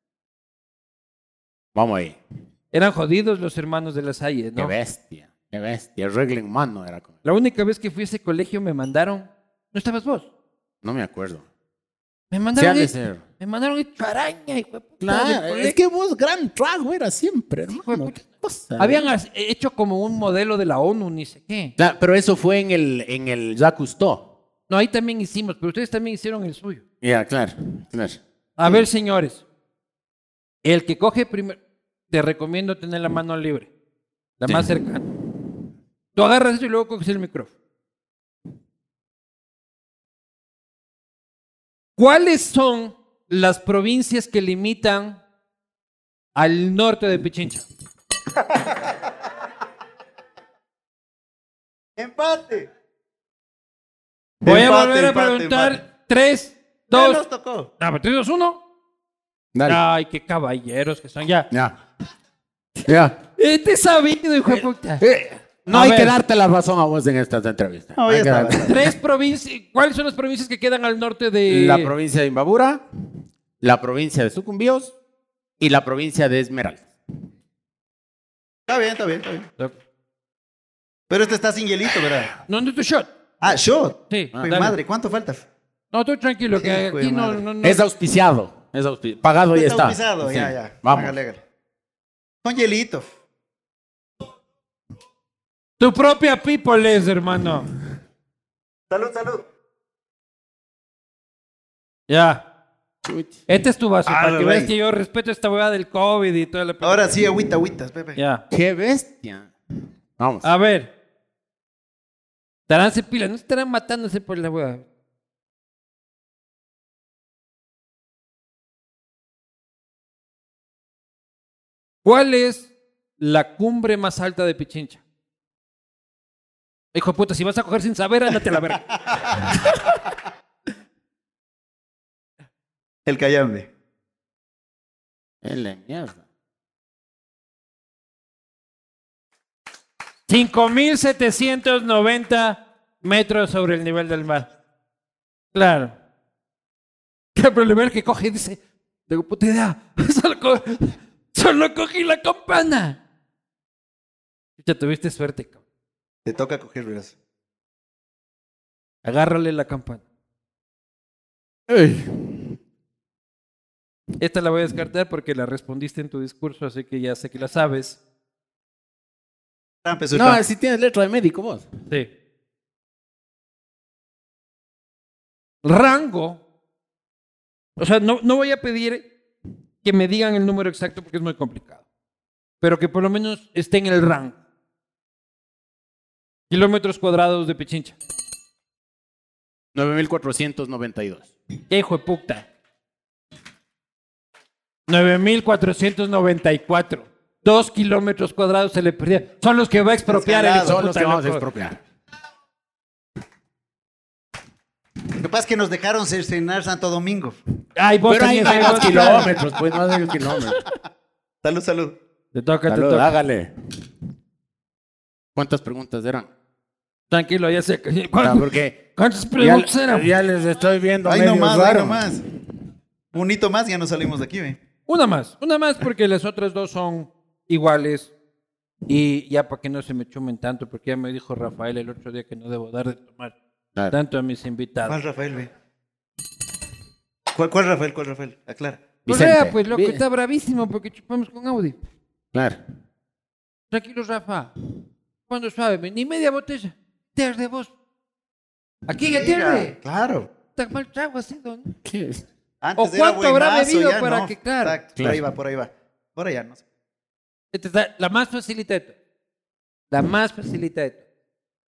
Vamos ahí. Eran jodidos los hermanos de la Salle, Qué ¿no? bestia. Qué bestia. Regla en mano era como. La única vez que fui a ese colegio me mandaron. ¿No estabas vos? No me acuerdo. Me Sí, mandaron. ha de hecho- ser. Me mandaron hecho araña, hijo de puta, del Claro, colegio. es que vos gran trago era siempre, hijo de hermano. puta. ¿Qué cosa? Habían as- hecho como un modelo de la ONU, ni sé qué. Claro, pero eso fue en el, en el Jacques Cousteau. No, ahí también hicimos, pero ustedes también hicieron el suyo. Ya, claro, claro. A ver, señores. El que coge primero, te recomiendo tener la mano libre. La Sí. más cercana. Tú agarras eso y luego coges el micrófono. ¿Cuáles son las provincias que limitan al norte de Pichincha? ¡Empate! Voy a Empate, volver a empate, preguntar. empate. Tres, Ya dos. nos tocó. Ah, tres, dos, uno. Dale. Ay, qué caballeros que son. Ya. Ya. Ya. Este es sabido, hijo de puta. No A hay ver. que darte la razón a vos en estas entrevistas. No, Hay ya que está, darte- ya está. Tres provincias. ¿Cuáles son las provincias que quedan al norte de La provincia de Imbabura, la provincia de Sucumbíos y la provincia de Esmeraldas. Está bien, está bien, está bien. Pero este está sin hielito, ¿verdad? No, no, tu shot. Ah, shot. Sí. Pues, dale. madre, ¿cuánto falta? No, tú tranquilo, que Hijo de aquí no, madre. no, no. Es auspiciado. Es auspiciado. Pagado y Está está. auspiciado, ya, Sí. ya. Vamos. Hágale, hágale. Con hielito. Tu propia people es, hermano. Salud, salud. Ya. Este es tu vaso, Ah, para que rey. veas que yo respeto esta hueá del COVID y toda la... Ahora sí, agüita, agüitas, Pepe. Ya. ¡Qué bestia! Vamos. A ver. Estarán se pila, no estarán matándose por la hueá. ¿Cuál es la cumbre más alta de Pichincha? Hijo de puta, si vas a coger sin saber, ándate a la verga. El Cayambe. Ele, mierda. cinco mil setecientos noventa metros sobre el nivel del mar. Claro. ¿Qué problema es que coge y dice, tengo puta idea, solo, co- solo cogí la campana? Ya tuviste suerte, cabrón. Te toca coger brazo. Agárrale la campana. Esta la voy a descartar porque la respondiste en tu discurso, así que ya sé que la sabes. Trampe, soy No, trampe. si tienes letra de médico vos. Sí. Rango. O sea, no, no voy a pedir que me digan el número exacto porque es muy complicado. Pero que por lo menos esté en el rango. Kilómetros cuadrados de Pichincha. nueve mil cuatrocientos noventa y dos. ¿Qué hijo de puta? nueve mil cuatrocientos noventa y cuatro. Dos kilómetros cuadrados se le perdieron. Son los que va a expropiar el hijo de Son los puta, que vamos a loco. expropiar. Lo que pasa es que nos dejaron cercenar Santo Domingo. Ay, vos Pero ahí también no hay sabes, más claro. kilómetros, pues no hay kilómetros. Salud, salud. Te toca, te Salud, toca. hágale. ¿Cuántas preguntas eran? Tranquilo, ya sé. Ah, ¿Cuántas, porque cuántas ya, preguntas eran? ya les estoy viendo Ahí medio nomás, ahí raro. nomás. Un hito más y ya nos salimos de aquí, ¿ve? Una más, una más porque las otras dos son iguales. Y ya para que no se me chumen tanto, porque ya me dijo Rafael el otro día que no debo dar de tomar Claro. tanto a mis invitados. ¿Cuál Rafael, ve? ¿Cuál, cuál Rafael? ¿Cuál Rafael? Aclara. Pues Vicente. vea, pues loco, Bien. está bravísimo porque chupamos con Audi. Claro. Tranquilo, Rafa. Cuando suave, ni media botella. Terde vos. Aquí ya terde. Claro. Tan mal trago ha sido, ¿no? ¿Qué es? Antes ¿O era cuánto habrá buenazo, bebido ya para no. que, claro? Exacto, Por Claro. ahí va, por ahí va. Ahora ya no sé. Esta está la más facilita de todas. La más facilita de todas.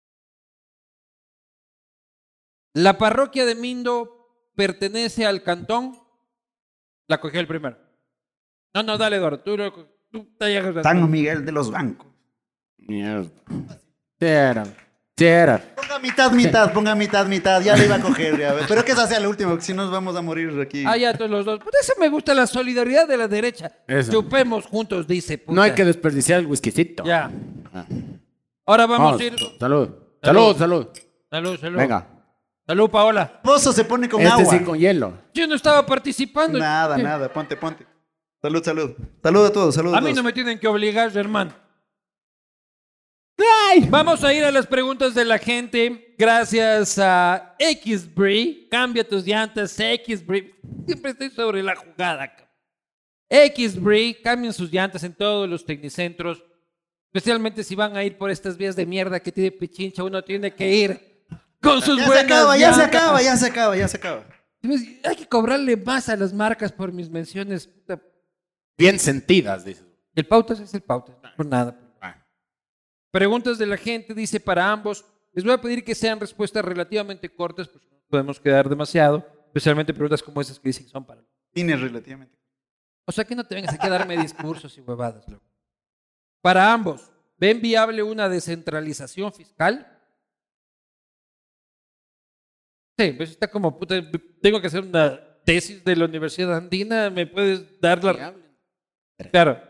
La parroquia de Mindo pertenece al cantón. La cogió el primero. No, no, dale, Eduardo. Tú, lo- tú te llegas a- San Miguel de los Bancos. Mierda. Sí era. Sí, era. Ponga mitad, mitad, ponga mitad, mitad. Ya le iba a coger. Ya. Pero que esa sea la última, porque si no nos vamos a morir aquí. Ah, ya, todos los dos. Por eso me gusta la solidaridad de la derecha. Eso. Chupemos juntos, dice. Puta. No hay que desperdiciar el whiskycito. Ya. Ah. Ahora vamos, Vamos. a ir. Salud. Salud, salud. Salud, salud. Venga. Salud, Paola. Pozo se pone con Este agua. sí con hielo. Yo no estaba participando. Nada, nada. Ponte, ponte. Salud, salud. Salud a todos, salud a A mí todos. no me tienen que obligar, hermano. Vamos a ir a las preguntas de la gente. Gracias a Xbree. Cambia tus llantas, Xbree. Siempre estoy sobre la jugada. Xbree, cambien sus llantas en todos los tecnicentros. Especialmente si van a ir por estas vías de mierda que tiene Pichincha. Uno tiene que ir con sus Ya se buenas acaba, ya se llantas. acaba, ya se acaba, ya se acaba. Hay que cobrarle más a las marcas por mis menciones. Puta. Bien sentidas, dices. El pautas es el pautas, no por nada. Ah. Preguntas de la gente, dice para ambos. Les voy a pedir que sean respuestas relativamente cortas, porque no nos podemos quedar demasiado. Especialmente preguntas como esas que dicen que son para... Tienes relativamente. O sea que no te vengas aquí a darme discursos y huevadas, loco. Para ambos, ¿ven viable una descentralización fiscal? Sí, pues está como, puta, tengo que hacer una tesis de la Universidad Andina, ¿me puedes dar la...? Claro.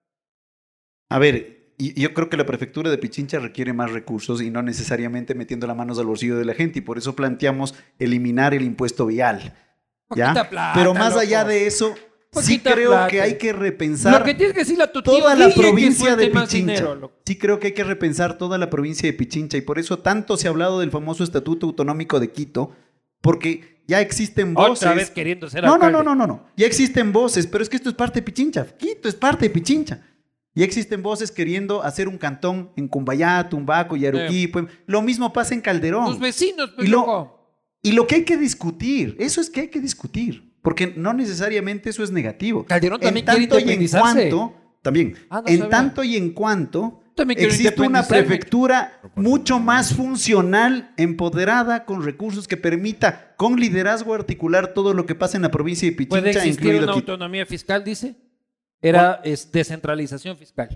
A ver, y- yo creo que la prefectura de Pichincha requiere más recursos y no necesariamente metiendo las manos al bolsillo de la gente. Y por eso planteamos eliminar el impuesto vial. ¿Ya? Poquita plata, Pero más loco. allá de eso, sí Poquita creo plata. que hay que repensar Lo que tienes que decirle a tu tío toda la Guille que provincia suelte de más Pichincha. dinero, loco. Sí creo que hay que repensar toda la provincia de Pichincha. Y por eso tanto se ha hablado del famoso Estatuto Autonómico de Quito, porque ya existen voces. Otra vez queriendo ser No, no, alcalde. no, no, no, no. Ya existen voces, pero es que esto es parte de Pichincha. Quito es parte de Pichincha. Ya existen voces queriendo hacer un cantón en Cumbayá, Tumbaco, Yaruquí. Pues, lo mismo pasa en Calderón. Los vecinos, pues, Y lo- loco. Y lo que hay que discutir, eso es que hay que discutir, porque no necesariamente eso es negativo. Calderón también en quiere tanto y en independizarse. cuanto, también, Ah, no en sabía. tanto y en cuanto También quiero existe una independizarme. prefectura mucho más funcional, empoderada, con recursos que permita, con liderazgo articular todo lo que pasa en la provincia de ¿Puede Pichincha, existir incluido una Quito. autonomía fiscal, dice? Era es, descentralización fiscal.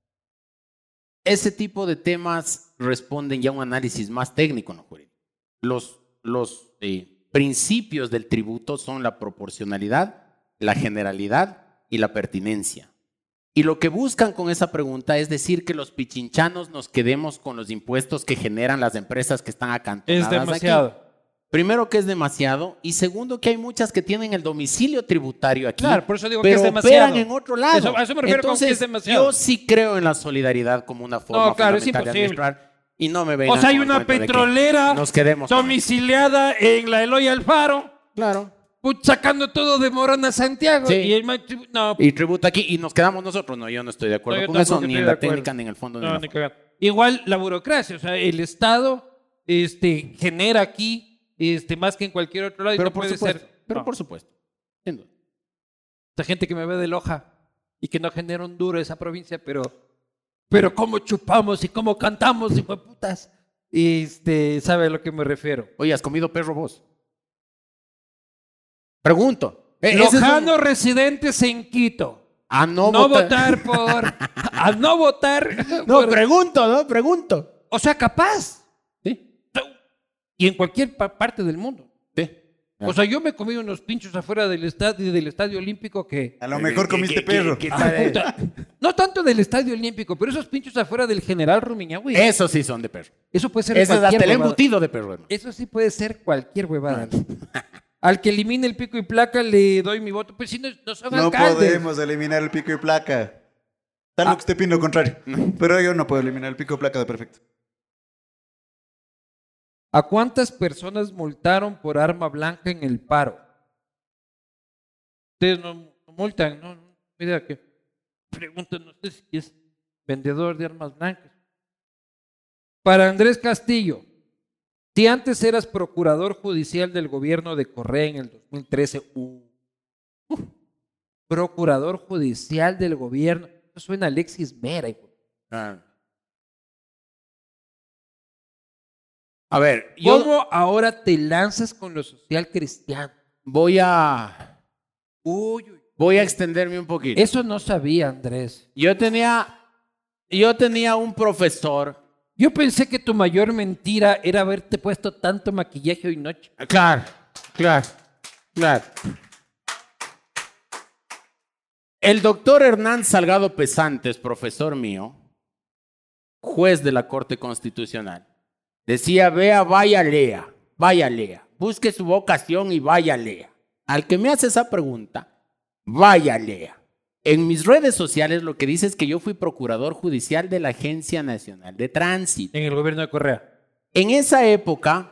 Ese tipo de temas responden ya a un análisis más técnico, no jurídico. Los, los eh, principios del tributo son la proporcionalidad, la generalidad y la pertinencia. Y lo que buscan con esa pregunta es decir que los pichinchanos nos quedemos con los impuestos que generan las empresas que están acantonadas Es demasiado. aquí. Primero que es demasiado y segundo que hay muchas que tienen el domicilio tributario aquí, Claro, por eso digo que pero es demasiado. operan en otro lado. Eso- a eso me refiero con que Entonces, es demasiado. yo sí creo en la solidaridad como una forma No, claro, es fundamental de imposible. administrar y no me vengan O sea, hay con el una cuento de que petrolera nos quedemos con- domiciliada en la Eloy Alfaro, Claro. put, sacando todo de Morona a Santiago. Sí. Y el ma- no, Y tributa aquí y nos quedamos nosotros. No, yo no estoy de acuerdo No, yo con eso, tampoco ni estoy en de la acuerdo. técnica, ni en el fondo, ni no, en la ni forma. cagando. Igual la burocracia, o sea, el Estado este, genera aquí este, más que en cualquier otro lado. y Pero no por puede supuesto, ser. pero No. por supuesto. Sin duda. Esta gente que me ve de Loja y que no genera un duro esa provincia, pero, pero cómo chupamos y cómo cantamos, hijo de putas. Este, ¿sabe a lo que me refiero? Oye, ¿has comido perro vos? Pregunto. Eh, ese es un- Lojanos residentes en Quito. A no, No votar. votar por... A no votar No, por- pregunto, ¿no? Pregunto. O sea, capaz. Sí. Y en cualquier pa- parte del mundo. Sí. O sea, yo me comí unos pinchos afuera del estadio, del estadio olímpico que... A lo mejor comiste perro. Ah, puta. No tanto del estadio olímpico, pero esos pinchos afuera del general Rumiñahui. Esos sí son de perro. Eso puede ser Ese es cualquier hasta el huevada. embutido de perro, hermano. Eso sí puede ser cualquier huevada. Al que elimine el pico y placa le doy mi voto. Pues si no, no son No alcaldes. podemos eliminar el pico y placa. Tal lo que usted opina lo contrario. Pero yo no puedo eliminar el pico y placa de perfecto. ¿A cuántas personas multaron por arma blanca en el paro? Ustedes no, no multan, ¿no? no mira que preguntan ustedes si es vendedor de armas blancas. Para Andrés Castillo, si antes eras procurador judicial del gobierno de Correa en el dos mil trece, uh, uh, procurador judicial del gobierno, eso suena a Alexis Mera. hijo. Ah. A ver, yo ¿Cómo ahora te lanzas con lo social cristiano? voy a Uy, uy. voy a extenderme un poquito. Eso no sabía, Andrés. Yo tenía yo tenía un profesor Yo pensé que tu mayor mentira era haberte puesto tanto maquillaje hoy noche. Claro, claro, claro. El doctor Hernán Salgado Pesantes, profesor mío, juez de la Corte Constitucional, decía, vea, vaya, lea, vaya, lea, busque su vocación y vaya, lea. Al que me hace esa pregunta, vaya, lea. En mis redes sociales lo que dice es que yo fui procurador judicial de la Agencia Nacional de Tránsito. En el gobierno de Correa. En esa época,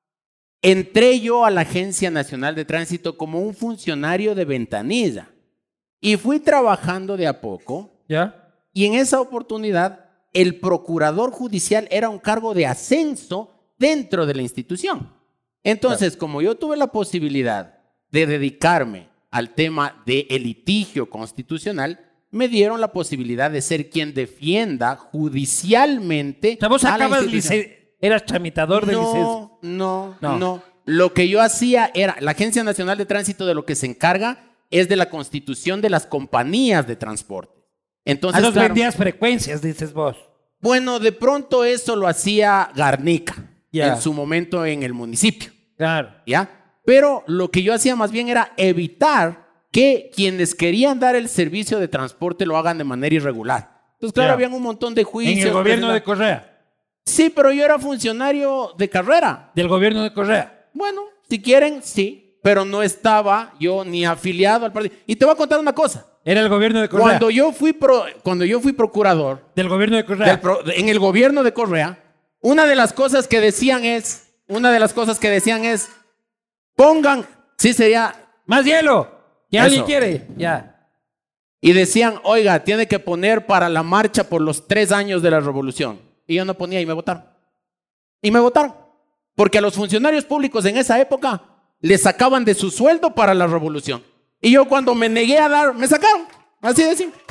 entré yo a la Agencia Nacional de Tránsito como un funcionario de ventanilla y fui trabajando de a poco. ¿Ya? Y en esa oportunidad, el procurador judicial era un cargo de ascenso dentro de la institución. Entonces, claro, como yo tuve la posibilidad de dedicarme al tema del litigio constitucional, me dieron la posibilidad de ser quien defienda judicialmente. O sea, vos a la acabas institución. lice- eras tramitador de licencia. No, no, No. no. Lo que yo hacía era, la Agencia Nacional de Tránsito de lo que se encarga es de la constitución de las compañías de transporte. Entonces, A los claro, vendías frecuencias, dices vos. bueno, de pronto eso lo hacía Garnica Ya. en su momento en el municipio, Claro. ¿ya? Pero lo que yo hacía más bien era evitar que quienes querían dar el servicio de transporte lo hagan de manera irregular. Entonces, claro, Ya. habían un montón de juicios. En el gobierno de Correa. Correa. Sí, pero yo era funcionario de carrera. Del gobierno de Correa. Bueno, si quieren, sí, pero no estaba yo ni afiliado al partido. Y te voy a contar una cosa. Era el gobierno de Correa. Cuando yo fui, pro- cuando yo fui procurador Del gobierno de Correa. del pro- en el gobierno de Correa, una de las cosas que decían es, una de las cosas que decían es, pongan, sí sería, ¡Más hielo! ¿Que Eso. alguien quiere? Ya. y decían, oiga, tiene que poner para la marcha por los tres años de la revolución. Y yo no ponía y me votaron. Y me votaron. Porque a los funcionarios públicos en esa época les sacaban de su sueldo para la revolución. Y yo cuando me negué a dar, me sacaron. Así de simple.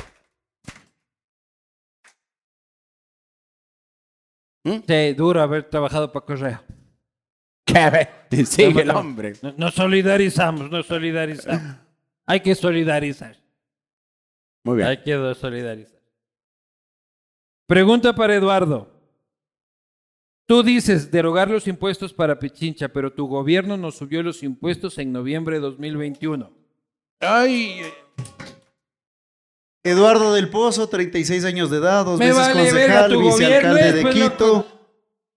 ¿Mm? Sí, duro haber trabajado para Correa. ¿Qué? Sigue No, el no, hombre. No, nos solidarizamos, nos solidarizamos. Hay que solidarizar. Muy bien. Hay que solidarizar. Pregunta para Eduardo. Tú dices derogar los impuestos para Pichincha, pero tu gobierno nos subió los impuestos en noviembre de dos mil veintiuno. Ay, Eduardo del Pozo, treinta y seis años de edad, dos Me veces vale verga concejal, tu vicealcalde gobierno, de pues, Quito. loco.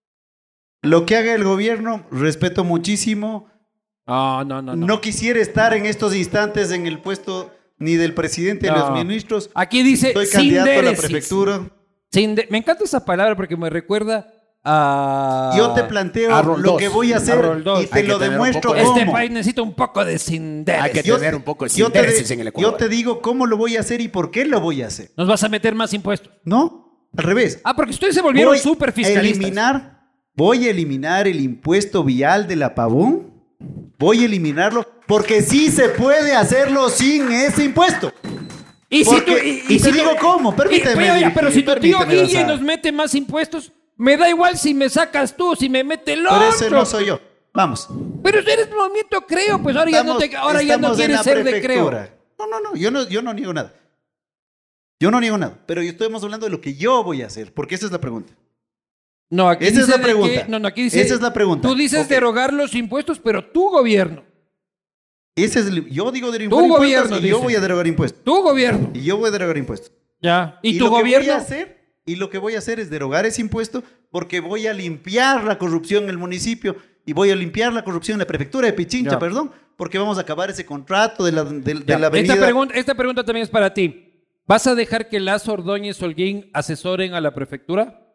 Lo que haga el gobierno, respeto muchísimo. No, no, no, No, no. quisiera estar en estos instantes en el puesto ni del presidente ni de No. los ministros. Aquí dice Soy sin candidato a la déresis. prefectura. Sin de- Me encanta esa palabra porque me recuerda a... Yo te planteo a Roldós. lo que voy a hacer A Roldós. y te Hay que lo tener un demuestro poco de- cómo. Este país necesita un poco de sin hay que déresis. Yo- tener un poco de yo te, intereses de- en el Ecuador. yo te digo cómo lo voy a hacer y por qué lo voy a hacer. Nos vas a meter más impuestos. ¿No? Al revés. Ah, porque ustedes se volvieron Voy súper a fiscalistas. eliminar, voy a eliminar el impuesto vial de la Pavón. Voy a eliminarlo porque sí se puede hacerlo sin ese impuesto. Y, si Porque- tú, y si te digo tú- cómo, permíteme, y- oiga, pero si tu tío permíteme, Guille Gonzalo. nos mete más impuestos, me da igual si me sacas tú, si me mete el Pero otro. ese no soy yo. Vamos. Pero eres movimiento creo, pues ahora Estamos- ya no, te, ahora ya no estamos en quieres la ser de creo. prefectura. No, no, no yo, no. yo no niego nada. Yo no niego nada. Pero estamos hablando de lo que yo voy a hacer. Porque esa es la pregunta. No, aquí Esa es dice la de pregunta. que- no, no, aquí dice, Esa es la pregunta. Tú dices Ok. derogar los impuestos, pero tu gobierno, Ese es el- yo digo derogar Tu impuestos gobierno, y yo dice. voy a derogar impuestos. tu gobierno. Y yo voy a derogar impuestos. Ya. Y, tu lo que gobierno. voy a hacer, y lo que voy a hacer es derogar ese impuesto porque voy a limpiar la corrupción en el municipio y voy a limpiar la corrupción en la prefectura de Pichincha, Ya. perdón, porque vamos a acabar ese contrato de la, de, de Ya, la avenida. esta, pregunta, esta pregunta también es para ti. ¿Vas a dejar que Lazo, Ordóñez, Holguín asesoren a la prefectura?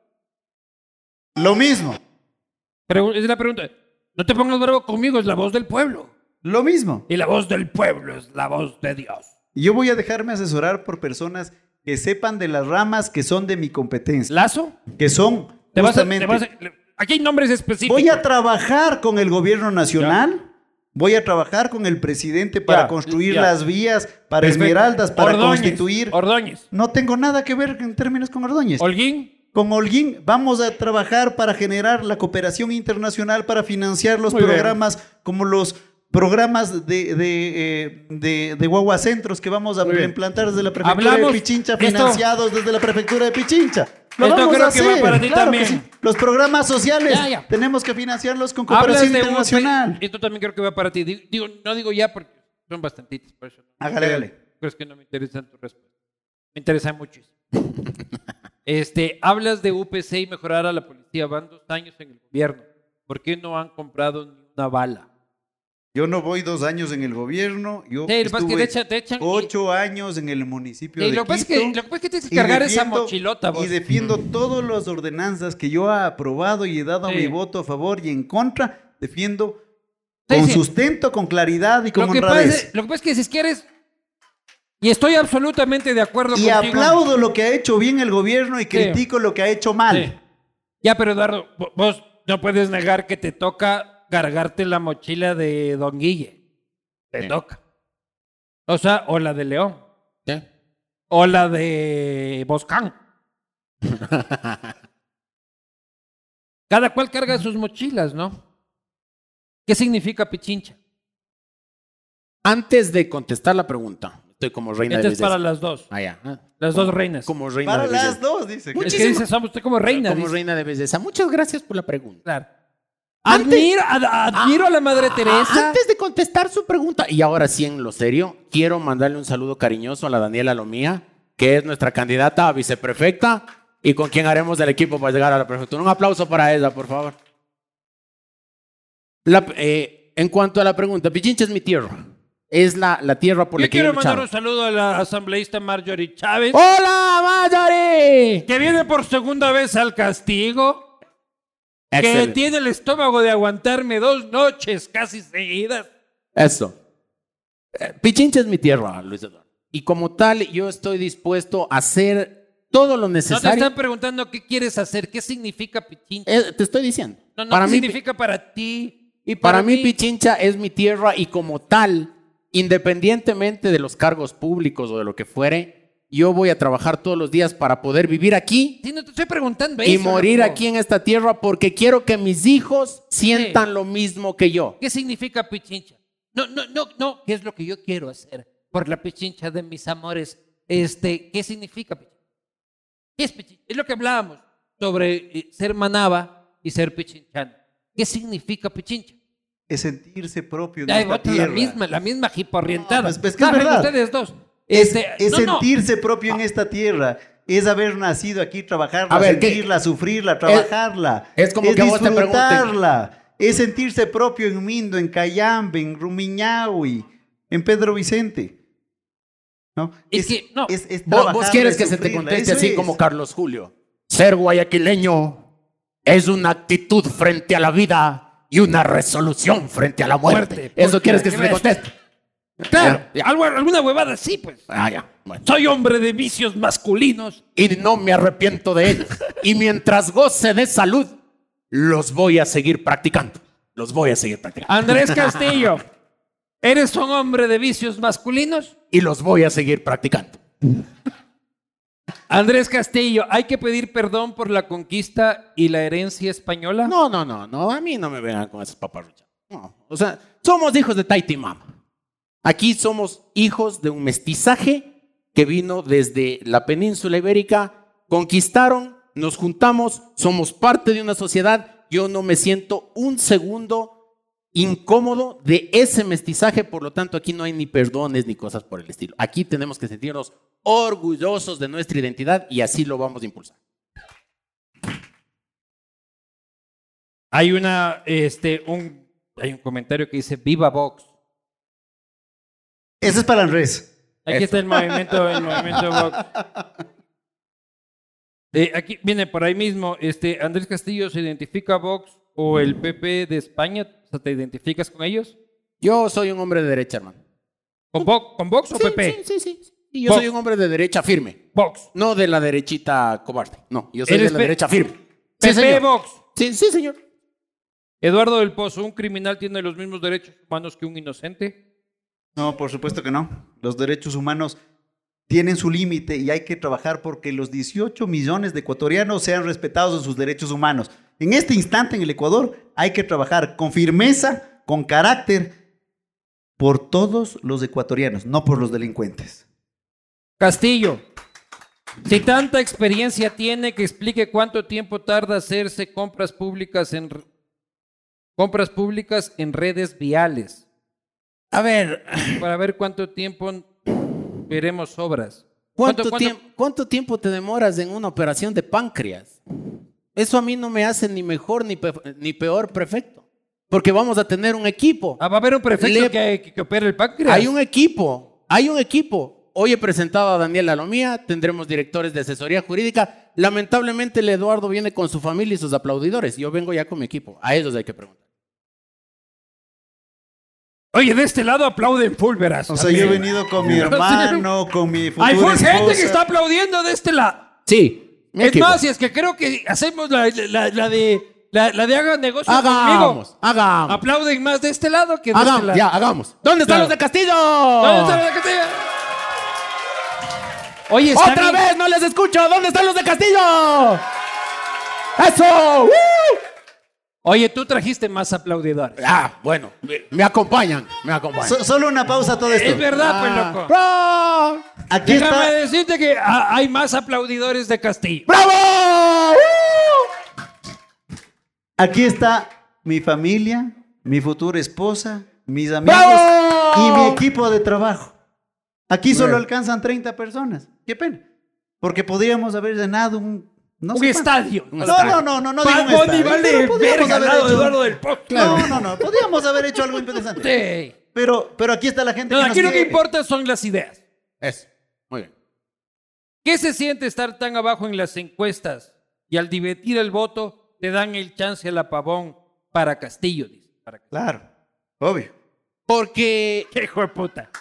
Lo mismo, Pregu- es la pregunta. No te pongas bravo conmigo, es la voz del pueblo. lo mismo. Y la voz del pueblo es la voz de Dios. Yo voy a dejarme asesorar por personas que sepan de las ramas que son de mi competencia, ¿Lazo? que son Te vas a- justamente... te vas a- aquí hay nombres específicos. Voy a trabajar con el gobierno nacional, voy a trabajar con el presidente para Ya, construir ya. las vías, para Perfecto. Esmeraldas, para Ordóñez, constituir... Ordóñez. No tengo nada que ver en términos con Ordóñez. Holguín. Con Holguín vamos a trabajar para generar la cooperación internacional para financiar los Muy bien. programas como los programas de, de, eh, de, de guaguacentros que vamos a implantar desde la prefectura Hablamos, de Pichincha, esto- financiados desde la prefectura de Pichincha. Lo Esto vamos creo a que va hacer, para ti claro que también. sí. Los programas sociales Ya, ya. tenemos que financiarlos con Hablas cooperación de internacional. U P, esto también creo que va para ti. Digo, digo- no digo ya porque son bastantitos, por eso. Hágale, Pero- hágale. Pero es que no me interesan tus respuestas. Me interesan muchísimo. este, hablas de U P C y mejorar a la policía. Van dos años en el gobierno. ¿Por qué no han comprado ni una bala? Yo no voy dos años en el gobierno, yo Sí, lo que pasa es que estuve te echan- te echan y- ocho años en el municipio Y de lo que pasa es Quito. que, lo que pasa es que tienes que y cargar esa defiendo- mochilota, vos. Y defiendo todas las ordenanzas que yo he aprobado y he dado Sí. mi voto a favor y en contra. Defiendo Sí, con sí. sustento, con claridad y con Lo que, pasa honradez. es, lo que pasa es que si quieres, y estoy absolutamente de acuerdo Y contigo. aplaudo lo que ha hecho bien el gobierno y Sí. critico lo que ha hecho mal. Sí. Ya, pero Eduardo, vo- vos no puedes negar que te toca cargarte la mochila de Don Guille. Te Sí. toca. O sea, o la de León. ¿Qué? O la de Boscán. Cada cual carga sus mochilas, ¿no? ¿Qué significa Pichincha? Antes de contestar la pregunta, estoy como reina Esta de es belleza. para las dos. Ah, ya. Ah, Las dos reinas. Como reina Para de las belleza. dos, dice. Es que Muchísimo- dice, somos usted como reina. Como dice. reina de belleza. Muchas gracias por la pregunta. Claro. Antes- Admiro, ad- admiro a la Madre Teresa. Antes de contestar su pregunta, y ahora sí en lo serio, quiero mandarle un saludo cariñoso a la Daniela Lomía, que es nuestra candidata a viceprefecta y con quien haremos del equipo para llegar a la prefectura. Un aplauso para ella, por favor. La- eh, en cuanto a la pregunta, Pichincha es mi tierra. Es la, la tierra por Yo la que yo quiero he mandar luchado. un saludo a la asambleísta Marjorie Chávez, ¡Hola, Marjorie! que viene por segunda vez al castigo, que Excelente. tiene el estómago de aguantarme dos noches casi seguidas. Eso. Eh, Pichincha es mi tierra, Luis Eduardo. Y como tal, yo estoy dispuesto a hacer todo lo No te necesario. están preguntando qué quieres hacer, qué significa Pichincha. Eh, te estoy diciendo. No, no, para ¿qué mí, significa para ti? Y para, para mí, Pichincha es mi tierra y como tal, independientemente de los cargos públicos o de lo que fuere, yo voy a trabajar todos los días para poder vivir aquí Sí, no te estoy preguntando y eso, morir loco. aquí en esta tierra porque quiero que mis hijos sientan lo mismo que yo. ¿Qué significa Pichincha? No, no, no, no, ¿qué es lo que yo quiero hacer por la Pichincha de mis amores? Este, ¿qué significa Pichincha? ¿Qué es Pichincha? Es lo que hablábamos sobre eh, ser manaba y ser pichinchano. ¿Qué significa Pichincha? Es sentirse propio de Ay, esta otra, la tierra. misma, la misma hiporrientada. No, pues, pues, que es Narren verdad. ustedes dos. Es, Este, es no, no. sentirse propio en esta tierra. Es haber nacido aquí, trabajarla, A ver, ¿qué- sentirla, sufrirla, trabajarla. es como que a vos te pregunten. disfrutarla. Es sentirse propio en Mindo, en Cayambe, en Rumiñahui, en Pedro Vicente. ¿No? Es que, no. es- es Vos, vos trabajarla, quieres es que se te sufrirla, conteste eso así es. como Carlos Julio. Ser guayaquileño es una actitud frente a la vida y una resolución frente a la muerte. Muerte, Eso porque- quieres que se te ¿qué conteste. Claro, Ya, ya. algo, alguna huevada sí, pues. Ah, ya. Bueno. Soy hombre de vicios masculinos. Y no me arrepiento de ellos. Y mientras goce de salud, los voy a seguir practicando. Los voy a seguir practicando. Andrés Castillo, ¿eres un hombre de vicios masculinos? Y los voy a seguir practicando. Andrés Castillo, ¿hay que pedir perdón por la conquista y la herencia española? No, no, no, no. A mí no me vengan con esas paparruchas. No. O sea, somos hijos de Taiti Mama. Aquí somos hijos de un mestizaje que vino desde la península ibérica. Conquistaron, nos juntamos, somos parte de una sociedad. Yo no me siento un segundo incómodo de ese mestizaje, por lo tanto aquí no hay ni perdones ni cosas por el estilo. Aquí tenemos que sentirnos orgullosos de nuestra identidad y así lo vamos a impulsar. Hay una, este, un, hay un comentario que dice Viva Vox. Ese es para Andrés. Aquí Eso. está el movimiento, el movimiento Vox. Eh, aquí viene por ahí mismo, este, Andrés Castillo, ¿se identifica Vox o el P P de España? O sea, ¿te identificas con ellos? Yo soy un hombre de derecha, hermano. ¿Con, Vox, ¿con Vox o Sí, P P? sí, sí, sí. Y yo Vox. soy un hombre de derecha firme. Vox. No de la derechita cobarde. No, yo soy de ¿Eres la P- derecha firme. Sí, P P señor. Vox. Sí, sí, señor. Eduardo del Pozo, ¿un criminal tiene los mismos derechos humanos que un inocente? No, por supuesto que no. Los derechos humanos tienen su límite y hay que trabajar porque los dieciocho millones de ecuatorianos sean respetados en sus derechos humanos. En este instante en el Ecuador hay que trabajar con firmeza, con carácter por todos los ecuatorianos, no por los delincuentes. Castillo, si tanta experiencia tiene, que explique cuánto tiempo tarda hacerse compras públicas en compras públicas en redes viales. A ver, Para ver cuánto tiempo veremos obras. ¿cuánto, ¿Cuánto- cuánto- tiemp- ¿cuánto tiempo te demoras en una operación de páncreas? Eso a mí no me hace ni mejor ni, pe- ni peor prefecto. Porque vamos a tener un equipo. Ah, va a haber un prefecto Le- que, que, que opere el páncreas. Hay un equipo, hay un equipo. Hoy he presentado a Daniel Alomía, tendremos directores de asesoría jurídica. Lamentablemente el Eduardo viene con su familia y sus aplaudidores. Yo vengo ya con mi equipo. A ellos hay que preguntar. Oye, de este lado aplauden full, verás. O sea, yo he venido con mi hermano, con mi futura Hay full gente esposa. que está aplaudiendo de este lado. Sí, mi Es equipo. más, si es que creo que hacemos la, la, la de la, la de hagan negocio Hagamos, conmigo. hagamos. Aplauden más de este lado que de este Hagamos, lado. ya, hagamos. ¿Dónde están Claro. los de Castillo? ¿Dónde está la de Castillo? Oye, están ¡Otra en- vez! ¡No les escucho! ¿Dónde están los de Castillo? ¡Eso! ¡Uh! Oye, tú trajiste más aplaudidores. Ah, bueno, me, me acompañan, me acompañan. So- solo una pausa a todo esto. Es verdad, pues, Ah. loco. ¡Bravo! Aquí Déjame está, decirte que ah, hay más aplaudidores de Castillo. ¡Bravo! ¡Uh! aquí está mi familia, mi futura esposa, mis amigos ¡Bravo! y mi equipo de trabajo. Aquí solo alcanzan treinta personas. Qué pena. Porque podríamos haber llenado un... No Un sé estadio. cuánto. No, no, no, no, no digo un Bad Bunny estadio, vale pero podríamos verga al haber lado de hecho- Eduardo del Pozo. No, no, no. Podríamos haber hecho algo interesante. Sí. Pero, pero aquí está la gente No, que nos aquí lo que quiere. importa son las ideas. Eso, muy bien. ¿Qué se siente estar tan abajo en las encuestas y al dividir el voto te dan el chance al apavón para Castillo? Dice. Para... Claro, obvio. Porque ¡Qué hijo de puta!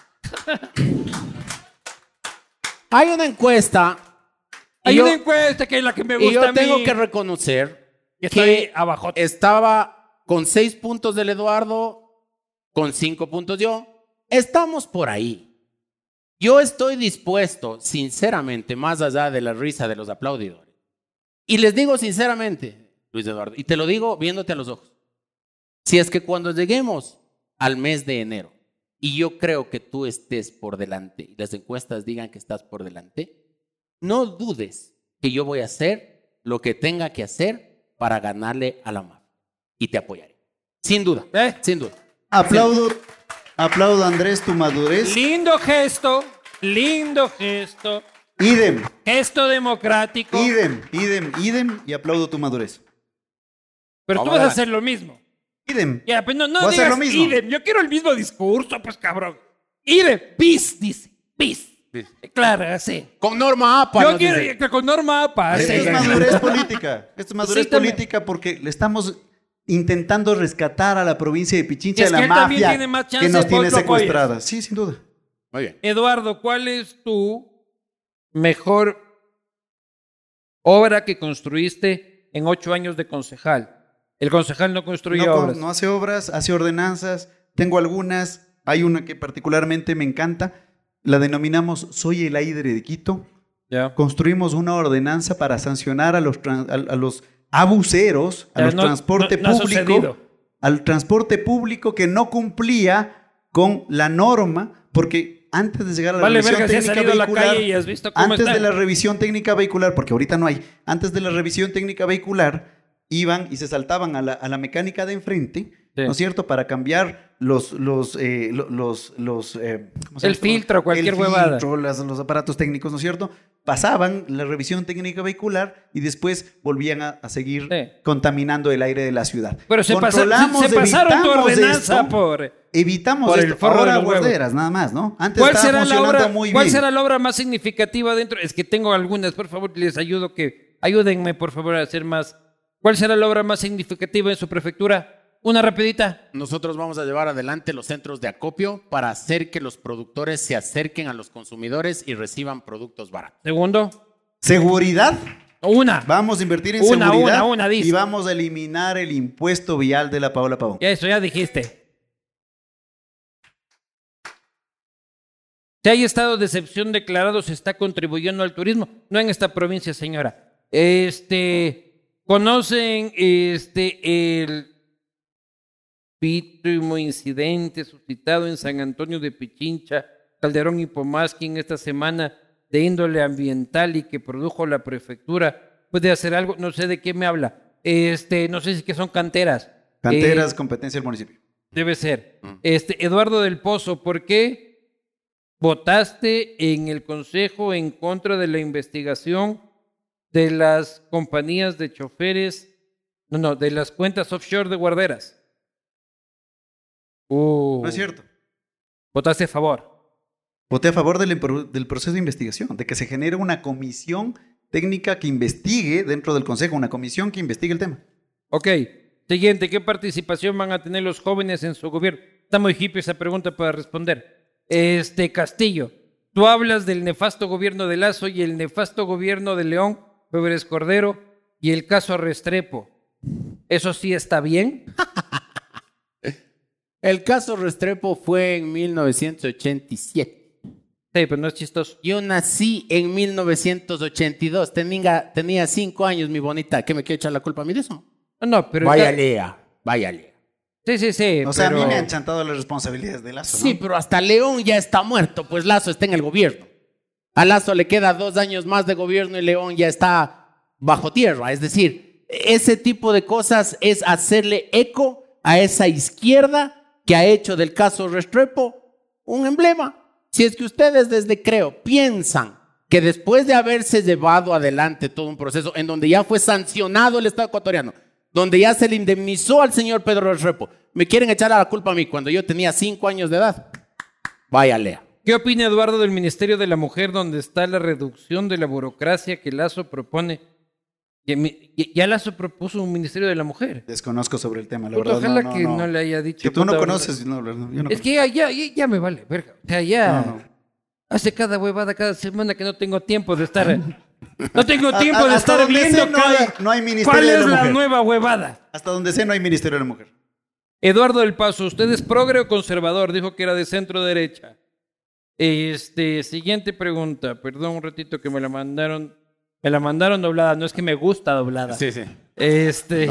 hay una encuesta y Hay yo, una encuesta que es la que me y gusta yo a mí. tengo que reconocer que que estoy abajo. estaba con seis puntos del Eduardo, con cinco puntos yo. Estamos por ahí. Yo estoy dispuesto, sinceramente, más allá de la risa de los aplaudidores. Y les digo sinceramente, Luis Eduardo, y te lo digo viéndote a los ojos. Si es que cuando lleguemos al mes de enero, y yo creo que tú estés por delante, y las encuestas digan que estás por delante, no dudes que yo voy a hacer lo que tenga que hacer para ganarle a la mafia. Y te apoyaré. Sin duda, ¿Eh? sin duda. Aplaudo, aplaudo Andrés tu madurez. Lindo gesto, lindo gesto, Idem, gesto democrático. idem, idem, idem y aplaudo tu madurez. Pero tú Vamos vas a a- hacer lo mismo. Idem. Ya, pues no, no Voy a hacer digas lo mismo. idem. Yo quiero el mismo discurso, pues cabrón. Idem, peace, dice. Peace. Claro, así. Con Norma APA. Yo nos quiero dice. que con Norma APA. Esto así. es madurez política. Esto es madurez Sí, también. política porque le estamos intentando rescatar a la provincia de Pichincha Y es de que la él también mafia tiene más chance, que nos vos tiene lo apoyas. secuestradas. Sí, sin duda. Muy bien. Eduardo, ¿cuál es tu mejor obra que construiste en ocho años de concejal? El concejal no construye No, con- obras. no hace obras, hace ordenanzas. Tengo algunas. Hay una que particularmente me encanta. La denominamos Soy el aire de Quito. Ya. Construimos una ordenanza para sancionar a los, tran- a, a los abuseros, a Ya, los no- transporte no- no ha público, sucedido. al transporte público que no cumplía con la norma, porque antes de llegar a la Vale, revisión verga, si has técnica salido a la vehicular, calle y has visto cómo antes están. de la revisión técnica vehicular, porque ahorita no hay, antes de la revisión técnica vehicular, iban y se saltaban a la, a la mecánica de enfrente, Sí. ¿no es cierto? Para cambiar los, los, eh, lo- los, los, eh, ¿cómo se El llama esto? filtro, cualquier El huevada. filtro, las- los aparatos técnicos, ¿no es cierto? Pasaban la revisión técnica vehicular y después volvían a, a seguir Sí. contaminando el aire de la ciudad. Pero se, pasa- Controlamos, se pasaron tu evitamos ordenanza esto, por... Evitamos por el esto. forro de Ahora los huevos. guarderas, nada más, ¿no? Antes ¿Cuál estaba será, la funcionando obra, muy ¿Cuál bien. será la obra más significativa dentro? Es que tengo algunas, por favor, les ayudo que... Ayúdenme, por favor, a hacer más. ¿Cuál será la obra más significativa en su prefectura? Una rapidita. Nosotros vamos a llevar adelante los centros de acopio para hacer que los productores se acerquen a los consumidores y reciban productos baratos. Segundo. Seguridad. Una. Vamos a invertir en Una, seguridad una, una, dice. y vamos a eliminar el impuesto vial de la Paola Pavón. Ya eso, ya dijiste. Si hay estado de excepción declarado, se está contribuyendo al turismo. No en esta provincia, señora. Este, ¿conocen este el pítimo incidente suscitado en San Antonio de Pichincha, Calderón y Pomasqui en esta semana de índole ambiental y que produjo la prefectura, puede hacer algo, no sé de qué me habla, este, no sé si que son canteras. Canteras, Eh, competencia del municipio. Debe ser. Este, Eduardo del Pozo, ¿por qué votaste en el Consejo en contra de la investigación de las compañías de choferes, no, no, de las cuentas offshore de guarderas? Uh, No es cierto. Votaste a favor. Voté a favor del, impro- del proceso de investigación, de que se genere una comisión técnica que investigue dentro del Consejo, una comisión que investigue el tema. Ok. Siguiente, ¿qué participación van a tener los jóvenes en su gobierno? Está muy hippie esa pregunta para responder. Este, Castillo, tú hablas del nefasto gobierno de Lazo y el nefasto gobierno de León, Pérez Cordero y el caso Restrepo. ¿Eso sí está bien? El caso Restrepo fue en mil novecientos ochenta y siete. Sí, pero no es chistoso. Yo nací en mil novecientos ochenta y dos. Tenía, tenía cinco años, mi bonita. ¿Qué me quiere echar la culpa a mí de eso? No, no, pero... Vaya el ca- lea, vaya lea. Sí, sí, sí. O sea, pero... a mí me han chantado las responsabilidades de Lazo, ¿no? Sí, pero hasta León ya está muerto, pues Lazo está en el gobierno. A Lazo le queda dos años más de gobierno y León ya está bajo tierra. Es decir, ese tipo de cosas es hacerle eco a esa izquierda que ha hecho del caso Restrepo un emblema. Si es que ustedes desde Creo piensan que después de haberse llevado adelante todo un proceso en donde ya fue sancionado el Estado ecuatoriano, donde ya se le indemnizó al señor Pedro Restrepo, me quieren echar a la culpa a mí cuando yo tenía cinco años de edad. Vaya, lea. ¿Qué opina Eduardo del Ministerio de la Mujer, donde está la reducción de la burocracia que Lazo propone? Que mi- Ya ya Lazo propuso un Ministerio de la Mujer. Desconozco sobre el tema, la Puta, verdad. ojalá no, no, que no. no. le haya dicho. Que tú no puta, conoces, no, no, yo no Es que ya, ya, ya, ya me vale, verga. O sea, ya No, no. hace cada huevada cada semana que no tengo tiempo de estar. No tengo A- tiempo a- de hasta estar donde viendo sé, no cada- hay- no hay Ministerio cuál de es la la Mujer. nueva huevada. Hasta donde sé no hay Ministerio de la Mujer. Eduardo del Paso, ¿usted es progre o conservador? Dijo que era de centro derecha. Este, siguiente pregunta. Perdón un ratito que me la mandaron. Me la mandaron doblada. No es que me gusta doblada. Sí, sí. Este.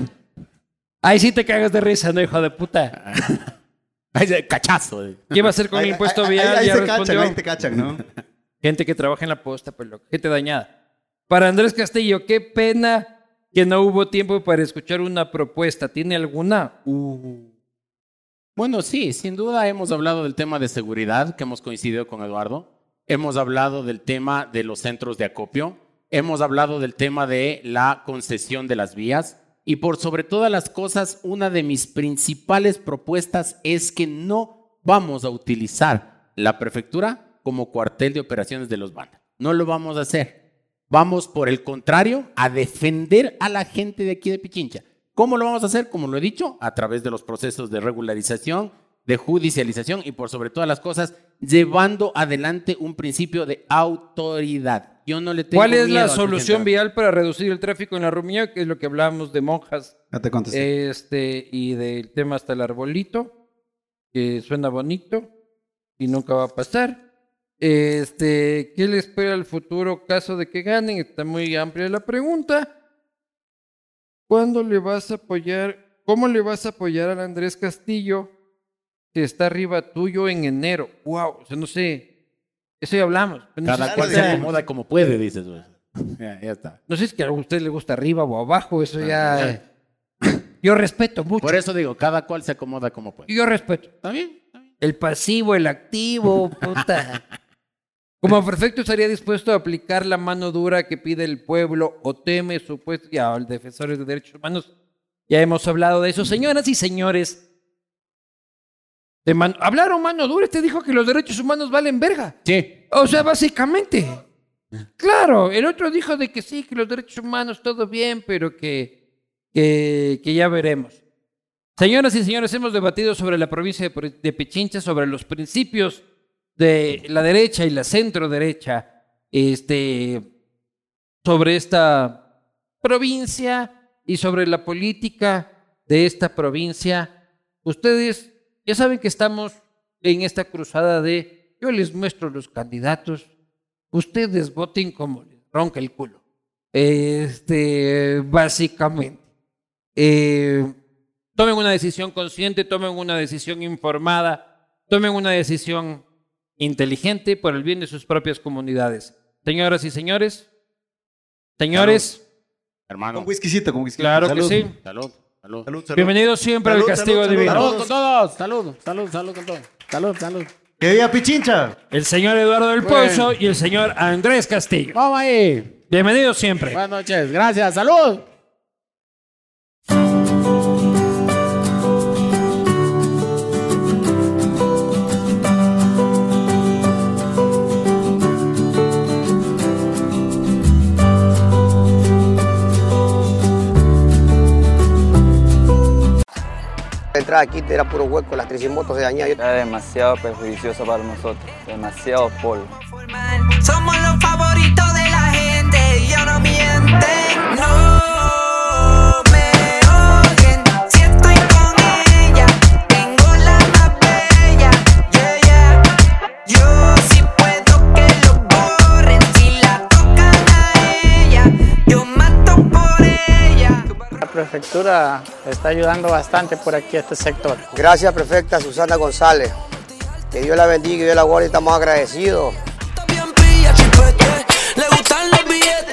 Ahí sí te cagas de risa, ¿no, hijo de puta? Ese cachazo. ¿Qué va a hacer con el Ahí- impuesto ahí- vial? Ahí, ahí Ya se respondió. cachan, ahí te cachan, ¿no? Gente que trabaja en la posta, pues loco. Gente dañada. Para Andrés Castillo, qué pena que no hubo tiempo para escuchar una propuesta. ¿Tiene alguna? Uh. Bueno, sí, sin duda hemos hablado del tema de seguridad, que hemos coincidido con Eduardo. Hemos hablado del tema de los centros de acopio. Hemos hablado del tema de la concesión de las vías. Y por sobre todas las cosas, una de mis principales propuestas es que no vamos a utilizar la prefectura como cuartel de operaciones de los bandas. No lo vamos a hacer. Vamos, por el contrario, a defender a la gente de aquí de Pichincha. ¿Cómo lo vamos a hacer? Como lo he dicho, a través de los procesos de regularización, de judicialización y por sobre todas las cosas, llevando adelante un principio de autoridad. Yo no le tengo ¿Cuál es miedo la al solución presidente. vial para reducir el tráfico en la Rumilla? Que es lo que hablábamos de monjas. Ya te contesté. Este, y del tema hasta el arbolito, que suena bonito y nunca va a pasar. Este, ¿qué le espera al futuro caso de que ganen? Está muy amplia la pregunta. ¿Cuándo le vas a apoyar? ¿Cómo le vas a apoyar al Andrés Castillo si está arriba tuyo en enero? Wow, o sea, no sé. Eso ya hablamos. No sé Cada si- cual Ya se lo acomoda como puede, dices. Pues. Ya, ya está. No sé si a usted le gusta arriba o abajo, eso ya. Yo respeto mucho. Por eso digo, cada cual se acomoda como puede. Yo respeto. ¿Está bien? ¿Está bien? El pasivo, el activo, puta. Como prefecto estaría dispuesto a aplicar la mano dura que pide el pueblo o teme supuesto ya el defensores de derechos humanos. Ya hemos hablado de eso, señoras y señores. De man- Hablaron mano dura, este dijo que los derechos humanos valen verga. Sí. O sea, básicamente. Claro, el otro dijo de que sí, que los derechos humanos todo bien, pero que, que, que ya veremos. Señoras y señores, hemos debatido sobre la provincia de, de Pichincha, sobre los principios de la derecha y la centro derecha, este, sobre esta provincia y sobre la política de esta provincia. Ustedes ya saben que estamos en esta cruzada de yo les muestro los candidatos, ustedes voten como les ronca el culo. Este, básicamente. Eh, Tomen una decisión consciente, tomen una decisión informada, tomen una decisión inteligente por el bien de sus propias comunidades. Señoras y señores, señores, Salud. Hermano. Con whiskycito, con whiskycito. claro Salud. que sí. Salud, salud. Salud, salud. Bienvenidos siempre Salud, al Castigo salud, Divino. salud. Salud con todos. Salud, salud, salud con todos. Salud, salud. ¡Que viva Pichincha! El señor Eduardo del Bueno. Pozo y el señor Andrés Castillo. Vamos ahí. Bienvenidos siempre. Buenas noches. Gracias. Salud. La entrada aquí era puro hueco, las tricimotos se dañaban. Yo- Era demasiado perjudicioso para nosotros, demasiado polvo. Somos los favoritos de la gente, ellos no mienten, no me oyen. Si estoy con ella, tengo la más bella, yeah, yeah. Yo sí puedo que lo borren, si la tocan a ella, yo mato por ella. La prefectura está ayudando bastante por aquí a este sector. Gracias, prefecta Susana González. Que Dios la bendiga y Dios la guarde, estamos agradecidos. Bien pilla, chipete, le gustan los billetes.